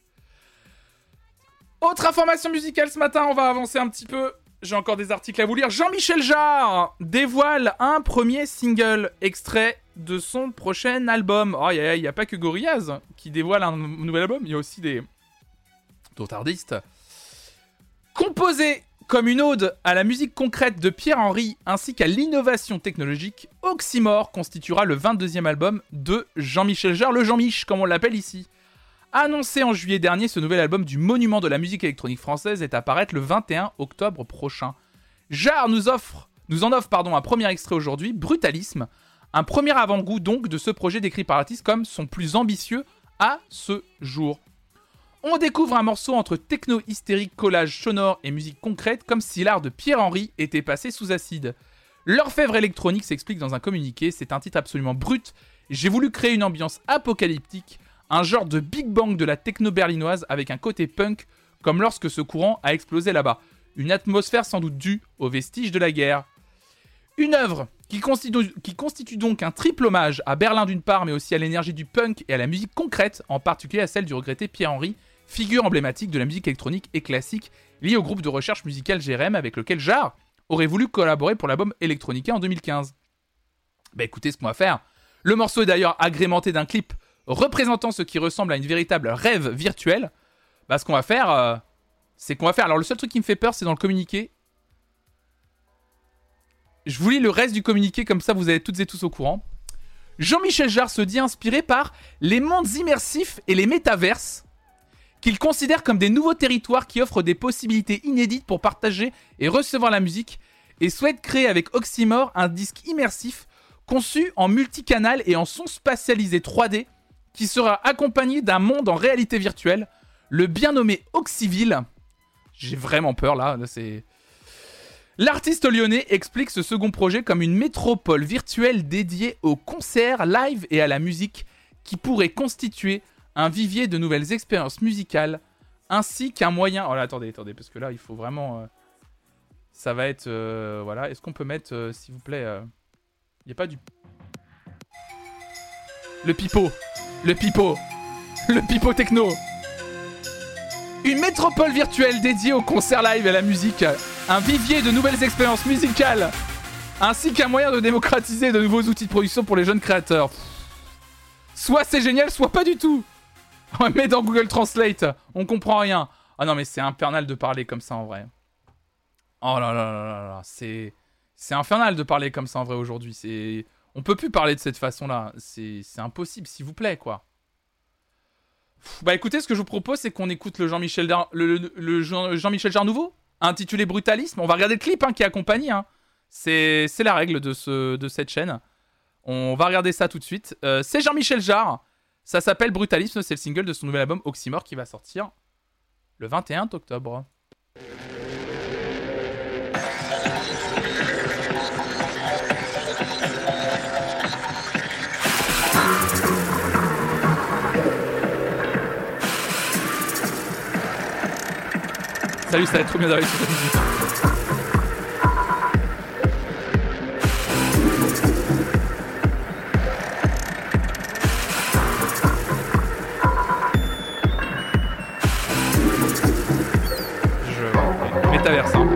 Autre information musicale ce matin, on va avancer un petit peu. J'ai encore des articles à vous lire. Jean-Michel Jarre dévoile un premier single extrait de son prochain album. Oh, il n'y a, a pas que Gorillaz qui dévoile un nouvel album, il y a aussi des d'autres artistes. Composé comme une ode à la musique concrète de Pierre Henry ainsi qu'à l'innovation technologique, Oxymore constituera le vingt-deuxième album de Jean-Michel Jarre, le Jean-Mich comme on l'appelle ici. Annoncé en juillet dernier, ce nouvel album du monument de la musique électronique française est à paraître le vingt et un octobre prochain. Jarre nous offre, nous en offre pardon, un premier extrait aujourd'hui, Brutalisme, un premier avant-goût donc de ce projet décrit par l'artiste comme son plus ambitieux à ce jour. On découvre un morceau entre techno-hystérique, collage sonore et musique concrète, comme si l'art de Pierre Henry était passé sous acide. L'orfèvre électronique s'explique dans un communiqué, c'est un titre absolument brut. J'ai voulu créer une ambiance apocalyptique, un genre de Big Bang de la techno berlinoise avec un côté punk, comme lorsque ce courant a explosé là-bas. Une atmosphère sans doute due aux vestiges de la guerre. Une œuvre qui constitue, qui constitue donc un triple hommage à Berlin d'une part, mais aussi à l'énergie du punk et à la musique concrète, en particulier à celle du regretté Pierre Henry, figure emblématique de la musique électronique et classique, liée au groupe de recherche musicale G R M avec lequel Jarre aurait voulu collaborer pour l'album Electronica en deux mille quinze. Bah écoutez ce qu'on va faire. Le morceau est d'ailleurs agrémenté d'un clip représentant ce qui ressemble à une véritable rêve virtuelle. Bah ce qu'on va faire, euh, c'est qu'on va faire... Alors le seul truc qui me fait peur, c'est dans le communiqué. Je vous lis le reste du communiqué, comme ça vous êtes toutes et tous au courant. Jean-Michel Jarre se dit inspiré par les mondes immersifs et les métaverses, qu'il considère comme des nouveaux territoires qui offrent des possibilités inédites pour partager et recevoir la musique, et souhaite créer avec Oxymore un disque immersif conçu en multicanal et en son spatialisé trois D, qui sera accompagné d'un monde en réalité virtuelle, le bien nommé Oxyville. J'ai vraiment peur là, là c'est... L'artiste lyonnais explique ce second projet comme une métropole virtuelle dédiée aux concerts, live et à la musique, qui pourrait constituer un vivier de nouvelles expériences musicales, ainsi qu'un moyen... Oh là, attendez, attendez, parce que là, il faut vraiment... Euh... Ça va être... Euh... Voilà, est-ce qu'on peut mettre, euh, s'il vous plaît... Il euh... n'y a pas du... Le pipeau. Le pipeau. Le pipeau techno. Une métropole virtuelle dédiée aux concerts live et à la musique, un vivier de nouvelles expériences musicales, ainsi qu'un moyen de démocratiser de nouveaux outils de production pour les jeunes créateurs. Soit c'est génial, soit pas du tout. On met dans Google Translate, on comprend rien. Ah non mais c'est infernal de parler comme ça en vrai. Oh là là là là là, c'est c'est infernal de parler comme ça en vrai aujourd'hui. C'est on peut plus parler de cette façon-là. C'est c'est impossible, s'il vous plaît quoi. Bah écoutez, ce que je vous propose, c'est qu'on écoute le Jean-Michel Dar... le, le, le Jean... Jean-Michel Jarre nouveau, intitulé Brutalisme. On va regarder le clip hein, qui accompagne. Hein. C'est... c'est la règle de, ce... de cette chaîne. On va regarder ça tout de suite. Euh, c'est Jean-Michel Jarre. Ça s'appelle Brutalisme. C'est le single de son nouvel album Oxymore qui va sortir le vingt et un octobre. Salut, ça va être trop bien d'arriver sur cette musique. Je... Métaverse, hein.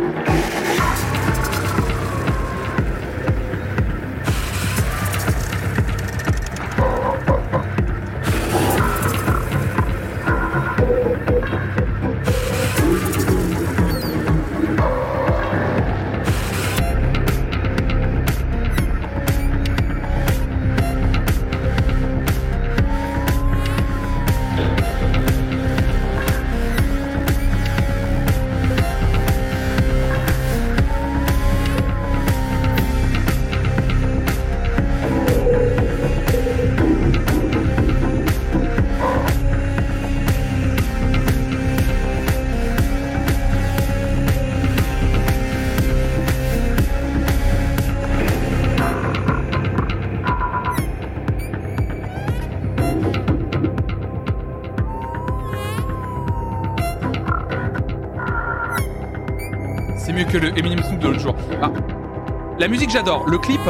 que le Eminem Snoop de l'autre jour. Ah, la musique j'adore, le clip.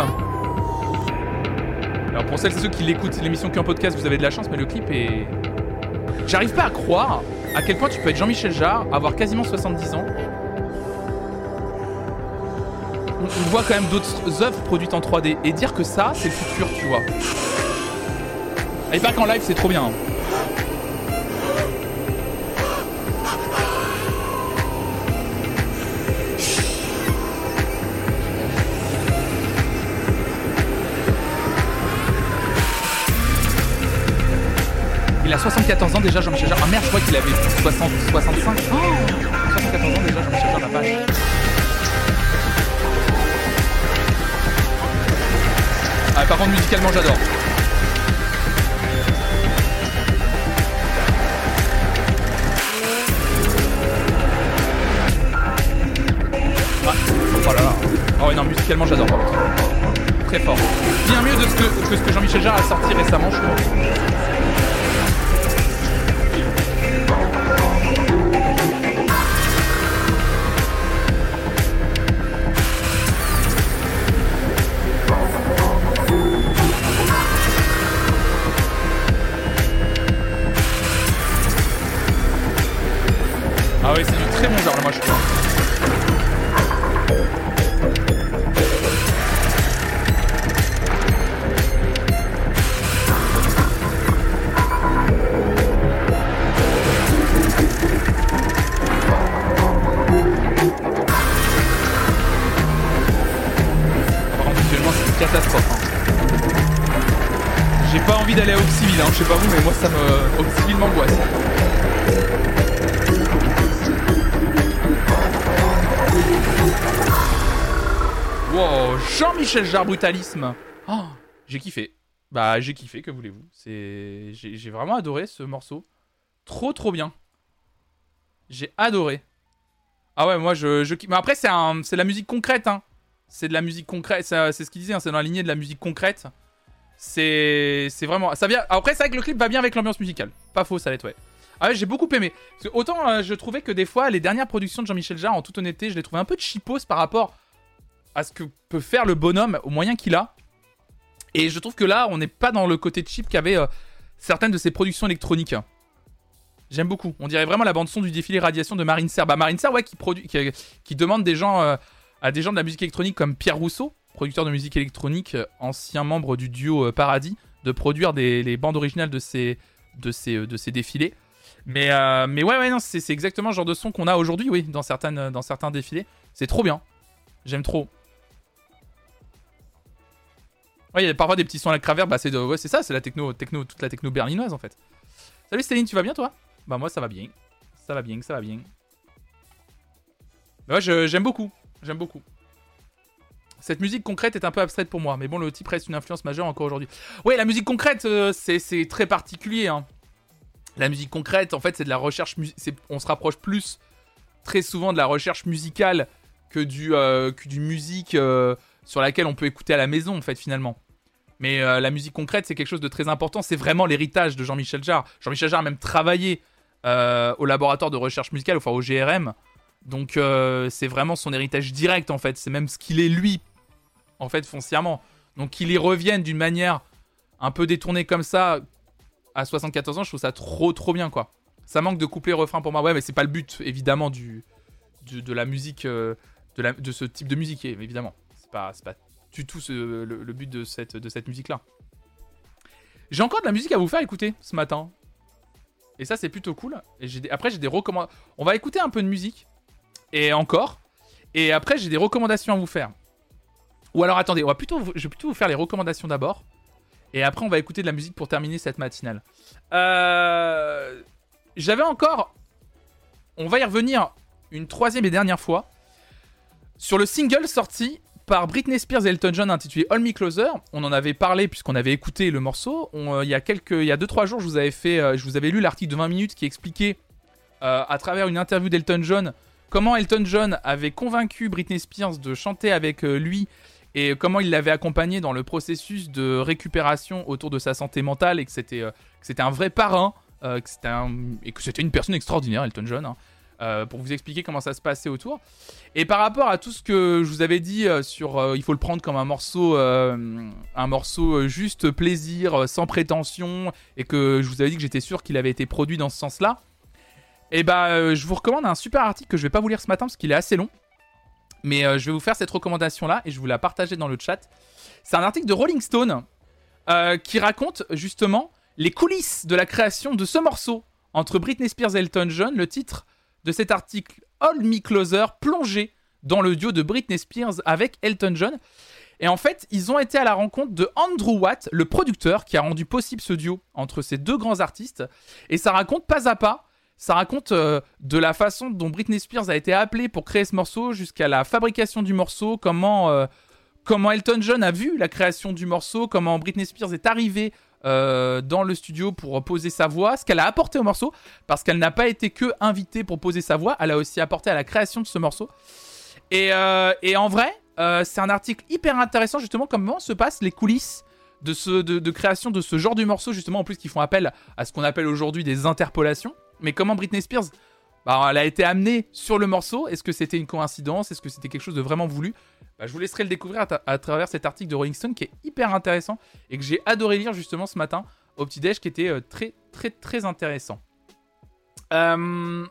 Alors pour celles et ceux qui l'écoutent l'émission qu'un podcast, vous avez de la chance, mais le clip est. J'arrive pas à croire à quel point tu peux être Jean-Michel Jarre, avoir quasiment soixante-dix ans. On, on voit quand même d'autres œuvres produites en trois D et dire que ça, c'est le futur, tu vois. Et pas qu'en live, c'est trop bien. Il a soixante-quatorze ans déjà, Jean-Michel Jarre. Ah merde, je crois qu'il avait soixante, soixante-cinq. Oh, soixante-quatorze ans déjà, Jean-Michel Jarre, la page. Ah, par contre, musicalement, j'adore. Ah, oh là là. Oh ouais, non, musicalement, j'adore. Très fort. Bien mieux de ce que, que ce que Jean-Michel Jarre a sorti récemment, je trouve. Ah ouais, c'est du très bon genre, là, moi, je trouve. Par contre, visuellement, c'est une catastrophe. Hein. J'ai pas envie d'aller à Oxyville, hein. Je sais pas vous, mais moi, ça me... Oxyville m'angoisse. Wow, Jean-Michel Jarre, brutalisme. Oh, j'ai kiffé. Bah, j'ai kiffé, que voulez-vous. C'est, j'ai, j'ai vraiment adoré ce morceau. Trop, trop bien. J'ai adoré. Ah ouais, moi, je, je kiffe. Mais après, c'est, un, c'est de la musique concrète, hein. C'est de la musique concrète. C'est, c'est ce qu'il disait, hein, c'est dans la lignée de la musique concrète. C'est, c'est vraiment. Ça vient. Après, c'est vrai que le clip va bien avec l'ambiance musicale. Pas faux, ça l'est, ouais. Ah ouais, j'ai beaucoup aimé. Parce que autant euh, je trouvais que des fois, les dernières productions de Jean-Michel Jarre, en toute honnêteté, je les trouvais un peu cheapos par rapport à ce que peut faire le bonhomme aux moyens qu'il a. Et je trouve que là, on n'est pas dans le côté cheap qu'avaient euh, certaines de ses productions électroniques. J'aime beaucoup. On dirait vraiment la bande-son du défilé Radiation de Marine Serre. Bah, Marine Serre, ouais, qui, produit, qui, qui demande des gens, euh, à des gens de la musique électronique comme Pierre Rousseau, producteur de musique électronique, euh, ancien membre du duo euh, Paradis, de produire des, les bandes originales de ces, de ces, euh, de ces défilés. Mais, euh, mais ouais, ouais, non, c'est, c'est exactement le genre de son qu'on a aujourd'hui, oui, dans, certaines, dans certains défilés. C'est trop bien. J'aime trop. Ouais, il y a parfois des petits sons à la cravère, bah c'est, de, ouais, c'est ça, c'est la techno, techno, toute la techno berlinoise en fait. Salut Céline, tu vas bien toi? Bah moi ça va bien. Ça va bien, ça va bien. Mais ouais, je, j'aime beaucoup. J'aime beaucoup. Cette musique concrète est un peu abstraite pour moi, mais bon, le type reste une influence majeure encore aujourd'hui. Ouais, la musique concrète, euh, c'est, c'est très particulier. Hein. La musique concrète, en fait, c'est de la recherche... Mu- c'est, on se rapproche plus, très souvent, de la recherche musicale que du, euh, que du musique euh, sur laquelle on peut écouter à la maison, en fait, finalement. Mais euh, la musique concrète, c'est quelque chose de très important. C'est vraiment l'héritage de Jean-Michel Jarre. Jean-Michel Jarre a même travaillé euh, au laboratoire de recherche musicale, enfin au G R M. Donc, euh, c'est vraiment son héritage direct, en fait. C'est même ce qu'il est, lui, en fait, foncièrement. Donc, qu'il y revienne d'une manière un peu détournée comme ça, à soixante-quatorze ans, je trouve ça trop, trop bien, quoi. Ça manque de couplet-refrain pour moi. Ouais, mais c'est pas le but, évidemment, du, du, de la musique, euh, de, la, de ce type de musique, évidemment. C'est pas... C'est pas du tout ce, le, le but de cette, de cette musique-là. J'ai encore de la musique à vous faire écouter ce matin. Et ça, c'est plutôt cool. Et j'ai des, après, j'ai des recommandations. On va écouter un peu de musique. Et encore. Et après, j'ai des recommandations à vous faire. Ou alors, attendez, on va plutôt, je vais plutôt vous faire les recommandations d'abord. Et après, on va écouter de la musique pour terminer cette matinale. Euh, j'avais encore... On va y revenir une troisième et dernière fois. Sur le single sorti par Britney Spears et Elton John intitulé Hold Me Closer. On en avait parlé puisqu'on avait écouté le morceau. On, euh, il y a quelques, il y a deux trois jours, je vous avais fait, euh, je vous avais lu l'article de vingt minutes qui expliquait euh, à travers une interview d'Elton John comment Elton John avait convaincu Britney Spears de chanter avec euh, lui et comment il l'avait accompagné dans le processus de récupération autour de sa santé mentale et que c'était, euh, que c'était un vrai parrain euh, que c'était un, et que c'était une personne extraordinaire, Elton John. Hein. euh, pour vous expliquer comment ça se passait autour. Et par rapport à tout ce que je vous avais dit euh, sur euh, il faut le prendre comme un morceau, euh, un morceau euh, juste plaisir, euh, sans prétention, et que je vous avais dit que j'étais sûr qu'il avait été produit dans ce sens-là, et bah euh, je vous recommande un super article que je vais pas vous lire ce matin parce qu'il est assez long, mais euh, je vais vous faire cette recommandation-là et je vous la partager dans le chat. C'est un article de Rolling Stone euh, qui raconte justement les coulisses de la création de ce morceau entre Britney Spears et Elton John. Le titre de cet article, Hold Me Closer, plongé dans le duo de Britney Spears avec Elton John. Et en fait, ils ont été à la rencontre de Andrew Watt, le producteur qui a rendu possible ce duo entre ces deux grands artistes. Et ça raconte pas à pas, ça raconte euh, de la façon dont Britney Spears a été appelée pour créer ce morceau jusqu'à la fabrication du morceau, comment, euh, comment Elton John a vu la création du morceau, comment Britney Spears est arrivée Euh, dans le studio pour poser sa voix, ce qu'elle a apporté au morceau, parce qu'elle n'a pas été que invitée pour poser sa voix, elle a aussi apporté à la création de ce morceau. Et, euh, et en vrai, euh, c'est un article hyper intéressant, justement, comment se passent les coulisses de, ce, de, de création de ce genre de morceau, justement, en plus qui font appel à ce qu'on appelle aujourd'hui des interpolations. Mais comment Britney Spears, bah, elle a été amenée sur le morceau. Est-ce que c'était une coïncidence? Est-ce que c'était quelque chose de vraiment voulu? Bah, je vous laisserai le découvrir à, ta- à travers cet article de Rolling Stone qui est hyper intéressant et que j'ai adoré lire justement ce matin au petit-déj, qui était euh, très très très intéressant. Euh...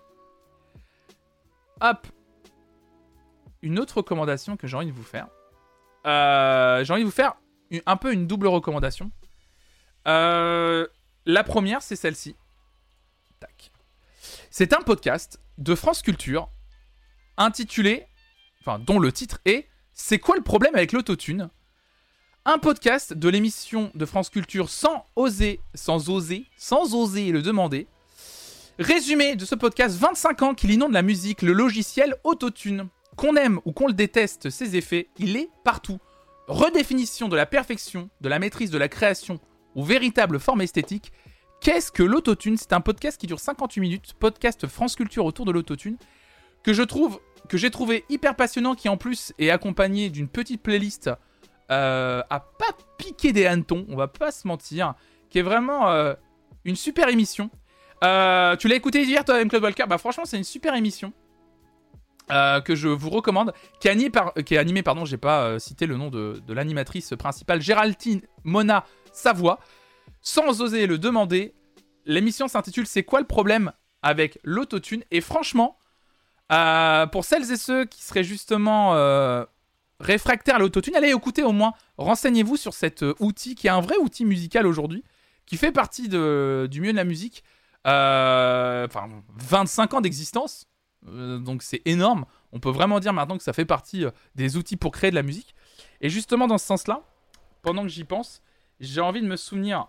Hop. Une autre recommandation que j'ai envie de vous faire. Euh, j'ai envie de vous faire une, un peu une double recommandation. Euh, la première, c'est celle-ci. Tac. C'est un podcast de France Culture intitulé, enfin dont le titre est C'est quoi le problème avec l'autotune ? Un podcast de l'émission de France Culture sans oser, sans oser, sans oser le demander. Résumé de ce podcast, vingt-cinq ans qu'il inonde la musique, le logiciel autotune. Qu'on aime ou qu'on le déteste, ses effets, il est partout. Redéfinition de la perfection, de la maîtrise de la création ou véritable forme esthétique. Qu'est-ce que l'autotune ? C'est un podcast qui dure cinquante-huit minutes, podcast France Culture autour de l'autotune, que je trouve, que j'ai trouvé hyper passionnant, qui en plus est accompagné d'une petite playlist euh, à pas piquer des hannetons, on va pas se mentir, qui est vraiment euh, une super émission. Euh, tu l'as écouté hier toi, M-Claude Walker ? Bah franchement c'est une super émission euh, que je vous recommande, qui est animée par, qui est animée, pardon, j'ai pas euh, cité le nom de, de l'animatrice principale, Géraldine Mona Savoie. Sans oser le demander, l'émission s'intitule C'est quoi le problème avec l'autotune ? Et franchement, euh, pour celles et ceux qui seraient justement euh, réfractaires à l'autotune, allez écouter au moins, renseignez-vous sur cet euh, outil qui est un vrai outil musical aujourd'hui, qui fait partie de, du milieu de la musique. Euh, enfin, vingt-cinq ans d'existence, euh, donc c'est énorme. On peut vraiment dire maintenant que ça fait partie euh, des outils pour créer de la musique. Et justement dans ce sens-là, pendant que j'y pense, j'ai envie de me souvenir...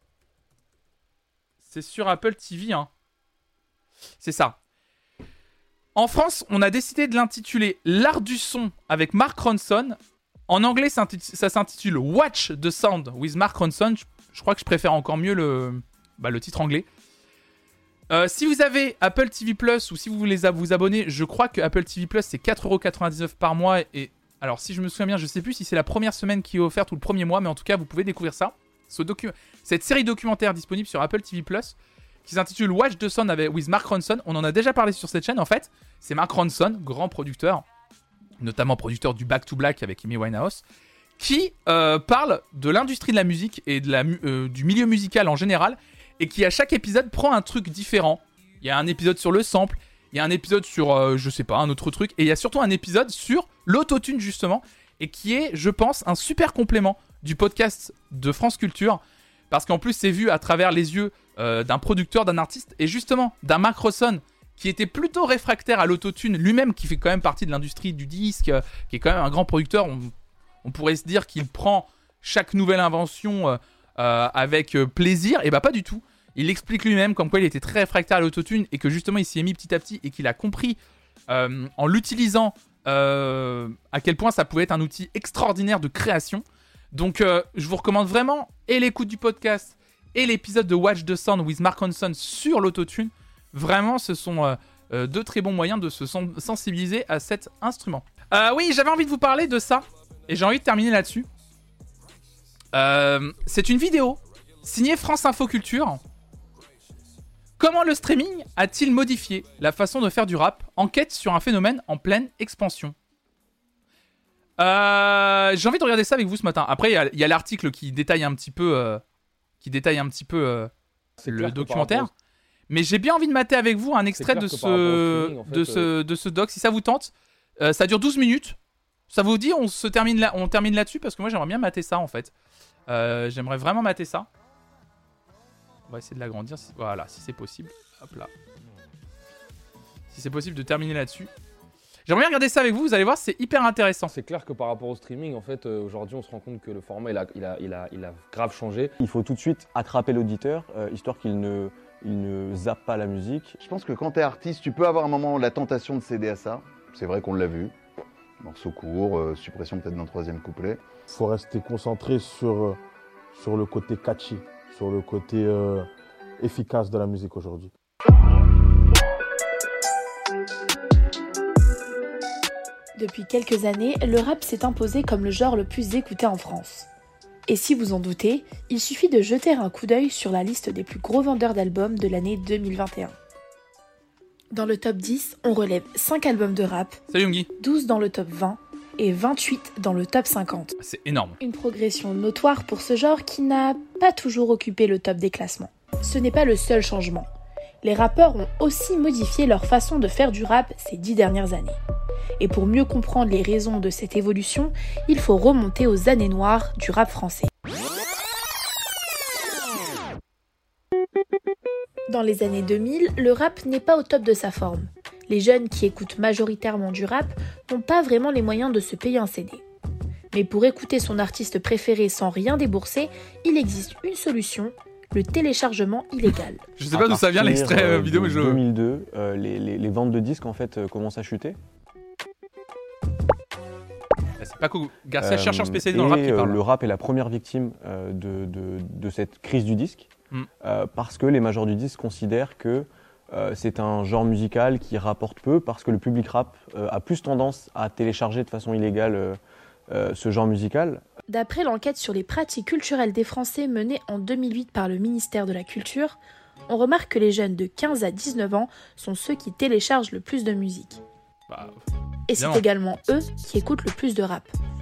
C'est sur Apple T V, hein. C'est ça. En France, on a décidé de l'intituler L'art du son avec Mark Ronson. En anglais, ça s'intitule Watch the Sound with Mark Ronson. Je, je crois que je préfère encore mieux le, bah, le titre anglais. Euh, si vous avez Apple T V Plus ou si vous voulez vous abonner, je crois que Apple T V Plus c'est quatre euros quatre-vingt-dix-neuf par mois. Et alors, si je me souviens bien, je sais plus si c'est la première semaine qui est offerte ou le premier mois, mais en tout cas, vous pouvez découvrir ça. Ce docu- cette série documentaire disponible sur Apple T V Plus, qui s'intitule Watch the Sound avec with Mark Ronson. On en a déjà parlé sur cette chaîne en fait. C'est Mark Ronson, grand producteur, notamment producteur du Back to Black avec Amy Winehouse, qui euh, parle de l'industrie de la musique et de la, euh, du milieu musical en général, et qui à chaque épisode prend un truc différent. Il y a un épisode sur le sample, il y a un épisode sur, euh, je sais pas, un autre truc, et il y a surtout un épisode sur l'autotune justement, et qui est, je pense, un super complément du podcast de France Culture, parce qu'en plus c'est vu à travers les yeux euh, d'un producteur, d'un artiste, et justement d'un Mark Ronson qui était plutôt réfractaire à l'autotune lui-même, qui fait quand même partie de l'industrie du disque, euh, qui est quand même un grand producteur. On, on pourrait se dire qu'il prend chaque nouvelle invention euh, euh, avec euh, plaisir, et bah pas du tout. Il explique lui-même comme quoi il était très réfractaire à l'autotune, et que justement il s'y est mis petit à petit, et qu'il a compris euh, en l'utilisant euh, à quel point ça pouvait être un outil extraordinaire de création. Donc euh, je vous recommande vraiment et l'écoute du podcast et l'épisode de Watch the Sound with Mark Ronson sur l'autotune. Vraiment, ce sont euh, euh, deux très bons moyens de se sen- sensibiliser à cet instrument. Euh, oui, j'avais envie de vous parler de ça et j'ai envie de terminer là-dessus. Euh, c'est une vidéo signée France Info Culture. comment le streaming a-t-il modifié la façon de faire du rap? Enquête sur un phénomène en pleine expansion. Euh, j'ai envie de regarder ça avec vous ce matin. Après, il y a, a l'article qui détaille un petit peu, euh, qui détaille un petit peu euh, le documentaire. Au... Mais j'ai bien envie de mater avec vous un extrait de ce, en fait, de, ce, euh... de ce doc, si ça vous tente. Euh, ça dure douze minutes. Ça vous dit, on se termine là, on termine là-dessus parce que moi j'aimerais bien mater ça en fait. Euh, j'aimerais vraiment mater ça. On va essayer de l'agrandir. Si... Voilà, si c'est possible. Hop là. Si c'est possible de terminer là-dessus. J'aimerais bien regarder ça avec vous, vous allez voir, c'est hyper intéressant. C'est clair que par rapport au streaming, en fait, euh, aujourd'hui, on se rend compte que le format, il a, il, a, il, a, il a grave changé. Il faut tout de suite attraper l'auditeur, euh, histoire qu'il ne, il ne zappe pas la musique. Je pense que quand t'es artiste, tu peux avoir un moment la tentation de céder à ça. C'est vrai qu'on l'a vu. Morceau court, euh, suppression peut-être d'un troisième couplet. Il faut rester concentré sur, euh, sur le côté catchy, sur le côté euh, efficace de la musique aujourd'hui. Depuis quelques années, le rap s'est imposé comme le genre le plus écouté en France. Et si vous en doutez, il suffit de jeter un coup d'œil sur la liste des plus gros vendeurs d'albums de l'année deux mille vingt et un. Dans le top dix, on relève cinq albums de rap, Salut douze dans le top vingt et vingt-huit dans le top cinquante. C'est énorme. Une progression notoire pour ce genre qui n'a pas toujours occupé le top des classements. Ce n'est pas le seul changement. Les rappeurs ont aussi modifié leur façon de faire du rap ces dix dernières années. Et pour mieux comprendre les raisons de cette évolution, il faut remonter aux années noires du rap français. Dans les années deux mille, le rap n'est pas au top de sa forme. Les jeunes qui écoutent majoritairement du rap n'ont pas vraiment les moyens de se payer un C D. Mais pour écouter son artiste préféré sans rien débourser, il existe une solution, le téléchargement illégal. Je sais pas d'où ça vient l'extrait euh, vidéo, mais je... En deux mille deux, euh, les, les, les ventes de disques en fait euh, commencent à chuter. C'est Paco Garcia, euh, chercheur spécialisé dans le rap qui parle. Le rap est la première victime euh, de, de, de cette crise du disque, mm. euh, parce que les majors du disque considèrent que euh, c'est un genre musical qui rapporte peu, parce que le public rap euh, a plus tendance à télécharger de façon illégale euh, euh, ce genre musical. D'après l'enquête sur les pratiques culturelles des Français menée en deux mille huit par le ministère de la Culture, on remarque que les jeunes de quinze à dix-neuf ans sont ceux qui téléchargent le plus de musique. Bah, Et c'est également eux qui écoutent le plus de rap.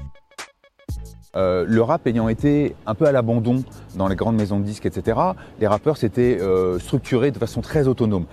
Euh, le rap ayant été un peu à l'abandon dans les grandes maisons de disques, et cetera, les rappeurs s'étaient euh, structurés de façon très autonome.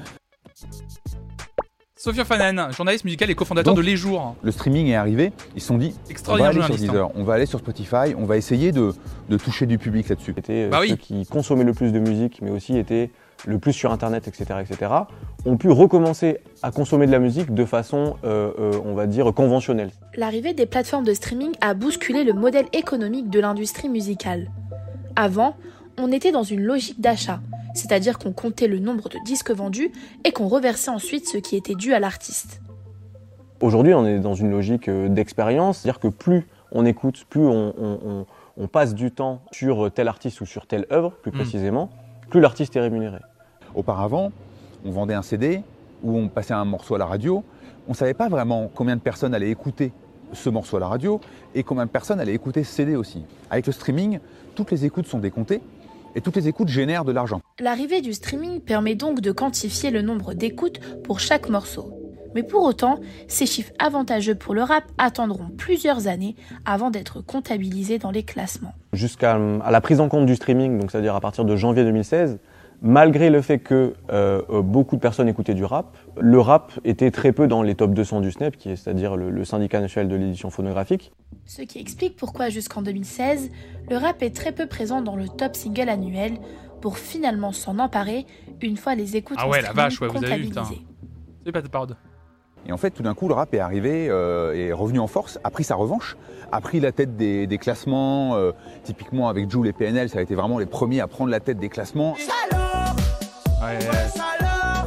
Sofiane Fanen, journaliste musical et cofondateur Donc, de Les Jours. Le streaming est arrivé, ils se sont dit, on va aller sur Deezer, on va aller sur Spotify, on va essayer de, de toucher du public là-dessus. C'était bah ceux oui. qui consommaient le plus de musique, mais aussi étaient le plus sur Internet, et cetera, et cetera, ont pu recommencer à consommer de la musique de façon, euh, euh, on va dire, conventionnelle. L'arrivée des plateformes de streaming a bousculé le modèle économique de l'industrie musicale. Avant, on était dans une logique d'achat, c'est-à-dire qu'on comptait le nombre de disques vendus et qu'on reversait ensuite ce qui était dû à l'artiste. Aujourd'hui, on est dans une logique d'expérience, c'est-à-dire que plus on écoute, plus on, on, on, on passe du temps sur tel artiste ou sur telle œuvre, plus précisément, mmh. plus l'artiste est rémunéré. Auparavant, on vendait un C D ou on passait un morceau à la radio. On ne savait pas vraiment combien de personnes allaient écouter ce morceau à la radio et combien de personnes allaient écouter ce C D aussi. Avec le streaming, toutes les écoutes sont décomptées et toutes les écoutes génèrent de l'argent. L'arrivée du streaming permet donc de quantifier le nombre d'écoutes pour chaque morceau. Mais pour autant, ces chiffres avantageux pour le rap attendront plusieurs années avant d'être comptabilisés dans les classements. Jusqu'à à la prise en compte du streaming, donc c'est-à-dire à partir de janvier deux mille seize, malgré le fait que euh, beaucoup de personnes écoutaient du rap, le rap était très peu dans les top deux cents du S N E P, qui est, c'est-à-dire le, le syndicat national de l'édition phonographique. Ce qui explique pourquoi jusqu'en deux mille seize, le rap est très peu présent dans le top single annuel, pour finalement s'en emparer une fois les écoutes ah ouais, la vache, ouais, vous avez vu, c'est pas de parole. Et en fait, tout d'un coup, le rap est arrivé, euh, est revenu en force, a pris sa revanche, a pris la tête des, des classements. Euh, typiquement, avec Jul et P N L, ça a été vraiment les premiers à prendre la tête des classements. Ouais, ouais.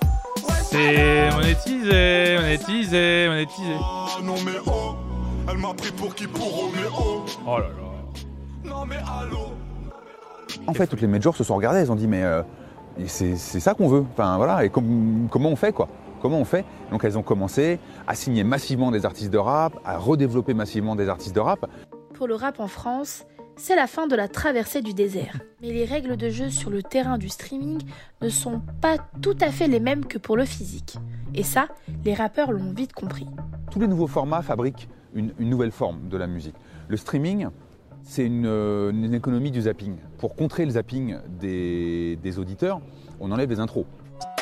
C'est monétisé, monétisé, monétisé. Non mais oh, elle m'a pris pour qui pour Roméo. Oh là là. Non mais allô. En fait, toutes les majors se sont regardées, elles ont dit mais euh, c'est, c'est ça qu'on veut. Enfin voilà, et com- comment on fait quoi? Comment on fait? Donc elles ont commencé à signer massivement des artistes de rap, à redévelopper massivement des artistes de rap. Pour le rap en France, C'est la fin de la traversée du désert. Mais les règles de jeu sur le terrain du streaming ne sont pas tout à fait les mêmes que pour le physique. Et ça, les rappeurs l'ont vite compris. Tous les nouveaux formats fabriquent une, une nouvelle forme de la musique. Le streaming, c'est une, une économie du zapping. Pour contrer le zapping des, des auditeurs, on enlève les intros.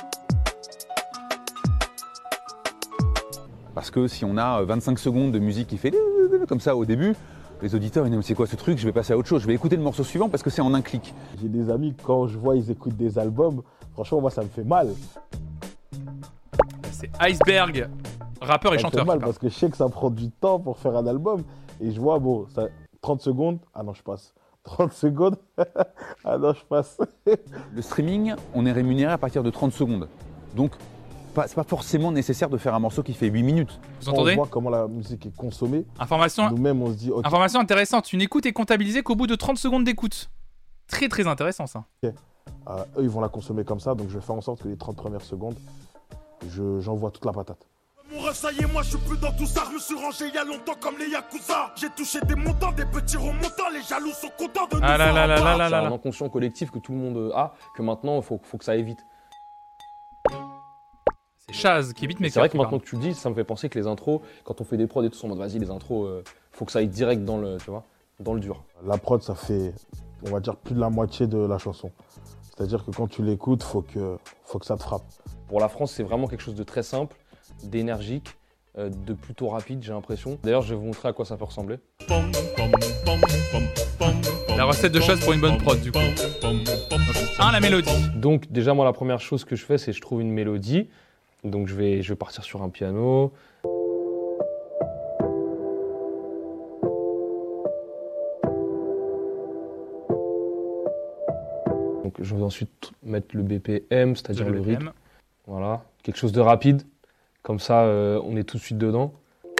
Parce que si on a vingt-cinq secondes de musique qui fait comme ça au début, les auditeurs ils disent c'est quoi ce truc, je vais passer à autre chose, je vais écouter le morceau suivant parce que c'est en un clic. J'ai des amis, quand je vois ils écoutent des albums, franchement moi ça me fait mal. C'est Iceberg, rappeur et ça chanteur. Ça me fait mal parce que je sais que ça prend du temps pour faire un album et je vois bon, ça, trente secondes, ah non je passe. trente secondes, ah non je passe. Le streaming, on est rémunéré à partir de trente secondes. Donc c'est pas forcément nécessaire de faire un morceau qui fait huit minutes. Vous entendez ? On voit comment la musique est consommée. Information, nous-mêmes, on se dit, okay. Information intéressante, une écoute est comptabilisée qu'au bout de trente secondes d'écoute. Très très intéressant ça. Okay. Euh, eux ils vont la consommer comme ça, donc je vais faire en sorte que les trente premières secondes, je, j'envoie toute la patate. Mon ref, ça y est, moi je suis plus dans tout ça. Je me suis rangé il y a longtemps comme les Yakuza. J'ai touché des montants, des petits remontants. Les jaloux sont contents de nous ah là là là là là là. C'est un inconscient collectif que tout le monde a, que maintenant il faut, faut que ça aille vite. C'est Chaz qui est beatmaker. C'est vrai que maintenant que tu le dis, ça me fait penser que les intros, quand on fait des prods et tout, on mode vas-y les intros, euh, faut que ça aille direct dans le, tu vois, dans le dur. La prod, ça fait, on va dire, plus de la moitié de la chanson. C'est-à-dire que quand tu l'écoutes, faut que, faut que ça te frappe. Pour la France, c'est vraiment quelque chose de très simple, d'énergique, euh, de plutôt rapide, j'ai l'impression. D'ailleurs, je vais vous montrer à quoi ça peut ressembler. La recette de Chaz pour une bonne prod, du coup. Un, la mélodie. Donc déjà, moi, la première chose que je fais, c'est que je trouve une mélodie. Donc je vais, je vais partir sur un piano. Donc je vais ensuite mettre le B P M, c'est-à-dire le, le rythme. Voilà, quelque chose de rapide. Comme ça, euh, on est tout de suite dedans.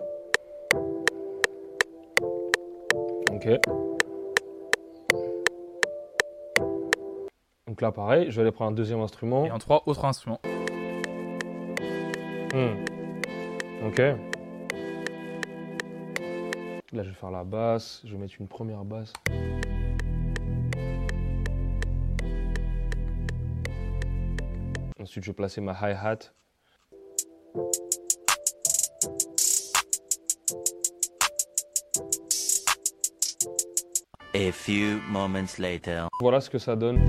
Ok. Donc là, pareil, je vais aller prendre un deuxième instrument. Et en trois autres instruments. Hmm. Ok. Là, je vais faire la basse. Je vais mettre une première basse. Ensuite, je vais placer ma hi-hat. A few moments later. Voilà ce que ça donne.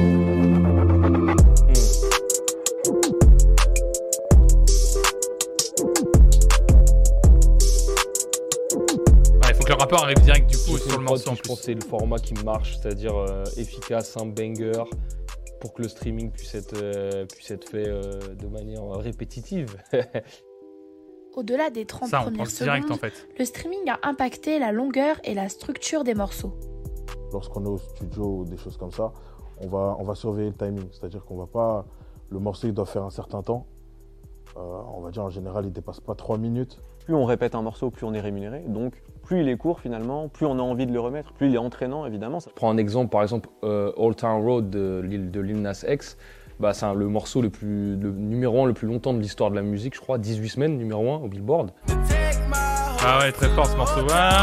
Le rappeur arrive direct du coup sur le morceau. Je pense que c'est le format qui marche, c'est-à-dire euh, efficace, un banger, pour que le streaming puisse être, euh, puisse être fait euh, de manière répétitive. Au-delà des trente Ça, premières direct, secondes, en fait. le streaming a impacté la longueur et la structure des morceaux. Lorsqu'on est au studio ou des choses comme ça, on va, on va surveiller le timing, c'est-à-dire qu'on va pas, le morceau il doit faire un certain temps. Euh, on va dire en général il dépasse pas trois minutes. Plus on répète un morceau, plus on est rémunéré. Donc plus il est court finalement, plus on a envie de le remettre, plus il est entraînant évidemment. Je prends un exemple, par exemple euh, Old Town Road de, de Lil Nas X. Bah, c'est un, le morceau le, plus, le numéro un le plus longtemps de l'histoire de la musique, je crois, dix-huit semaines, numéro un au Billboard. Ah ouais, très fort ce morceau.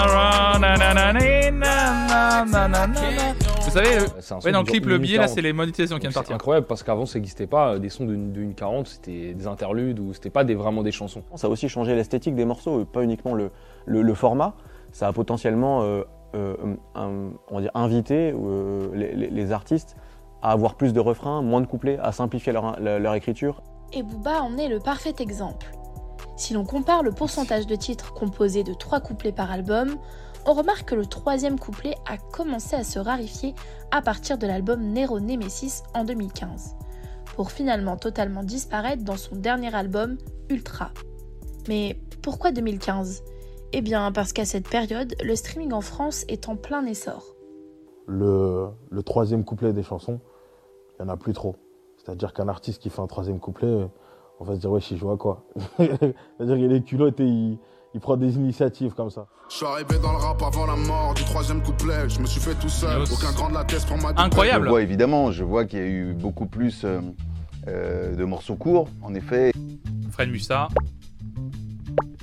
Vous savez, ouais, dans le clip, le billet, là, c'est les monétisations qui viennent de partir. C'est incroyable parce qu'avant, ça n'existait pas. Des sons de, de une quarante, c'était des interludes ou c'était pas des, vraiment des chansons. Ça a aussi changé l'esthétique des morceaux, pas uniquement le, le, le format. Ça a potentiellement euh, euh, un, on va dire, invité euh, les, les, les artistes à avoir plus de refrains, moins de couplets, à simplifier leur, leur, leur écriture. Et Booba en est le parfait exemple. Si l'on compare le pourcentage de titres composés de trois couplets par album, on remarque que le troisième couplet a commencé à se raréfier à partir de l'album Nero Nemesis en deux mille quinze, pour finalement totalement disparaître dans son dernier album, Ultra. Mais pourquoi deux mille quinze ? Eh bien parce qu'à cette période, le streaming en France est en plein essor. Le, le troisième couplet des chansons, il n'y en a plus trop. C'est-à-dire qu'un artiste qui fait un troisième couplet, on va se dire, ouais, il joue à quoi? C'est-à-dire qu'il est culotte et il, il prend des initiatives comme ça. Je suis arrivé dans le rap avant la mort du troisième couplet. Je me suis fait tout seul, aucun grand de la tête pour ma... Incroyable. Je vois évidemment, je vois qu'il y a eu beaucoup plus euh, euh, de morceaux courts, en effet. Fred Musa,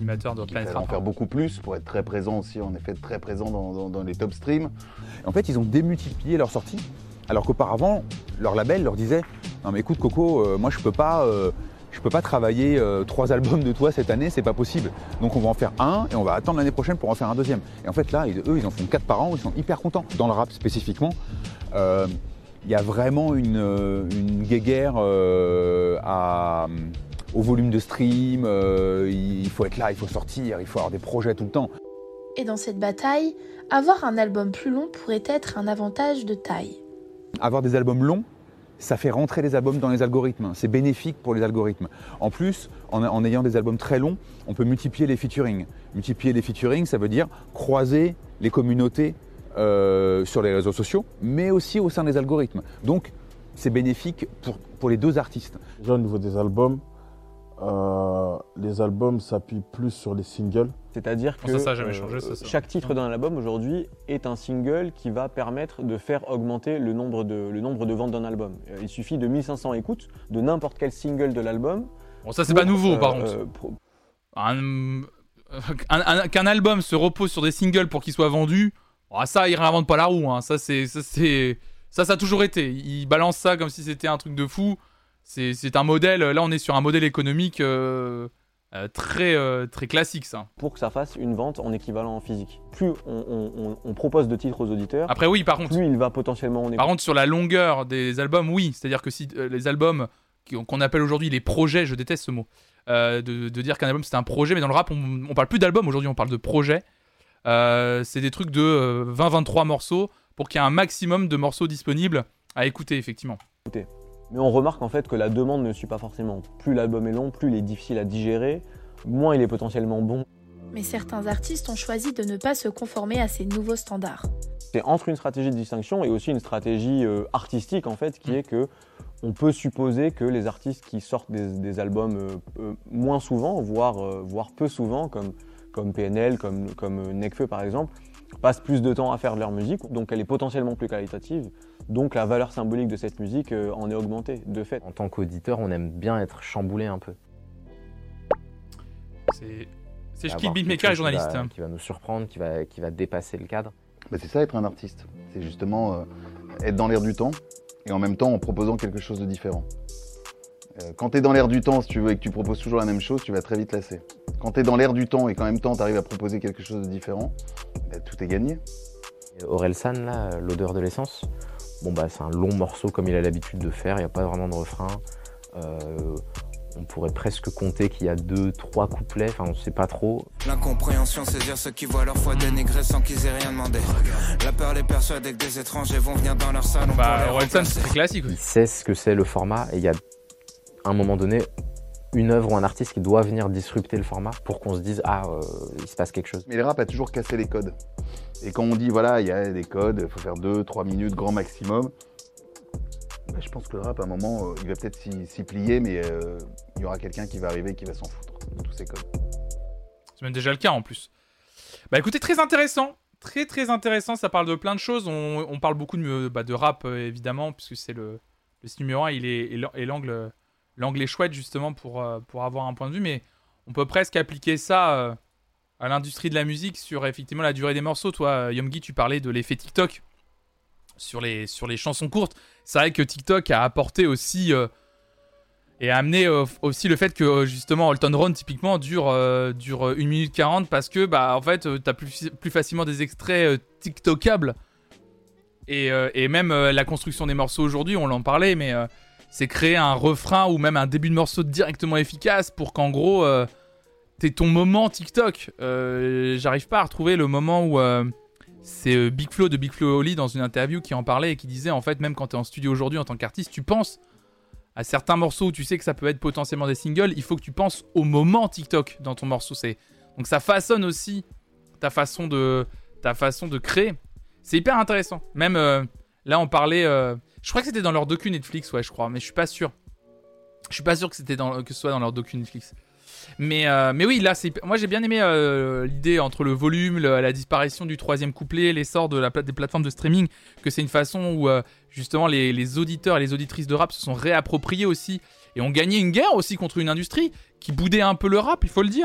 l'animateur de Planète Rap. En faire beaucoup plus pour être très présent aussi, en effet, très présent dans, dans, dans les top streams. En fait, ils ont démultiplié leurs sorties, alors qu'auparavant, leur label leur disait « Non mais écoute Coco, euh, moi je peux pas... Euh, Je peux pas travailler euh, trois albums de toi cette année, c'est pas possible. Donc on va en faire un et on va attendre l'année prochaine pour en faire un deuxième. Et en fait là, ils, eux, ils en font quatre par an, ils sont hyper contents. Dans le rap spécifiquement, il euh, y a vraiment une, une guéguerre euh, à, au volume de stream. Euh, il faut être là, il faut sortir, il faut avoir des projets tout le temps. Et dans cette bataille, avoir un album plus long pourrait être un avantage de taille. Avoir des albums longs, ça fait rentrer les albums dans les algorithmes. C'est bénéfique pour les algorithmes. En plus, en, en ayant des albums très longs, on peut multiplier les featuring. Multiplier les featuring, ça veut dire croiser les communautés euh, sur les réseaux sociaux, mais aussi au sein des algorithmes. Donc, c'est bénéfique pour, pour les deux artistes. Déjà, au niveau des albums, euh, les albums s'appuient plus sur les singles. C'est-à-dire que ça, ça a jamais changé, ça, ça. chaque titre d'un album aujourd'hui est un single qui va permettre de faire augmenter le nombre de, le nombre de ventes d'un album. Il suffit de mille cinq cents écoutes de n'importe quel single de l'album. Bon, ça c'est pour, pas nouveau euh, par contre. Euh, pour... un, un, un, qu'un album se repose sur des singles pour qu'il soit vendu, oh, ça il réinvente pas la roue. Hein. Ça, c'est, ça, c'est, ça, ça a toujours été. Il balance ça comme si c'était un truc de fou. C'est, c'est un modèle. Là, on est sur un modèle économique. Euh... Euh, très, euh, très classique ça. Pour que ça fasse une vente en équivalent en physique. Plus on, on, on propose de titres aux auditeurs, après oui par contre, plus il va potentiellement en écouter. Par contre sur la longueur des albums, oui, c'est-à-dire que si euh, les albums qu'on appelle aujourd'hui les projets, je déteste ce mot, euh, de, de dire qu'un album c'est un projet, mais dans le rap on, on parle plus d'album aujourd'hui, on parle de projet. Euh, c'est des trucs de euh, vingt à vingt-trois morceaux pour qu'il y ait un maximum de morceaux disponibles à écouter effectivement. Écoutez. Mais on remarque en fait que la demande ne suit pas forcément. Plus l'album est long, plus il est difficile à digérer, moins il est potentiellement bon. Mais certains artistes ont choisi de ne pas se conformer à ces nouveaux standards. C'est entre une stratégie de distinction et aussi une stratégie euh, artistique en fait, qui est que on peut supposer que les artistes qui sortent des, des albums euh, euh, moins souvent, voire, euh, voire peu souvent, comme, comme P N L, comme, comme euh, Nekfeu par exemple, passent plus de temps à faire de leur musique, donc elle est potentiellement plus qualitative. Donc la valeur symbolique de cette musique euh, en est augmentée, de fait. En tant qu'auditeur, on aime bien être chamboulé un peu. C'est, c'est Kill Beatmaker et journaliste. Qui va, qui va nous surprendre, qui va, qui va dépasser le cadre. Bah c'est ça être un artiste. C'est justement euh, être dans l'air du temps et en même temps en proposant quelque chose de différent. Euh, quand tu es dans l'air du temps, si tu veux, et que tu proposes toujours la même chose, tu vas très vite lasser. Quand tu es dans l'air du temps et qu'en même temps tu arrives à proposer quelque chose de différent, bah, tout est gagné. Orelsan, là, l'odeur de l'essence. Bon bah c'est un long morceau comme il a l'habitude de faire, il n'y a pas vraiment de refrain. Euh, on pourrait presque compter qu'il y a deux, trois couplets, enfin on sait pas trop. L'incompréhension, saisir ceux qui voient leur foi dénigrée sans qu'ils aient rien demandé. La peur les persuade que des étrangers vont venir dans leur salon. Bah Orelsan c'est très classique. Il sait ce que c'est le format et il y a à un moment donné une œuvre ou un artiste qui doit venir disrupter le format pour qu'on se dise ah euh, il se passe quelque chose. Mais le rap a toujours cassé les codes. Et quand on dit voilà il y a des codes, il faut faire deux trois minutes grand maximum, bah, je pense que le rap à un moment euh, il va peut-être s'y, s'y plier, mais euh, il y aura quelqu'un qui va arriver et qui va s'en foutre de tous ces codes. C'est même déjà le cas en plus. Bah écoutez, très intéressant, très très intéressant, ça parle de plein de choses. On, on parle beaucoup de, bah, de rap euh, évidemment, puisque c'est le, le numéro un, il est, et l'angle, l'angle est chouette justement pour, euh, pour avoir un point de vue, mais on peut presque appliquer ça euh, à l'industrie de la musique sur effectivement la durée des morceaux. Toi, Yomgi, tu parlais de l'effet TikTok sur les, sur les chansons courtes. C'est vrai que TikTok a apporté aussi euh, et a amené euh, aussi le fait que justement Holton Run typiquement dure, euh, dure une minute quarante parce que bah, en fait euh, t'as plus, plus facilement des extraits euh, TikTokables et, euh, et même euh, la construction des morceaux aujourd'hui, on l'en parlait, mais euh, c'est créer un refrain ou même un début de morceau directement efficace pour qu'en gros euh, t'aies ton moment TikTok. Euh, j'arrive pas à retrouver le moment où euh, c'est euh, Big Flo de Big Flo et Oli dans une interview qui en parlait et qui disait en fait même quand t'es en studio aujourd'hui en tant qu'artiste, tu penses à certains morceaux où tu sais que ça peut être potentiellement des singles, il faut que tu penses au moment TikTok dans ton morceau. C'est... Donc ça façonne aussi ta façon de, ta façon de créer. C'est hyper intéressant. Même euh, là on parlait... Euh... Je crois que c'était dans leur docu Netflix, ouais je crois, mais je suis pas sûr. Je suis pas sûr que, c'était dans... que ce soit dans leur docu Netflix. Mais, euh, mais oui, là, c'est... moi j'ai bien aimé euh, l'idée entre le volume, le, la disparition du troisième couplet, l'essor de la plate- des plateformes de streaming, que c'est une façon où euh, justement les, les auditeurs et les auditrices de rap se sont réappropriés aussi et ont gagné une guerre aussi contre une industrie qui boudait un peu le rap, il faut le dire.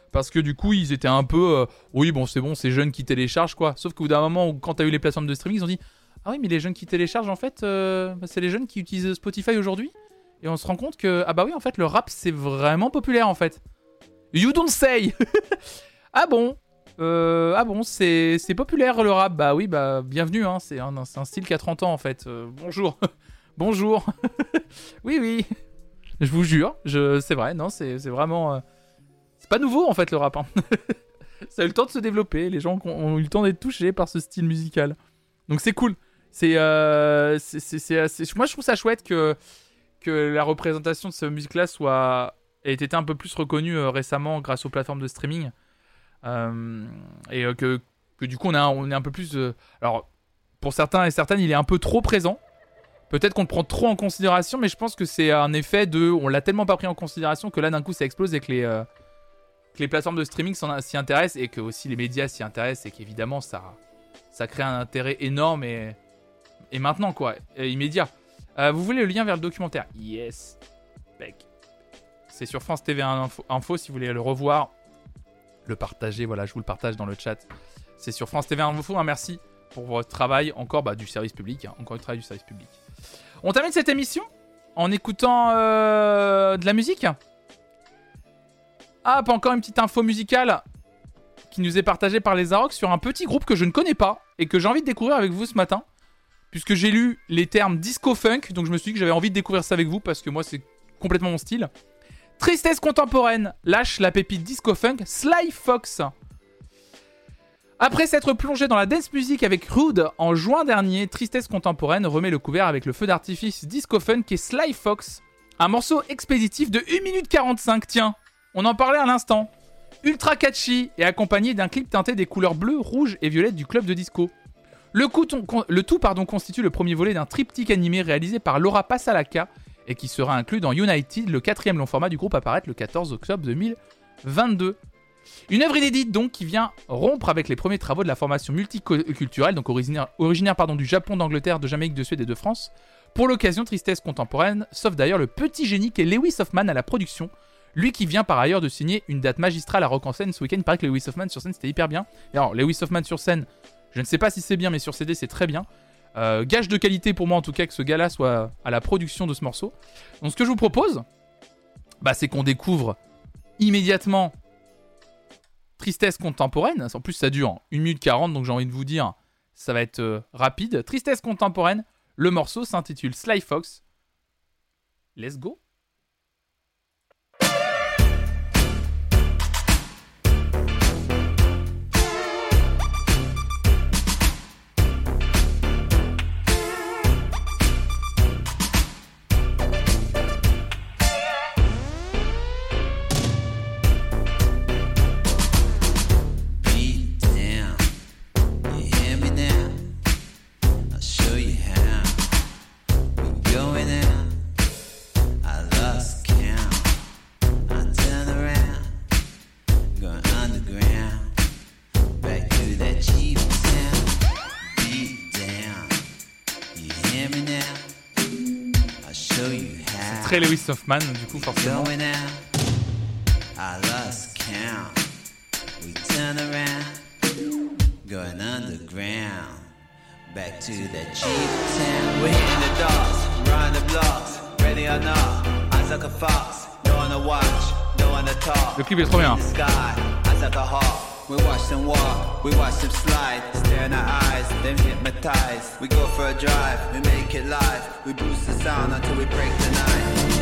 Parce que du coup, ils étaient un peu... Euh, oui, bon, c'est bon, c'est jeunes qui téléchargent, quoi. Sauf qu'au bout d'un moment, où, quand t'as eu les plateformes de streaming, ils ont dit « Ah oui, mais les jeunes qui téléchargent, en fait, euh, bah, c'est les jeunes qui utilisent Spotify aujourd'hui. » Et on se rend compte que... Ah bah oui, en fait, le rap, c'est vraiment populaire, en fait. You don't say. Ah bon euh, Ah bon, c'est, c'est populaire, le rap. Bah oui, bah bienvenue, hein. C'est un, c'est un style qui a trente ans, en fait. Euh, bonjour. Bonjour. Oui, oui. Je vous jure, je... c'est vrai, non, c'est, c'est vraiment... Euh... C'est pas nouveau en fait le rap. Hein. Ça a eu le temps de se développer. Les gens ont eu le temps d'être touchés par ce style musical. Donc c'est cool. C'est, euh, c'est, c'est, c'est, c'est... Moi je trouve ça chouette que, que la représentation de cette musique-là soit... ait été un peu plus reconnue euh, récemment grâce aux plateformes de streaming. Euh, et euh, que, que du coup on, a, on est un peu plus... Euh... Alors pour certains et certaines il est un peu trop présent. Peut-être qu'on le prend trop en considération, mais je pense que c'est un effet de... On l'a tellement pas pris en considération que là d'un coup ça explose et que les... Euh... que les plateformes de streaming s'y intéressent et que aussi les médias s'y intéressent et qu'évidemment ça, ça crée un intérêt énorme et, et maintenant quoi, et immédiat. Euh, vous voulez le lien vers le documentaire? Yes. Bec. C'est sur France T V Info, Info si vous voulez le revoir, le partager, voilà, je vous le partage dans le chat. C'est sur France T V Info, hein, merci pour votre travail, encore bah, du service public, hein, encore du travail du service public. On termine cette émission en écoutant euh, de la musique. Ah, pas encore une petite info musicale qui nous est partagée par les Arocs sur un petit groupe que je ne connais pas et que j'ai envie de découvrir avec vous ce matin. Puisque j'ai lu les termes disco-funk, donc je me suis dit que j'avais envie de découvrir ça avec vous parce que moi c'est complètement mon style. Tristesse contemporaine lâche la pépite disco-funk Sly Fox. Après s'être plongé dans la dance music avec Rude en juin dernier, Tristesse contemporaine remet le couvert avec le feu d'artifice disco-funk et Sly Fox. Un morceau expéditif de une minute quarante-cinq, tiens. On en parlait à l'instant. Ultra catchy et accompagné d'un clip teinté des couleurs bleues, rouges et violettes du club de disco. Le, coup, ton, le tout pardon, constitue le premier volet d'un triptyque animé réalisé par Laura Pasalaka et qui sera inclus dans United, le quatrième long format du groupe à paraître le quatorze octobre deux mille vingt-deux. Une œuvre inédite donc qui vient rompre avec les premiers travaux de la formation multiculturelle, donc originaire, originaire pardon, du Japon, d'Angleterre, de Jamaïque, de Suède et de France. Pour l'occasion, Tristesse contemporaine, sauf d'ailleurs le petit génie qu'est Lewis Hoffman à la production. Lui qui vient par ailleurs de signer une date magistrale à Rock en scène ce week-end. Il paraît que Lewis Hoffman sur scène c'était hyper bien. Et alors Lewis Hoffman sur scène, je ne sais pas si c'est bien, mais sur C D c'est très bien. Euh, gage de qualité pour moi en tout cas que ce gars-là soit à la production de ce morceau. Donc ce que je vous propose, bah, c'est qu'on découvre immédiatement Tristesse contemporaine. En plus ça dure une minute quarante, donc j'ai envie de vous dire, ça va être euh, rapide. Tristesse contemporaine, le morceau s'intitule Sly Fox. Let's go. Très Lewis Hoffman, du coup, forcément. Back to the cheap town. We're hitting the dogs, round the blocks, ready or not. Eyes like a fox, don't wanna watch, don't wanna talk. Le clip est trop bien. Eyes like a hawk. We watch them walk, we watch them slide, stare in our eyes, then hypnotize. We go for a drive, we make it live, we boost the sound until we break the night.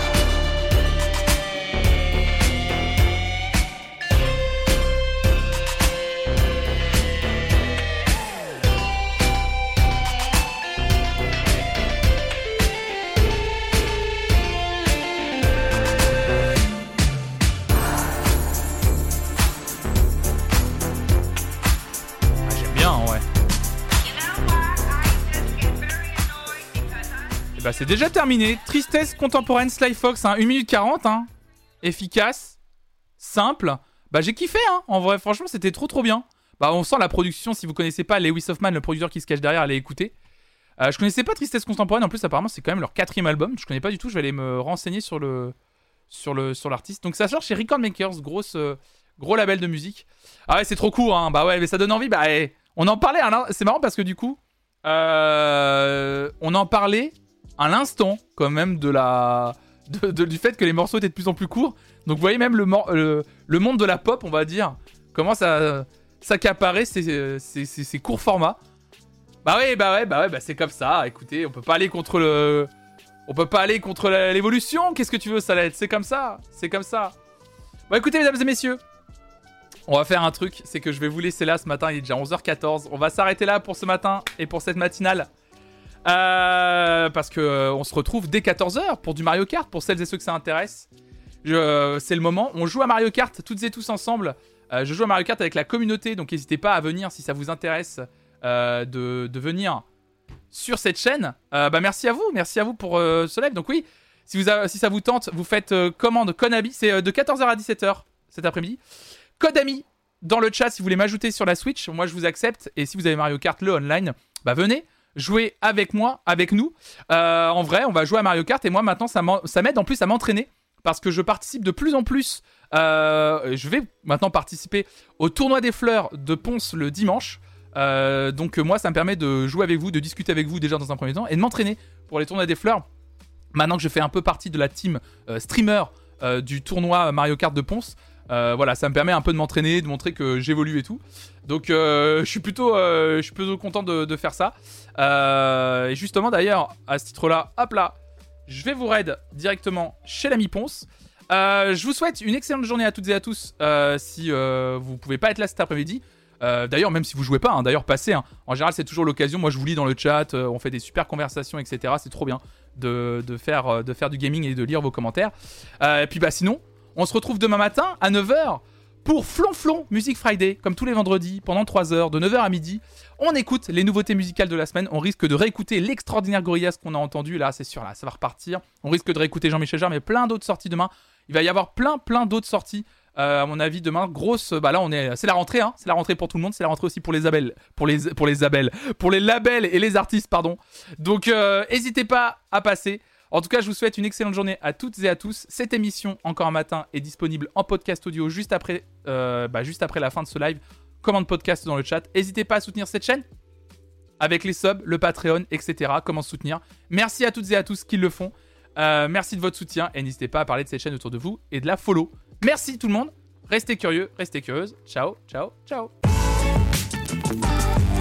Bah c'est déjà terminé. Tristesse contemporaine Sly Fox, hein, une minute quarante, hein. Efficace, simple. Bah j'ai kiffé, hein. En vrai, franchement, c'était trop trop bien. Bah on sent la production, si vous connaissez pas Lewis Hoffman, le producteur qui se cache derrière, allez écouter. Euh, je connaissais pas Tristesse contemporaine, en plus apparemment c'est quand même leur quatrième album. Je connais pas du tout, je vais aller me renseigner sur le sur le sur l'artiste. Donc ça sort chez Record Makers, grosse euh, Gros label de musique. Ah ouais, c'est trop court, hein. Bah ouais, mais ça donne envie. Bah, eh, on en parlait. Hein, c'est marrant parce que du coup, euh, on en parlait à l'instant, quand même, de la, de, de, du fait que les morceaux étaient de plus en plus courts. Donc, vous voyez, même le, le, le monde de la pop, on va dire, commence à s'accaparer ces, ces, ces, ces courts formats. Bah ouais, bah ouais, bah ouais, bah c'est comme ça. Écoutez, on peut pas aller contre le, on peut pas aller contre la, l'évolution. Qu'est-ce que tu veux, Salette ? C'est comme ça, c'est comme ça. Bon, écoutez, mesdames et messieurs. On va faire un truc, c'est que je vais vous laisser là ce matin, il est déjà onze heures quatorze. On va s'arrêter là pour ce matin et pour cette matinale. Euh, parce que euh, on se retrouve dès quatorze heures pour du Mario Kart, pour celles et ceux que ça intéresse. Je, euh, c'est le moment, on joue à Mario Kart toutes et tous ensemble. Euh, je joue à Mario Kart avec la communauté, donc n'hésitez pas à venir si ça vous intéresse euh, de, de venir sur cette chaîne. Euh, bah merci à vous, merci à vous pour euh, ce live. Donc oui, si, vous a, si ça vous tente, vous faites euh, commande Konami, c'est euh, de quatorze heures à dix-sept heures cet après-midi. Code ami dans le chat si vous voulez m'ajouter sur la Switch, moi je vous accepte. Et si vous avez Mario Kart le online, bah venez jouer avec moi, avec nous. Euh, en vrai, on va jouer à Mario Kart et moi maintenant ça, ça m'aide en plus à m'entraîner parce que je participe de plus en plus. Euh, je vais maintenant participer au tournoi des fleurs de Ponce le dimanche. Euh, donc moi ça me permet de jouer avec vous, de discuter avec vous déjà dans un premier temps et de m'entraîner pour les tournois des fleurs. Maintenant que je fais un peu partie de la team euh, streamer euh, du tournoi Mario Kart de Ponce. Euh, voilà, ça me permet un peu de m'entraîner, de montrer que j'évolue et tout. Donc, euh, je suis plutôt, euh, je suis plutôt content de, de faire ça. Euh, et justement, d'ailleurs, à ce titre-là, hop là, je vais vous raid directement chez l'ami Ponce. Euh, je vous souhaite une excellente journée à toutes et à tous. Euh, si euh, vous pouvez pas être là cet après-midi. Euh, d'ailleurs, même si vous jouez pas, hein, d'ailleurs, passez. Hein. En général, c'est toujours l'occasion. Moi, je vous lis dans le chat. Euh, on fait des super conversations, et cetera. C'est trop bien de, de faire, de faire du gaming et de lire vos commentaires. Euh, et puis, bah, sinon. On se retrouve demain matin à neuf heures pour Flonflon Music Friday, comme tous les vendredis, pendant trois heures, de neuf heures à midi. On écoute les nouveautés musicales de la semaine. On risque de réécouter l'extraordinaire Gorillaz qu'on a entendu. Là, c'est sûr, là, ça va repartir. On risque de réécouter Jean-Michel Jarre, mais plein d'autres sorties demain. Il va y avoir plein, plein d'autres sorties. Euh, à mon avis, demain, grosse. Bah là, on est. C'est la rentrée, hein. C'est la rentrée pour tout le monde. C'est la rentrée aussi pour les abels, pour les, pour les abels, pour les labels et les artistes, pardon. Donc, euh, n'hésitez pas à passer. En tout cas, je vous souhaite une excellente journée à toutes et à tous. Cette émission, encore un matin, est disponible en podcast audio juste après, euh, bah, juste après la fin de ce live. Commande podcast dans le chat. N'hésitez pas à soutenir cette chaîne avec les subs, le Patreon, et cetera. Comment soutenir. Merci à toutes et à tous qui le font. Euh, merci de votre soutien et n'hésitez pas à parler de cette chaîne autour de vous et de la follow. Merci tout le monde. Restez curieux, restez curieuses. Ciao, ciao, ciao.